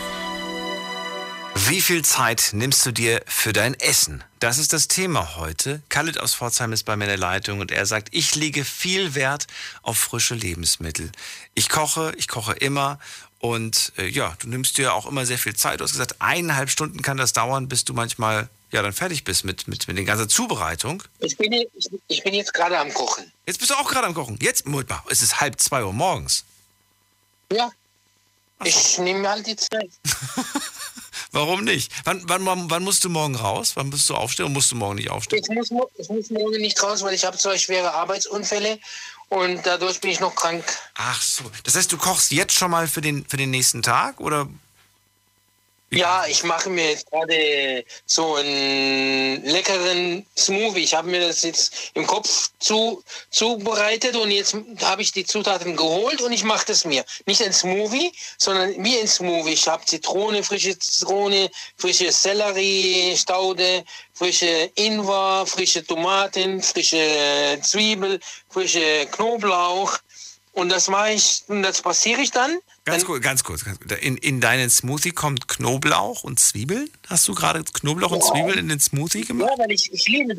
C: Wie viel Zeit nimmst du dir für dein Essen? Das ist das Thema heute. Khaled aus Pforzheim ist bei mir in der Leitung und er sagt, ich lege viel Wert auf frische Lebensmittel. Ich koche, ich koche immer und äh, ja, du nimmst dir auch immer sehr viel Zeit. Du hast gesagt, eineinhalb Stunden kann das dauern, bis du manchmal ja dann fertig bist mit, mit, mit der ganzen Zubereitung.
R: Ich bin, ich, ich bin jetzt gerade am Kochen.
C: Jetzt bist du auch gerade am Kochen. Jetzt, Moment mal, es ist halb zwei Uhr morgens.
R: Ja, ich nehme mir halt die Zeit.
C: Warum nicht? Wann, wann, wann musst du morgen raus? Wann musst du aufstehen und musst du morgen nicht aufstehen?
R: Ich muss, ich muss morgen nicht raus, weil ich habe zwei schwere Arbeitsunfälle und dadurch bin ich noch krank.
C: Ach so, das heißt, du kochst jetzt schon mal für den, für den nächsten Tag, oder?
R: Ja, ich mache mir jetzt gerade so einen leckeren Smoothie. Ich habe mir das jetzt im Kopf zu, zubereitet und jetzt habe ich die Zutaten geholt und ich mache das mir. Nicht ein Smoothie, sondern wie ein Smoothie. Ich habe Zitrone, frische Zitrone, frische Sellerie, Staude, frische Ingwer, frische Tomaten, frische Zwiebel, frische Knoblauch. Und das mache ich, das passiere ich dann.
C: Ganz kurz, ganz kurz. In, in deinen Smoothie kommt Knoblauch und Zwiebeln? Hast du gerade Knoblauch und Zwiebeln in den Smoothie gemacht?
R: Ja, weil ich, ich liebe das.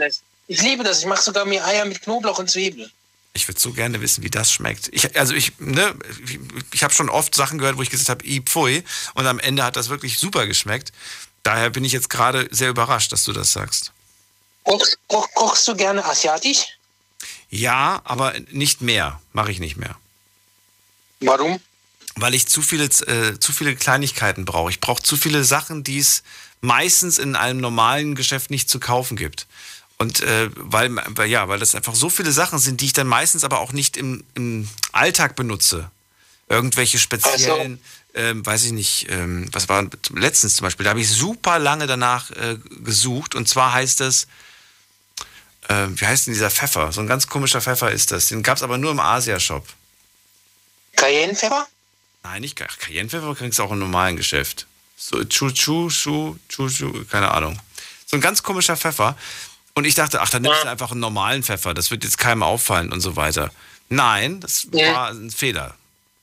R: Ich liebe das. Ich mache sogar mir Eier mit Knoblauch und Zwiebeln.
C: Ich würde so gerne wissen, wie das schmeckt. Ich, also ich, ne, ich, ich habe schon oft Sachen gehört, wo ich gesagt habe, i pfui, und am Ende hat das wirklich super geschmeckt. Daher bin ich jetzt gerade sehr überrascht, dass du das sagst.
R: Kochst, koch, kochst du gerne asiatisch?
C: Ja, aber nicht mehr. Mache ich nicht mehr.
R: Warum?
C: Weil ich zu viele, äh, zu viele Kleinigkeiten brauche. Ich brauche zu viele Sachen, die es meistens in einem normalen Geschäft nicht zu kaufen gibt. Und äh, weil, weil, ja, weil das einfach so viele Sachen sind, die ich dann meistens aber auch nicht im, im Alltag benutze. Irgendwelche speziellen, so. ähm, weiß ich nicht, ähm, was war letztens zum Beispiel, da habe ich super lange danach äh, gesucht. Und zwar heißt das, äh, wie heißt denn dieser Pfeffer? So ein ganz komischer Pfeffer ist das. Den gab es aber nur im Asia-Shop.
R: Cayenne-Pfeffer?
C: Nein, nicht Cayenne-Pfeffer, kriegst du auch im normalen Geschäft. So Chu Chu Chu Chu Chu, keine Ahnung. So ein ganz komischer Pfeffer. Und ich dachte, ach, dann nimmst du einfach einen normalen Pfeffer. Das wird jetzt keinem auffallen und so weiter. Nein, das ja. war ein Fehler.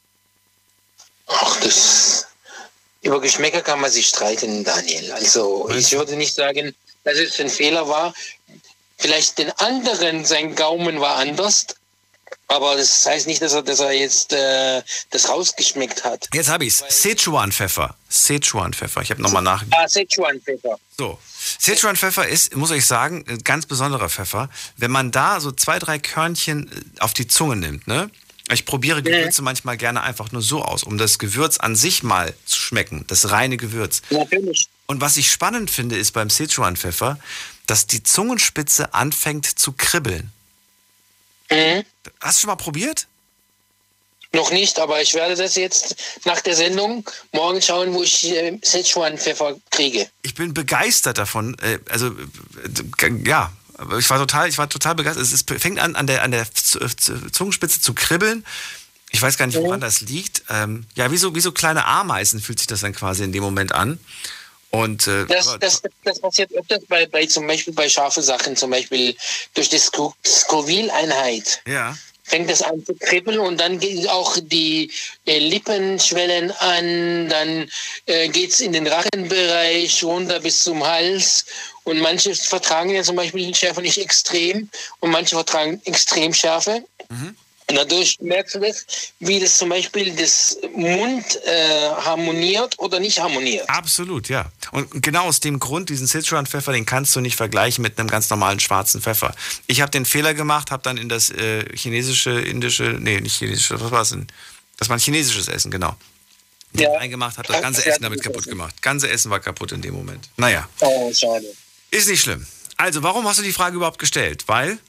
R: Ach, das... Über Geschmäcker kann man sich streiten, Daniel. Also ich würde nicht sagen, dass es ein Fehler war. Vielleicht den anderen, sein Gaumen war anders. Aber das heißt nicht, dass er, dass er jetzt äh, das rausgeschmeckt hat.
C: Jetzt habe ich es. Sichuan-Pfeffer. Sichuan-Pfeffer. Ich habe nochmal nachgedacht.
R: Ah, Sichuan-Pfeffer.
C: So. Sichuan-Pfeffer ist, muss ich sagen, ein ganz besonderer Pfeffer. Wenn man da so zwei, drei Körnchen auf die Zunge nimmt, ne? Ich probiere Gewürze mhm. manchmal gerne einfach nur so aus, um das Gewürz an sich mal zu schmecken. Das reine Gewürz.
R: Natürlich.
C: Und was ich spannend finde, ist beim Sichuan-Pfeffer, dass die Zungenspitze anfängt zu kribbeln.
R: Mhm.
C: Hast du schon mal probiert?
R: Noch nicht, aber ich werde das jetzt nach der Sendung morgen schauen, wo ich äh, Sichuan-Pfeffer kriege.
C: Ich bin begeistert davon. Äh, also, äh, ja, ich war total, ich war total begeistert. Es ist, fängt an, an der, an der Zungenspitze zu kribbeln. Ich weiß gar nicht, woran mhm. das liegt. Ähm, ja, wie so, wie so kleine Ameisen fühlt sich das dann quasi in dem Moment an. Und, äh,
R: das, das, das passiert öfters bei, bei zum Beispiel bei scharfen Sachen, zum Beispiel durch die Scoville-Einheit.
C: Ja.
R: Fängt das an zu kribbeln und dann geht auch die äh, Lippen schwellen an, dann äh, geht es in den Rachenbereich runter bis zum Hals und manche vertragen ja zum Beispiel die Schärfe nicht extrem und manche vertragen extrem Schärfe. Mhm. Und dadurch merkst du das, wie das zum Beispiel das Mund äh, harmoniert oder nicht harmoniert.
C: Absolut, ja. Und genau aus dem Grund, diesen Sichuan-Pfeffer, den kannst du nicht vergleichen mit einem ganz normalen schwarzen Pfeffer. Ich habe den Fehler gemacht, habe dann in das äh, chinesische, indische, nee, nicht chinesische, was war es denn? Das war ein chinesisches Essen, genau. Ja. Reingemacht, habe das ganze Essen damit kaputt gemacht. Das ganze Essen war kaputt in dem Moment. Naja.
R: Oh, schade.
C: Ist nicht schlimm. Also, warum hast du die Frage überhaupt gestellt? Weil...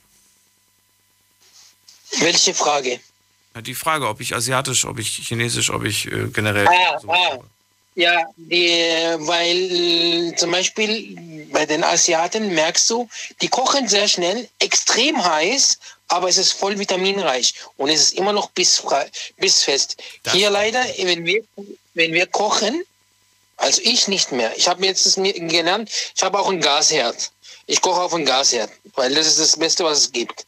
R: Welche Frage?
C: Die Frage, ob ich asiatisch, ob ich chinesisch, ob ich äh, generell...
R: Ah, ah. Ja, die, weil äh, zum Beispiel bei den Asiaten merkst du, die kochen sehr schnell, extrem heiß, aber es ist voll vitaminreich und es ist immer noch bissfrei, bissfest. Das Hier leider, wenn wir, wenn wir kochen, also ich nicht mehr. Ich habe jetzt das mir gelernt, ich habe auch ein Gasherd. Ich koche auf ein Gasherd, weil das ist das Beste, was es gibt.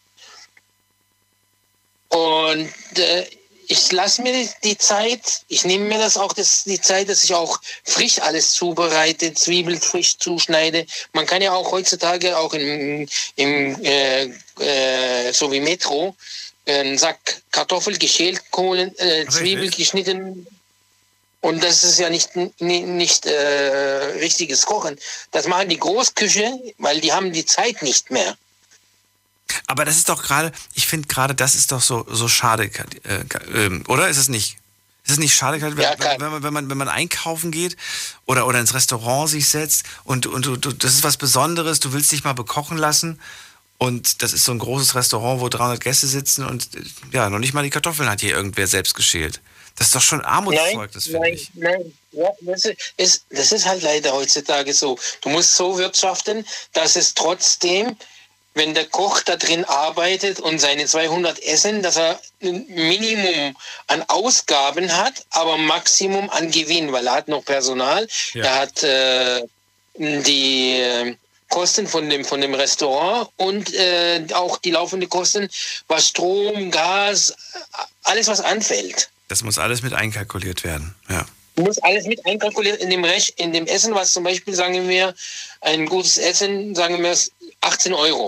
R: Und äh, ich lasse mir die Zeit, ich nehme mir das auch das, die Zeit, dass ich auch frisch alles zubereite, Zwiebeln frisch zuschneide. Man kann ja auch heutzutage auch im, im äh, äh, so wie Metro, einen Sack Kartoffel geschält, Kohlen, äh, Zwiebeln geschnitten. Und das ist ja nicht, nicht, nicht äh, richtiges Kochen. Das machen die Großküche, weil die haben die Zeit nicht mehr.
C: Aber das ist doch gerade, ich finde gerade, das ist doch so, so schade, äh, äh, oder? Ist es nicht? Ist es nicht schade, wenn, ja, wenn, wenn, man, wenn, man, wenn man einkaufen geht oder, oder ins Restaurant sich setzt und, und du, du, das ist was Besonderes, du willst dich mal bekochen lassen und das ist so ein großes Restaurant, wo dreihundert Gäste sitzen und ja, noch nicht mal die Kartoffeln hat hier irgendwer selbst geschält. Das ist doch schon Armutszeug, das finde ich.
R: Nein, nein, ja, das ist, das ist halt leider heutzutage so. Du musst so wirtschaften, dass es trotzdem, wenn der Koch da drin arbeitet und seine zweihundert essen, dass er ein Minimum an Ausgaben hat, aber Maximum an Gewinn, weil er hat noch Personal, ja. Er hat äh, die äh, Kosten von dem, von dem Restaurant und äh, auch die laufenden Kosten, was Strom, Gas, alles was anfällt.
C: Das muss alles mit einkalkuliert werden, ja.
R: Muss alles mit einkalkuliert in dem Rech, in dem Essen, was zum Beispiel, sagen wir, ein gutes Essen, sagen wir, achtzehn Euro.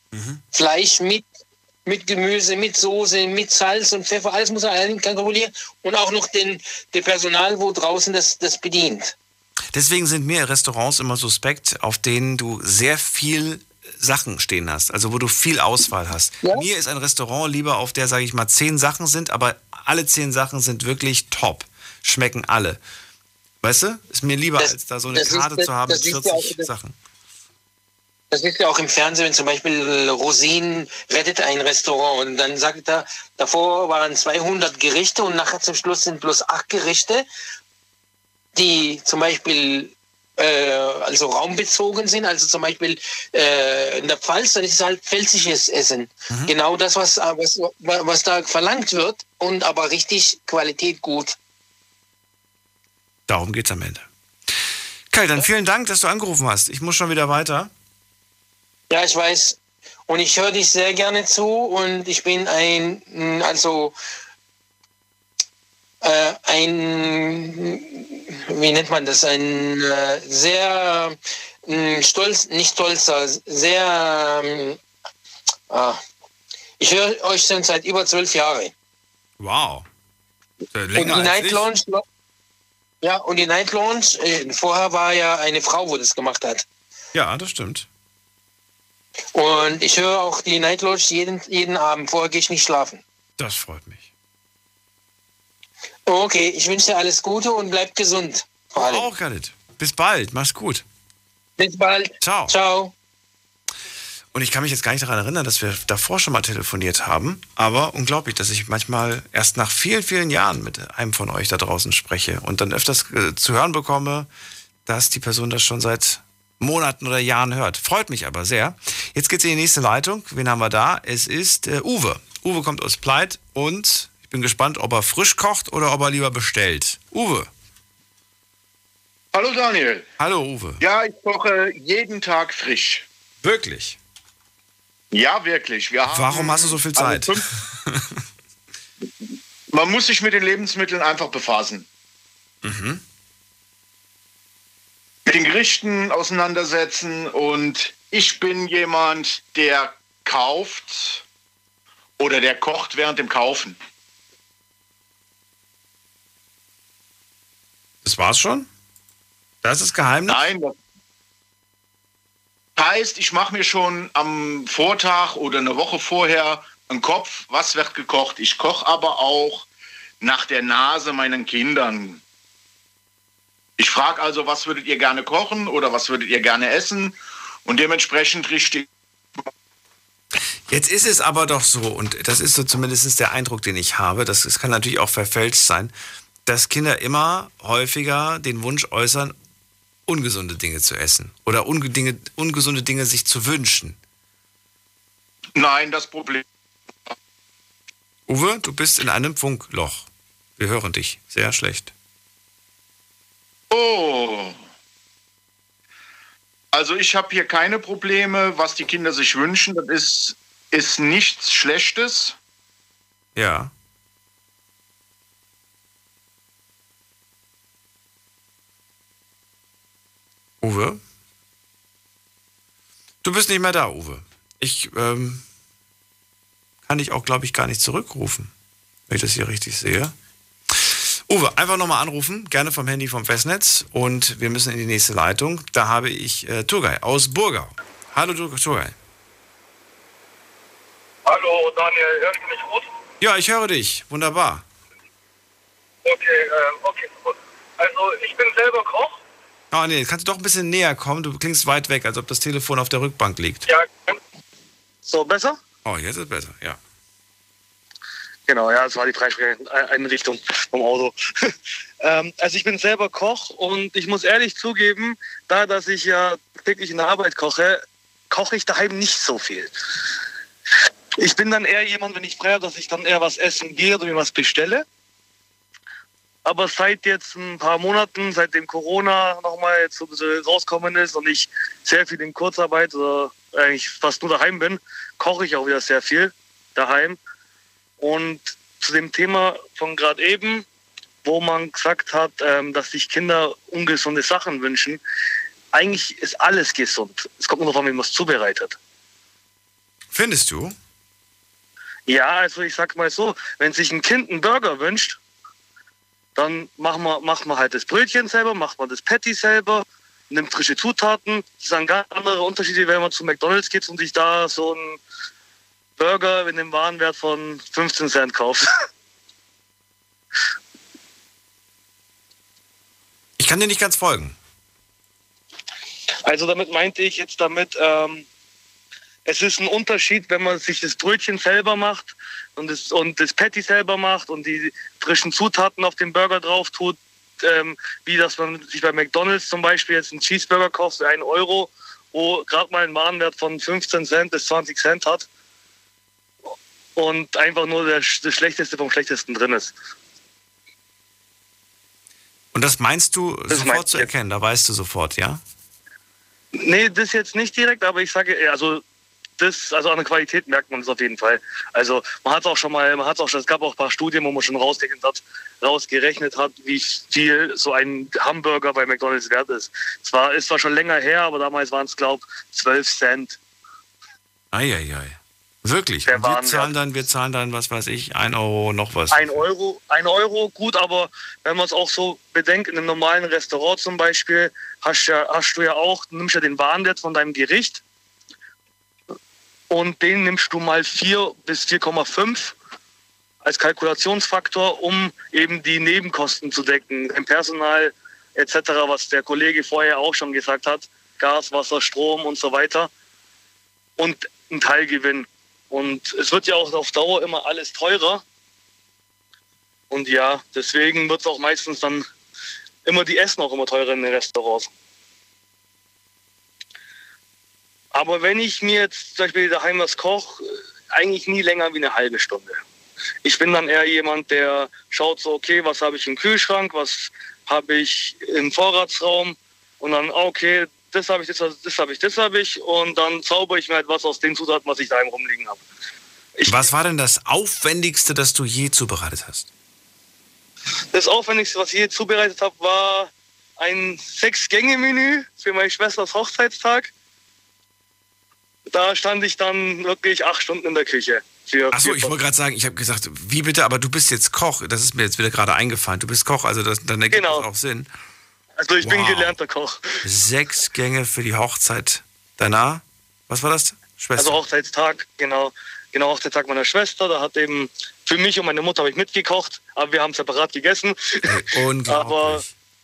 R: Mhm. Fleisch mit, mit Gemüse, mit Soße, mit Salz und Pfeffer, alles muss er allein kontrollieren. Und auch noch den, den Personal, wo draußen das, das bedient.
C: Deswegen sind mir Restaurants immer suspekt, auf denen du sehr viel Sachen stehen hast, also wo du viel Auswahl hast. Ja. Mir ist ein Restaurant lieber, auf der, sage ich mal, zehn Sachen sind, aber alle zehn Sachen sind wirklich top. Schmecken alle. Weißt du? Ist mir lieber, das, als da so eine Karte ist, zu haben mit vierzig ja Sachen.
R: Das ist ja auch im Fernsehen, wenn zum Beispiel Rosin rettet ein Restaurant und dann sagt er, davor waren zweihundert Gerichte und nachher zum Schluss sind bloß acht Gerichte, die zum Beispiel äh, also raumbezogen sind, also zum Beispiel äh, in der Pfalz, dann ist es halt pfälzisches Essen. Mhm. Genau das, was, was, was da verlangt wird und aber richtig Qualität gut.
C: Darum geht's am Ende. Kai, dann vielen Dank, dass du angerufen hast. Ich muss schon wieder weiter.
R: Ja, ich weiß. Und ich höre dich sehr gerne zu und ich bin ein, also äh, ein, wie nennt man das, ein äh, sehr äh, stolz, nicht stolzer, sehr, äh, ah, ich höre euch schon seit über zwölf Jahren.
C: Wow.
R: Länger und die Night Lounge, ja, und die Night Lounge, äh, vorher war ja eine Frau, wo das gemacht hat.
C: Ja, das stimmt.
R: Und ich höre auch die Night Lounge jeden, jeden Abend, vorher gehe ich nicht schlafen.
C: Das freut mich.
R: Okay, ich wünsche dir alles Gute und bleib gesund.
C: Auch, Khalid. Bis bald, mach's gut.
R: Bis bald.
C: Ciao.
R: Ciao.
C: Und ich kann mich jetzt gar nicht daran erinnern, dass wir davor schon mal telefoniert haben, aber unglaublich, dass ich manchmal erst nach vielen, vielen Jahren mit einem von euch da draußen spreche und dann öfters äh, zu hören bekomme, dass die Person das schon seit Monaten oder Jahren hört. Freut mich aber sehr. Jetzt geht's in die nächste Leitung. Wen haben wir da? Es ist äh, Uwe. Uwe kommt aus Pleit und ich bin gespannt, ob er frisch kocht oder ob er lieber bestellt. Uwe.
T: Hallo Daniel.
C: Hallo Uwe.
T: Ja, ich koche jeden Tag frisch.
C: Wirklich?
T: Ja, wirklich. Wir haben
C: Warum hast du so viel Zeit?
T: Also man muss sich mit den Lebensmitteln einfach befassen.
C: Mhm.
T: Mit den Gerichten auseinandersetzen und ich bin jemand, der kauft oder der kocht während dem Kaufen.
C: Das war's schon? Das ist das Geheimnis?
T: Nein, das heißt, ich mache mir schon am Vortag oder eine Woche vorher einen Kopf, was wird gekocht. Ich koche aber auch nach der Nase meinen Kindern. Ich frage also, was würdet ihr gerne kochen oder was würdet ihr gerne essen? Und dementsprechend richtig.
C: Jetzt ist es aber doch so, und das ist so zumindest der Eindruck, den ich habe, das, das kann natürlich auch verfälscht sein, dass Kinder immer häufiger den Wunsch äußern, ungesunde Dinge zu essen oder unge Dinge, ungesunde Dinge sich zu wünschen.
T: Nein, das Problem.
C: Uwe, du bist in einem Funkloch. Wir hören dich sehr schlecht.
T: Oh. Also ich habe hier keine Probleme, was die Kinder sich wünschen. Das ist, ist nichts Schlechtes.
C: Ja. Uwe? Du bist nicht mehr da, Uwe. Ich ähm, kann dich auch, glaube ich, gar nicht zurückrufen, wenn ich das hier richtig sehe. Uwe, einfach nochmal anrufen, gerne vom Handy vom Festnetz und wir müssen in die nächste Leitung. Da habe ich äh, Turgay aus Burgau. Hallo Turgay.
L: Hallo Daniel, hörst du mich gut?
C: Ja, ich höre dich. Wunderbar.
L: Okay, äh, okay, gut. Also ich bin selber Koch.
C: Oh nee, kannst du doch ein bisschen näher kommen? Du klingst weit weg, als ob das Telefon auf der Rückbank liegt.
L: Ja.
I: So, besser?
C: Oh, jetzt ist besser, ja.
I: Genau, ja, das war die Freisprecheinrichtung vom Auto. ähm, also ich bin selber Koch und ich muss ehrlich zugeben, da dass ich ja täglich in der Arbeit koche, koche ich daheim nicht so viel. Ich bin dann eher jemand, wenn ich frei habe, dass ich dann eher was essen gehe oder mir was bestelle. Aber seit jetzt ein paar Monaten, seitdem Corona nochmal jetzt so ein bisschen rauskommen ist und ich sehr viel in Kurzarbeit oder eigentlich fast nur daheim bin, koche ich auch wieder sehr viel daheim. Und zu dem Thema von gerade eben, wo man gesagt hat, ähm, dass sich Kinder ungesunde Sachen wünschen, eigentlich ist alles gesund. Es kommt nur darauf an, wie man es zubereitet.
C: Findest du?
U: Ja, also ich sag mal so, wenn sich ein Kind einen Burger wünscht, dann machen wir, machen wir halt das Brötchen selber, macht man das Patty selber, nimmt frische Zutaten. Das sind ganz andere Unterschiede, wenn man zu McDonald's geht und sich da so einen Burger mit einem Warenwert von fünfzehn Cent kauft.
C: Ich kann dir nicht ganz folgen.
U: Also damit meinte ich jetzt damit, ähm, es ist ein Unterschied, wenn man sich das Brötchen selber macht und das, und das Patty selber macht und die frischen Zutaten auf den Burger drauf tut, ähm, wie dass man sich bei McDonald's zum Beispiel jetzt einen Cheeseburger kauft für einen Euro, wo gerade mal einen Warenwert von fünfzehn Cent bis zwanzig Cent hat und einfach nur der, das Schlechteste vom Schlechtesten drin ist.
C: Und das meinst du
U: Das
C: sofort
U: meinst
C: zu erkennen, da weißt du sofort, ja?
U: Nee, das jetzt nicht direkt, aber ich sage, also das, also an der Qualität merkt man es auf jeden Fall. Also man hat es auch schon mal, man hat auch schon, es gab auch ein paar Studien, wo man schon rausgerechnet hat, rausgerechnet hat, wie viel so ein Hamburger bei McDonald's wert ist. Es war, ist zwar schon länger her, aber damals waren es, glaube ich, zwölf Cent.
C: Eieiei. Wirklich?
U: Der
C: Und wir
U: Warenwert.
C: zahlen dann, wir zahlen dann, was weiß ich, ein Euro noch was.
U: Ein Euro, ein Euro, gut, aber wenn man es auch so bedenkt, in einem normalen Restaurant zum Beispiel, hast, ja, hast du ja auch, du nimmst ja den Warenwert von deinem Gericht und den nimmst du mal vier bis vier Komma fünf als Kalkulationsfaktor, um eben die Nebenkosten zu decken, im Personal et cetera, was der Kollege vorher auch schon gesagt hat, Gas, Wasser, Strom und so weiter und ein Teilgewinn. Und es wird ja auch auf Dauer immer alles teurer. Und ja, deswegen wird es auch meistens dann immer die Essen auch immer teurer in den Restaurants. Aber wenn ich mir jetzt zum Beispiel daheim was koche, eigentlich nie länger wie eine halbe Stunde. Ich bin dann eher jemand, der schaut so, okay, was habe ich im Kühlschrank, was habe ich im Vorratsraum und dann, okay, das habe ich, das, das habe ich, das habe ich und dann zaubere ich mir halt was aus den Zutaten, was ich daheim rumliegen habe.
C: Was war denn das Aufwendigste, das du je zubereitet hast?
U: Das Aufwendigste, was ich je zubereitet habe, war ein Sechs-Gänge-Menü für meine Schwesters Hochzeitstag. Da stand ich dann wirklich acht Stunden in der Küche.
C: Achso, ich wollte gerade sagen, ich habe gesagt, wie bitte, aber du bist jetzt Koch. Das ist mir jetzt wieder gerade eingefallen. Du bist Koch, also das, dann ergibt
U: Genau.
C: das auch Sinn.
U: Also ich bin
C: Wow.
U: gelernter Koch.
C: Sechs Gänge für die Hochzeit deiner, was war das? Schwester?
U: Also Hochzeitstag, genau. Genau, Hochzeitstag meiner Schwester. Da hat eben für mich und meine Mutter habe ich mitgekocht, aber wir haben separat gegessen.
C: Ey, unglaublich.
U: Aber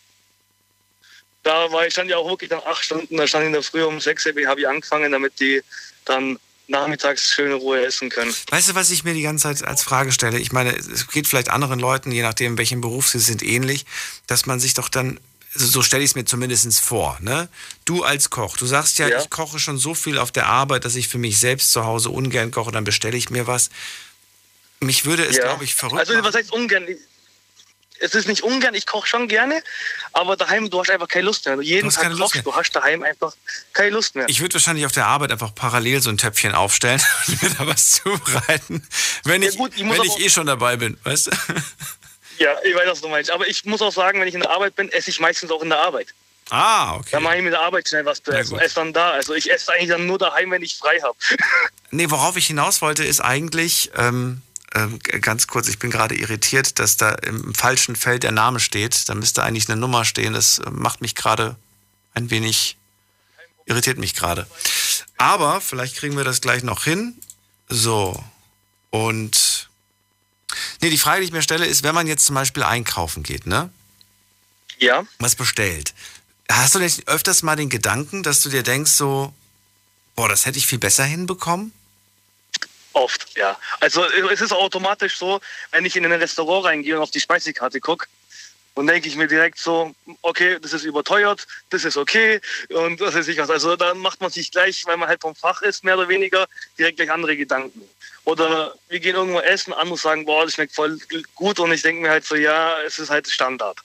U: da war ich, stand ja auch wirklich dann acht Stunden, da stand ich in der Früh um sechs Uhr, habe ich angefangen, damit die dann nachmittags schön in Ruhe essen können.
C: Weißt du, was ich mir die ganze Zeit als Frage stelle? Ich meine, es geht vielleicht anderen Leuten, je nachdem, welchen Beruf sie sind, ähnlich, dass man sich doch dann, also so stelle ich es mir zumindest vor, ne? Du als Koch, du sagst ja,
U: Ja.
C: ich koche schon so viel auf der Arbeit, dass ich für mich selbst zu Hause ungern koche, dann bestelle ich mir was. Mich würde es,
U: Ja.
C: glaube ich, verrückt
U: Also
C: machen.
U: was heißt ungern? Es ist nicht ungern, ich koche schon gerne, aber daheim, du hast einfach keine Lust mehr. Wenn du jeden
C: hast
U: Tag
C: keine Lust
U: kochst, du hast daheim einfach keine Lust mehr.
C: Ich würde wahrscheinlich auf der Arbeit einfach parallel so ein Töpfchen aufstellen und mir da was zubereiten, wenn ich,
U: gut, ich muss
C: wenn
U: aber-
C: ich eh schon dabei bin, weißt du?
U: Ja, ich weiß, was du meinst. Aber ich muss auch sagen, wenn ich in der Arbeit bin, esse ich meistens auch in der Arbeit.
C: Ah, okay.
U: Da mache ich mit der Arbeit schnell was zu
C: Na
U: essen.
C: gut.
U: Esse dann da. Also ich esse eigentlich dann nur daheim, wenn ich frei habe.
C: Nee, worauf ich hinaus wollte, ist eigentlich, ähm, ähm, ganz kurz, ich bin gerade irritiert, dass da im falschen Feld der Name steht. Da müsste eigentlich eine Nummer stehen. Das äh, macht mich gerade ein wenig, irritiert mich gerade. Aber vielleicht kriegen wir das gleich noch hin. So. Und nee, die Frage, die ich mir stelle, ist, wenn man jetzt zum Beispiel einkaufen geht, ne?
U: Ja.
C: Was bestellt. Hast du nicht öfters mal den Gedanken, dass du dir denkst so, boah, das hätte ich viel besser hinbekommen?
U: Oft, ja. Also es ist automatisch so, wenn ich in ein Restaurant reingehe und auf die Speisekarte gucke, und denke ich mir direkt so, okay, das ist überteuert, das ist okay und was weiß ich was. Also dann macht man sich gleich, weil man halt vom Fach ist, mehr oder weniger, direkt gleich andere Gedanken. Oder wir gehen irgendwo essen, andere sagen, boah, das schmeckt voll gut und ich denke mir halt so, ja, es ist halt Standard.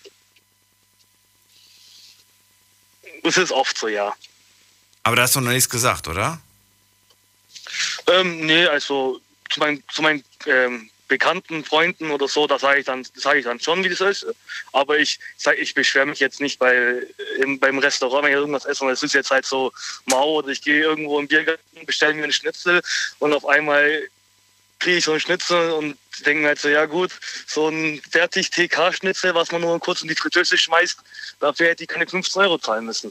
U: Das ist oft so, ja.
C: Aber da hast du noch nichts gesagt, oder?
U: Ähm, nee, also zu meinen, zu meinen ähm, Bekannten, Freunden oder so, da sage ich dann, sage ich dann schon, wie das ist. Aber ich sage, ich beschwere mich jetzt nicht bei, im, beim Restaurant, wenn ich irgendwas esse. Und es ist jetzt halt so mau oder ich gehe irgendwo im Biergarten, bestelle mir einen Schnitzel und auf einmal kriege ich so einen Schnitzel und denke mir halt so, ja gut, so ein fertig T K-Schnitzel, was man nur kurz in die Fritteuse schmeißt, dafür hätte ich keine fünfzehn Euro zahlen müssen.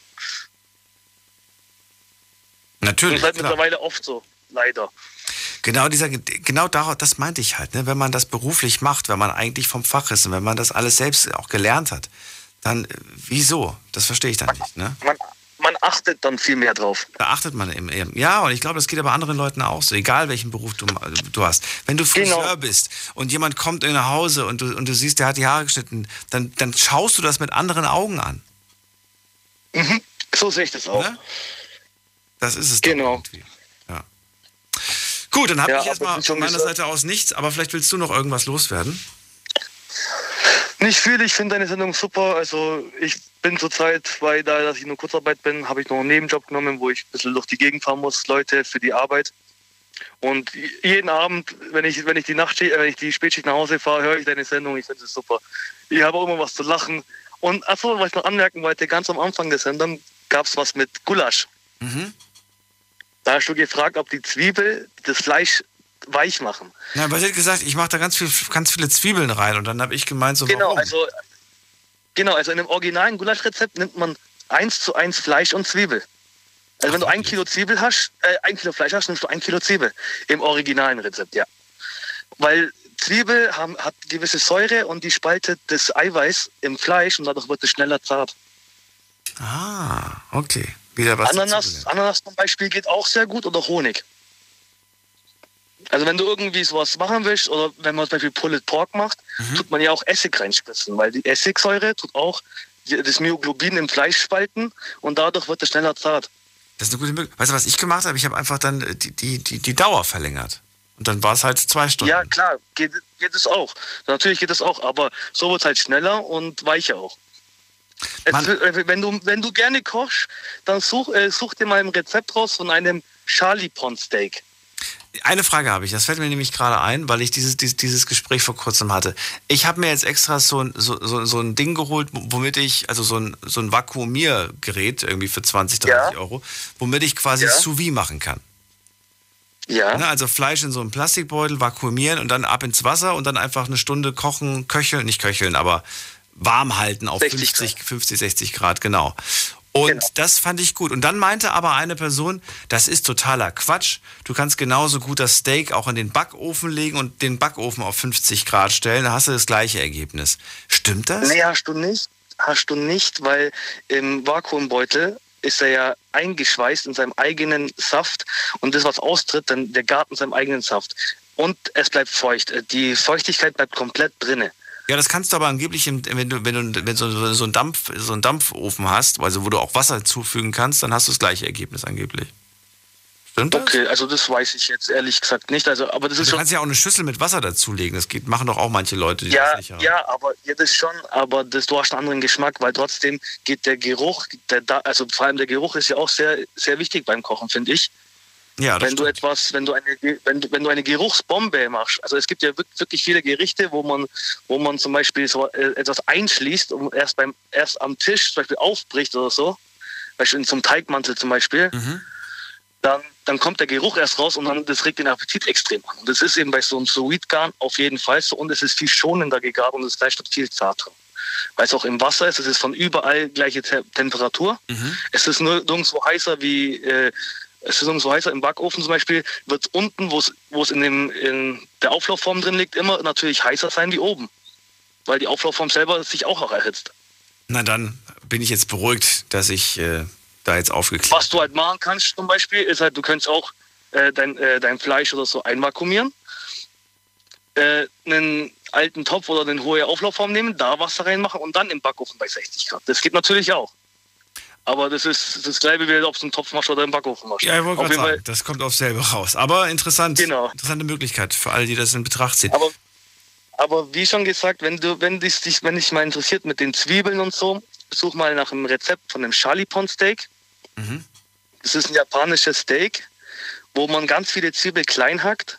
C: Natürlich.
U: Das ist halt mittlerweile oft so, leider.
C: Genau, dieser, genau darauf, das meinte ich halt, ne? Wenn man das beruflich macht, wenn man eigentlich vom Fach ist und wenn man das alles selbst auch gelernt hat, dann wieso? Das verstehe ich dann nicht. Ne?
U: Man, man achtet dann viel mehr drauf.
C: Da achtet man eben. Ja, und ich glaube, das geht aber anderen Leuten auch so, egal welchen Beruf du, du hast. Wenn du Friseur genau. bist und jemand kommt nach Hause und du, und du siehst, der hat die Haare geschnitten, dann, dann schaust du das mit anderen Augen an.
U: Mhm. So sehe ich das auch. Ne?
C: Das ist es
U: genau.
C: doch irgendwie. Ja. Gut, dann habe
U: ja,
C: ich erstmal von meiner gesagt, Seite aus nichts, aber vielleicht willst du noch irgendwas loswerden?
U: Nicht viel, ich finde deine Sendung super. Also ich bin zurzeit, weil da dass ich nur Kurzarbeit bin, habe ich noch einen Nebenjob genommen, wo ich ein bisschen durch die Gegend fahren muss, Leute, für die Arbeit. Und jeden Abend, wenn ich, wenn ich die Nachtschicht, wenn ich die Spätschicht nach Hause fahre, höre ich deine Sendung, ich finde es super. Ich habe auch immer was zu lachen. Und achso, was ich noch anmerken wollte, ganz am Anfang der Sendung gab es was mit Gulasch.
C: Mhm.
U: Da hast du gefragt, ob die Zwiebel das Fleisch weich machen.
C: Ja, aber sie hat gesagt, ich mache da ganz, viel, ganz viele Zwiebeln rein und dann habe ich gemeint, so
U: genau,
C: warum?
U: Also, genau, also in dem originalen Gulaschrezept nimmt man eins zu eins Fleisch und Zwiebel. Also Ach, wenn du ein Kilo Zwiebel hast, äh, ein Kilo Fleisch hast, nimmst du ein Kilo Zwiebel. Im originalen Rezept, ja. Weil Zwiebel haben, hat gewisse Säure und die spaltet das Eiweiß im Fleisch und dadurch wird es schneller zart.
C: Ah, okay. Wieder was
U: Ananas, Ananas zum Beispiel geht auch sehr gut oder Honig. Also wenn du irgendwie sowas machen willst oder wenn man zum Beispiel Pulled Pork macht, mhm. tut man ja auch Essig reinspritzen, weil die Essigsäure tut auch das Myoglobin im Fleisch spalten und dadurch wird es schneller zart.
C: Das ist eine gute Möglichkeit. Weißt du, was ich gemacht habe? Ich habe einfach dann die, die, die, die Dauer verlängert. Und dann war es halt zwei Stunden.
U: Ja, klar, geht, geht es auch. Natürlich geht es auch, aber so wird es halt schneller und weicher auch. Es, wenn, du, wenn du gerne kochst, dann such, äh, such dir mal ein Rezept raus von einem Charlie Pond Steak.
C: Eine Frage habe ich, das fällt mir nämlich gerade ein, weil ich dieses, dieses, dieses Gespräch vor kurzem hatte. Ich habe mir jetzt extra so ein, so, so, so ein Ding geholt, womit ich, also so ein, so ein Vakuumiergerät irgendwie für zwanzig, dreißig ja. Euro, womit ich quasi ja. Sous vide machen kann.
U: Ja.
C: Ne, also Fleisch in so einem Plastikbeutel, vakuumieren und dann ab ins Wasser und dann einfach eine Stunde kochen, köcheln, nicht köcheln, aber warm halten auf fünfzig, fünfzig, sechzig Grad, genau. Und genau. Das fand ich gut. Und dann meinte aber eine Person, das ist totaler Quatsch. Du kannst genauso gut das Steak auch in den Backofen legen und den Backofen auf fünfzig Grad stellen. Da hast du das gleiche Ergebnis. Stimmt das?
U: Nee, hast du nicht. Hast du nicht, weil im Vakuumbeutel ist er ja eingeschweißt in seinem eigenen Saft. Und das, was austritt, dann der Garten in seinem eigenen Saft. Und es bleibt feucht. Die Feuchtigkeit bleibt komplett drinne.
C: Ja, das kannst du aber angeblich, wenn du, wenn du wenn so, so, einen Dampf, so einen Dampfofen hast, also wo du auch Wasser zufügen kannst, dann hast du das gleiche Ergebnis angeblich. Stimmt das?
U: Okay, also das weiß ich jetzt ehrlich gesagt nicht. Also, aber das
C: du
U: ist
C: kannst schon, ja auch eine Schüssel mit Wasser dazulegen. Das geht, machen doch auch manche Leute, die
U: ja,
C: das nicht haben.
U: Ja, aber ja, das schon, aber das, du hast einen anderen Geschmack, weil trotzdem geht der Geruch, der, also vor allem der Geruch ist ja auch sehr, sehr wichtig beim Kochen, finde ich.
C: Ja, das
U: wenn du etwas, wenn du eine, wenn du, wenn du eine Geruchsbombe machst, also es gibt ja wirklich viele Gerichte, wo man, wo man zum Beispiel so etwas einschließt und erst beim, erst am Tisch zum Beispiel aufbricht oder so, Beispiel in so einem Teigmantel zum Beispiel, mhm. dann, dann kommt der Geruch erst raus und dann das regt den Appetit extrem an. Und das ist eben bei so einem Sous-Vide-Garn auf jeden Fall so und es ist viel schonender gegart und das Fleisch wird viel zarter. Weil es auch im Wasser ist, es ist von überall gleiche Te- Temperatur. Mhm. Es ist nur nirgendwo heißer wie äh, Es ist so heißer im Backofen zum Beispiel, wird unten, wo es, wo es in, dem, in der Auflaufform drin liegt, immer natürlich heißer sein wie oben. Weil die Auflaufform selber sich auch, auch erhitzt.
C: Na dann bin ich jetzt beruhigt, dass ich äh, da jetzt aufgeklärt.
U: Was du halt machen kannst zum Beispiel, ist halt, du könntest auch äh, dein, äh, dein Fleisch oder so einvakuumieren, äh, einen alten Topf oder eine hohe Auflaufform nehmen, da Wasser reinmachen und dann im Backofen bei sechzig Grad. Das geht natürlich auch. Aber das ist das Gleiche, wie ob es einen Topf machst oder im Backofen machst.
C: Ja, ich wollte gerade sagen, das kommt aufs selbe raus. Aber interessant, genau. Interessante Möglichkeit für alle, die das in Betracht ziehen.
U: Aber, aber wie schon gesagt, wenn du, wenn dich, wenn dich mal interessiert mit den Zwiebeln und so, such mal nach einem Rezept von einem Charlie Pond Steak. Mhm. Das ist ein japanisches Steak, wo man ganz viele Zwiebeln klein hackt,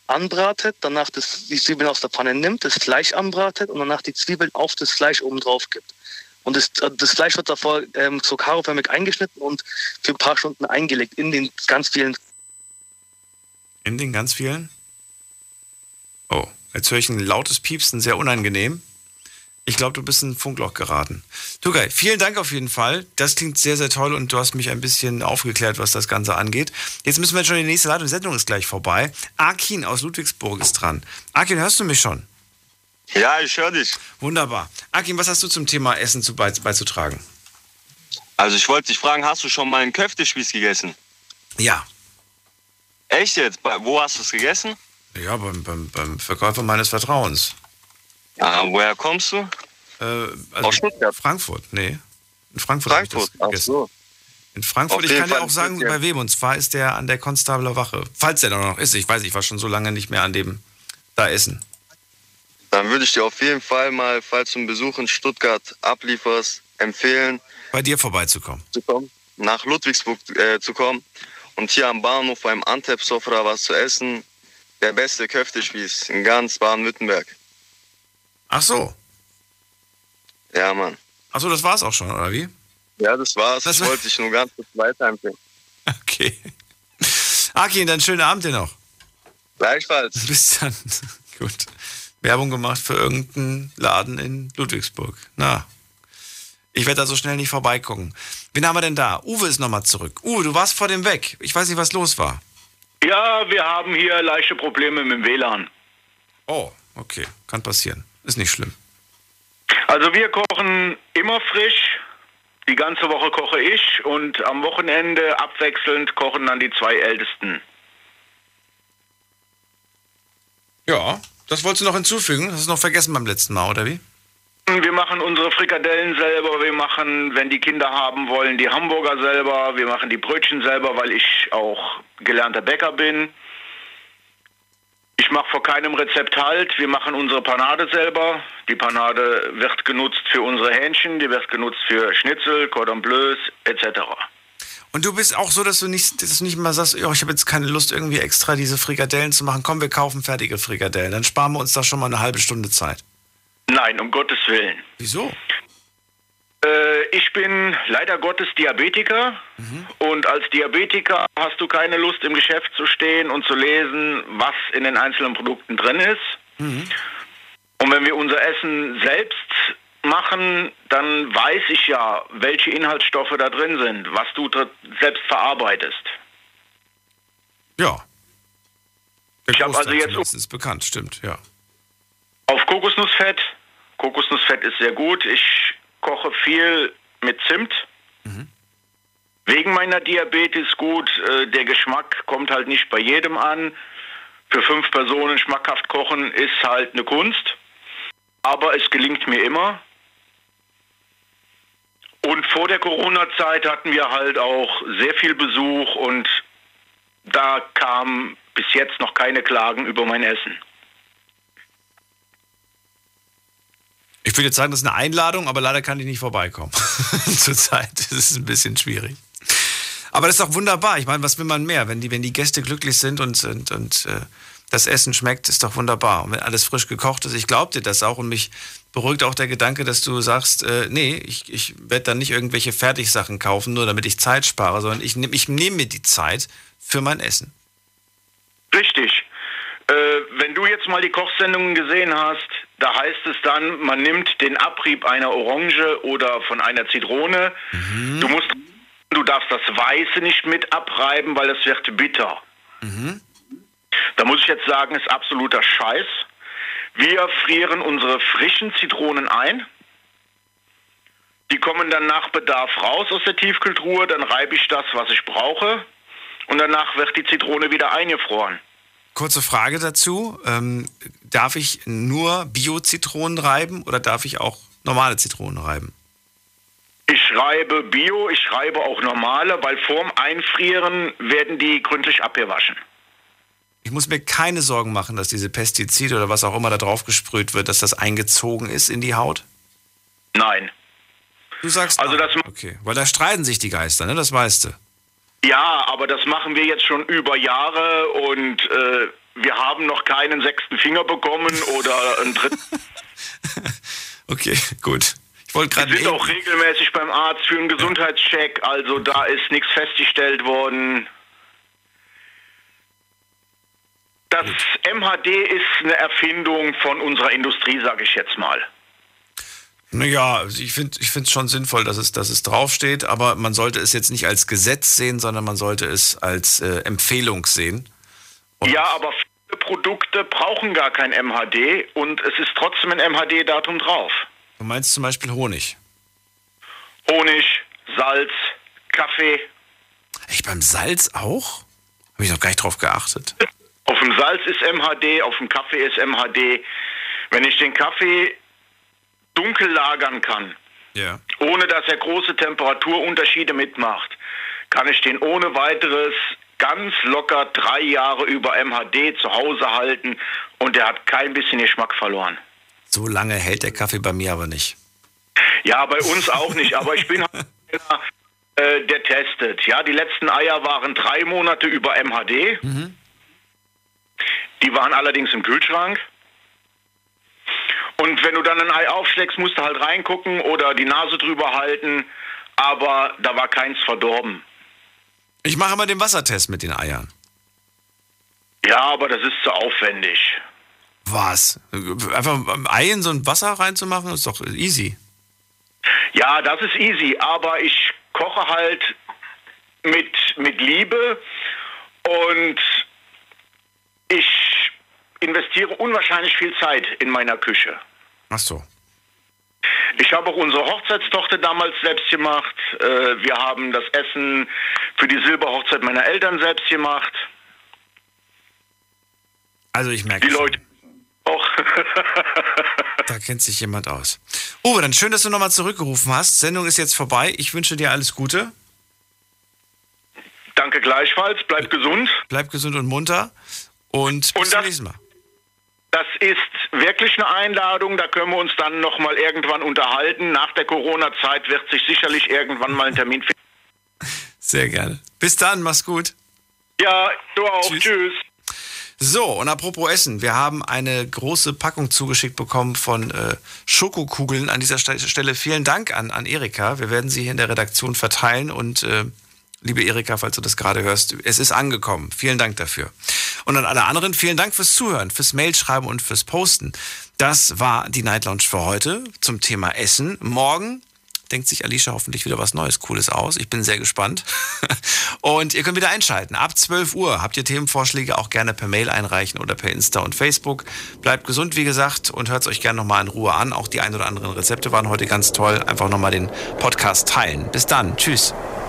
U: anbratet, danach das, die Zwiebeln aus der Pfanne nimmt, das Fleisch anbratet und danach die Zwiebeln auf das Fleisch oben drauf gibt. Und das, das Fleisch wird davor ähm, so karoförmig eingeschnitten und für ein paar Stunden eingelegt in den ganz vielen...
C: In den ganz vielen? Oh, jetzt höre ich ein lautes Piepsen, sehr unangenehm. Ich glaube, du bist in ein Funkloch geraten. Tugay, vielen Dank auf jeden Fall. Das klingt sehr, sehr toll und du hast mich ein bisschen aufgeklärt, was das Ganze angeht. Jetzt müssen wir jetzt schon in die nächste Leitung. Die Sendung ist gleich vorbei. Akin aus Ludwigsburg ist dran. Akin, hörst du mich schon?
E: Ja, ich höre dich.
C: Wunderbar. Akin, was hast du zum Thema Essen zu beizutragen?
E: Also ich wollte dich fragen, hast du schon mal einen Köftespieß gegessen?
C: Ja.
E: Echt jetzt? Wo hast du es gegessen?
C: Ja, beim, beim, beim Verkäufer meines Vertrauens.
E: Ah, woher kommst du?
C: Äh, also
E: Aus Stuttgart?
C: Frankfurt, nee. In Frankfurt,
E: Frankfurt,
C: habe ich das gegessen.
E: Ach so.
C: In Frankfurt,
E: Auf
C: ich kann dir
E: Fall
C: auch sagen, bei wem. Und zwar ist der an der Konstabler Wache. Falls der da noch ist. Ich weiß, ich war schon so lange nicht mehr an dem da essen.
E: Dann würde ich dir auf jeden Fall mal, falls du einen Besuch in Stuttgart ablieferst, empfehlen,
C: bei dir vorbeizukommen.
E: Zu kommen, nach Ludwigsburg äh, zu kommen und hier am Bahnhof beim Antep Sofra was zu essen. Der beste Köftespieß in ganz Baden-Württemberg.
C: Ach so.
E: Ja, Mann.
C: Ach so, das war's auch schon, oder wie?
E: Ja, das war's.
C: Das
E: ich wollte dich nur ganz kurz weiterempfehlen.
C: Okay. Akin, dann schönen Abend dir noch.
E: Gleichfalls.
C: Bis dann. Gut. Werbung gemacht für irgendeinen Laden in Ludwigsburg. Na, ich werde da so schnell nicht vorbeigucken. Wen haben wir denn da? Uwe ist nochmal zurück. Uwe, du warst vor dem weg. Ich weiß nicht, was los war.
V: Ja, wir haben hier leichte Probleme mit dem W L A N.
C: Oh, okay. Kann passieren. Ist nicht schlimm.
V: Also wir kochen immer frisch. Die ganze Woche koche ich und am Wochenende abwechselnd kochen dann die zwei Ältesten.
C: Ja, das wolltest du noch hinzufügen? Das hast du noch vergessen beim letzten Mal, oder wie?
V: Wir machen unsere Frikadellen selber, wir machen, wenn die Kinder haben wollen, die Hamburger selber, wir machen die Brötchen selber, weil ich auch gelernter Bäcker bin. Ich mache vor keinem Rezept halt, wir machen unsere Panade selber. Die Panade wird genutzt für unsere Hähnchen, die wird genutzt für Schnitzel, Cordon Bleus et cetera.
C: Und du bist auch so, dass du nicht, dass du nicht mal sagst, oh, ich habe jetzt keine Lust, irgendwie extra diese Frikadellen zu machen. Komm, wir kaufen fertige Frikadellen. Dann sparen wir uns da schon mal eine halbe Stunde Zeit.
V: Nein, um Gottes Willen.
C: Wieso?
V: Äh, ich bin leider Gottes Diabetiker. Mhm. Und als Diabetiker hast du keine Lust, im Geschäft zu stehen und zu lesen, was in den einzelnen Produkten drin ist. Mhm. Und wenn wir unser Essen selbst machen, dann weiß ich ja, welche Inhaltsstoffe da drin sind, was du selbst verarbeitest.
C: Ja. Der
V: ich habe also jetzt
C: das ist bekannt, stimmt, ja.
V: Auf Kokosnussfett. Kokosnussfett ist sehr gut. Ich koche viel mit Zimt. Mhm. Wegen meiner Diabetes gut. Der Geschmack kommt halt nicht bei jedem an. Für fünf Personen schmackhaft kochen ist halt eine Kunst. Aber es gelingt mir immer. Und vor der Corona-Zeit hatten wir halt auch sehr viel Besuch und da kamen bis jetzt noch keine Klagen über mein Essen.
C: Ich würde jetzt sagen, das ist eine Einladung, aber leider kann ich nicht vorbeikommen. Zurzeit ist es ein bisschen schwierig. Aber das ist doch wunderbar. Ich meine, was will man mehr? Wenn die, wenn die Gäste glücklich sind und, und, und äh, das Essen schmeckt, ist doch wunderbar. Und wenn alles frisch gekocht ist, ich glaube dir das auch und mich beruhigt auch der Gedanke, dass du sagst, äh, nee, ich, ich werde dann nicht irgendwelche Fertigsachen kaufen, nur damit ich Zeit spare, sondern ich, nehm, ich nehme mir die Zeit für mein Essen.
V: Richtig. Äh, wenn du jetzt mal die Kochsendungen gesehen hast, da heißt es dann, man nimmt den Abrieb einer Orange oder von einer Zitrone. Mhm. Du musst, du darfst das Weiße nicht mit abreiben, weil es wird bitter. Mhm. Da muss ich jetzt sagen, ist absoluter Scheiß. Wir frieren unsere frischen Zitronen ein. Die kommen dann nach Bedarf raus aus der Tiefkühltruhe. Dann reibe ich das, was ich brauche. Und danach wird die Zitrone wieder eingefroren.
C: Kurze Frage dazu. Ähm, darf ich nur Bio-Zitronen reiben oder darf ich auch normale Zitronen reiben?
V: Ich reibe Bio, ich reibe auch normale, weil vorm Einfrieren werden die gründlich abgewaschen.
C: Ich muss mir keine Sorgen machen, dass diese Pestizide oder was auch immer da drauf gesprüht wird, dass das eingezogen ist in die Haut?
V: Nein.
C: Du sagst
V: also
C: nein.
V: Das
C: okay, weil da streiten sich die Geister, ne? Das weißt du.
V: Ja, aber das machen wir jetzt schon über Jahre und äh, wir haben noch keinen sechsten Finger bekommen oder einen dritten.
C: Okay, gut. Ich wollte gerade.
V: Wir sind auch regelmäßig beim Arzt für einen Gesundheitscheck, also da ist nichts festgestellt worden. Das M H D ist eine Erfindung von unserer Industrie, sage ich jetzt mal.
C: Naja, also ich finde ich finde es schon sinnvoll, dass es, dass es draufsteht, aber man sollte es jetzt nicht als Gesetz sehen, sondern man sollte es als äh, Empfehlung sehen. Und
V: ja, aber viele Produkte brauchen gar kein M H D und es ist trotzdem ein M H D-Datum drauf.
C: Du meinst zum Beispiel Honig?
V: Honig, Salz, Kaffee.
C: Echt, beim Salz auch? Habe ich noch gar nicht drauf geachtet.
V: Auf dem Salz ist M H D, auf dem Kaffee ist M H D. Wenn ich den Kaffee dunkel lagern kann,
C: ja.
V: ohne dass er große Temperaturunterschiede mitmacht, kann ich den ohne weiteres ganz locker drei Jahre über M H D zu Hause halten und der hat kein bisschen Geschmack verloren.
C: So lange hält der Kaffee bei mir aber nicht.
V: Ja, bei uns auch nicht, aber ich bin halt einer, äh, der testet. Ja, die letzten Eier waren drei Monate über M H D.
C: Mhm.
V: Die waren allerdings im Kühlschrank. Und wenn du dann ein Ei aufschlägst, musst du halt reingucken oder die Nase drüber halten. Aber da war keins verdorben.
C: Ich mache immer den Wassertest mit den Eiern.
V: Ja, aber das ist zu aufwendig.
C: Was? Einfach ein Ei in so ein Wasser reinzumachen, ist doch easy.
V: Ja, das ist easy. Aber ich koche halt mit, mit Liebe und ich investiere unwahrscheinlich viel Zeit in meiner Küche.
C: Ach so.
V: Ich habe auch unsere Hochzeitstochter damals selbst gemacht. Wir haben das Essen für die Silberhochzeit meiner Eltern selbst gemacht.
C: Also ich merke
V: Die Leute auch.
C: Da kennt sich jemand aus. Uwe, dann schön, dass du nochmal zurückgerufen hast. Sendung ist jetzt vorbei. Ich wünsche dir alles Gute.
V: Danke gleichfalls. Bleib gesund.
C: Bleib gesund und munter. Und bis
V: und
C: zum
V: das,
C: nächsten Mal.
V: Das ist wirklich eine Einladung. Da können wir uns dann nochmal irgendwann unterhalten. Nach der Corona-Zeit wird sich sicherlich irgendwann mal ein Termin finden.
C: Sehr gerne. Bis dann, mach's gut.
V: Ja, du auch.
C: Tschüss.
V: Tschüss.
C: So, und apropos Essen, wir haben eine große Packung zugeschickt bekommen von äh, Schokokugeln. An dieser Stelle vielen Dank an, an Erika. Wir werden sie hier in der Redaktion verteilen und äh, liebe Erika, falls du das gerade hörst, es ist angekommen. Vielen Dank dafür. Und an alle anderen, vielen Dank fürs Zuhören, fürs Mailschreiben und fürs Posten. Das war die Night Lounge für heute zum Thema Essen. Morgen denkt sich Alicia hoffentlich wieder was Neues, Cooles aus. Ich bin sehr gespannt. Und ihr könnt wieder einschalten. Ab zwölf Uhr habt ihr Themenvorschläge auch gerne per Mail einreichen oder per Insta und Facebook. Bleibt gesund, wie gesagt, und hört es euch gerne nochmal in Ruhe an. Auch die ein oder anderen Rezepte waren heute ganz toll. Einfach nochmal den Podcast teilen. Bis dann. Tschüss.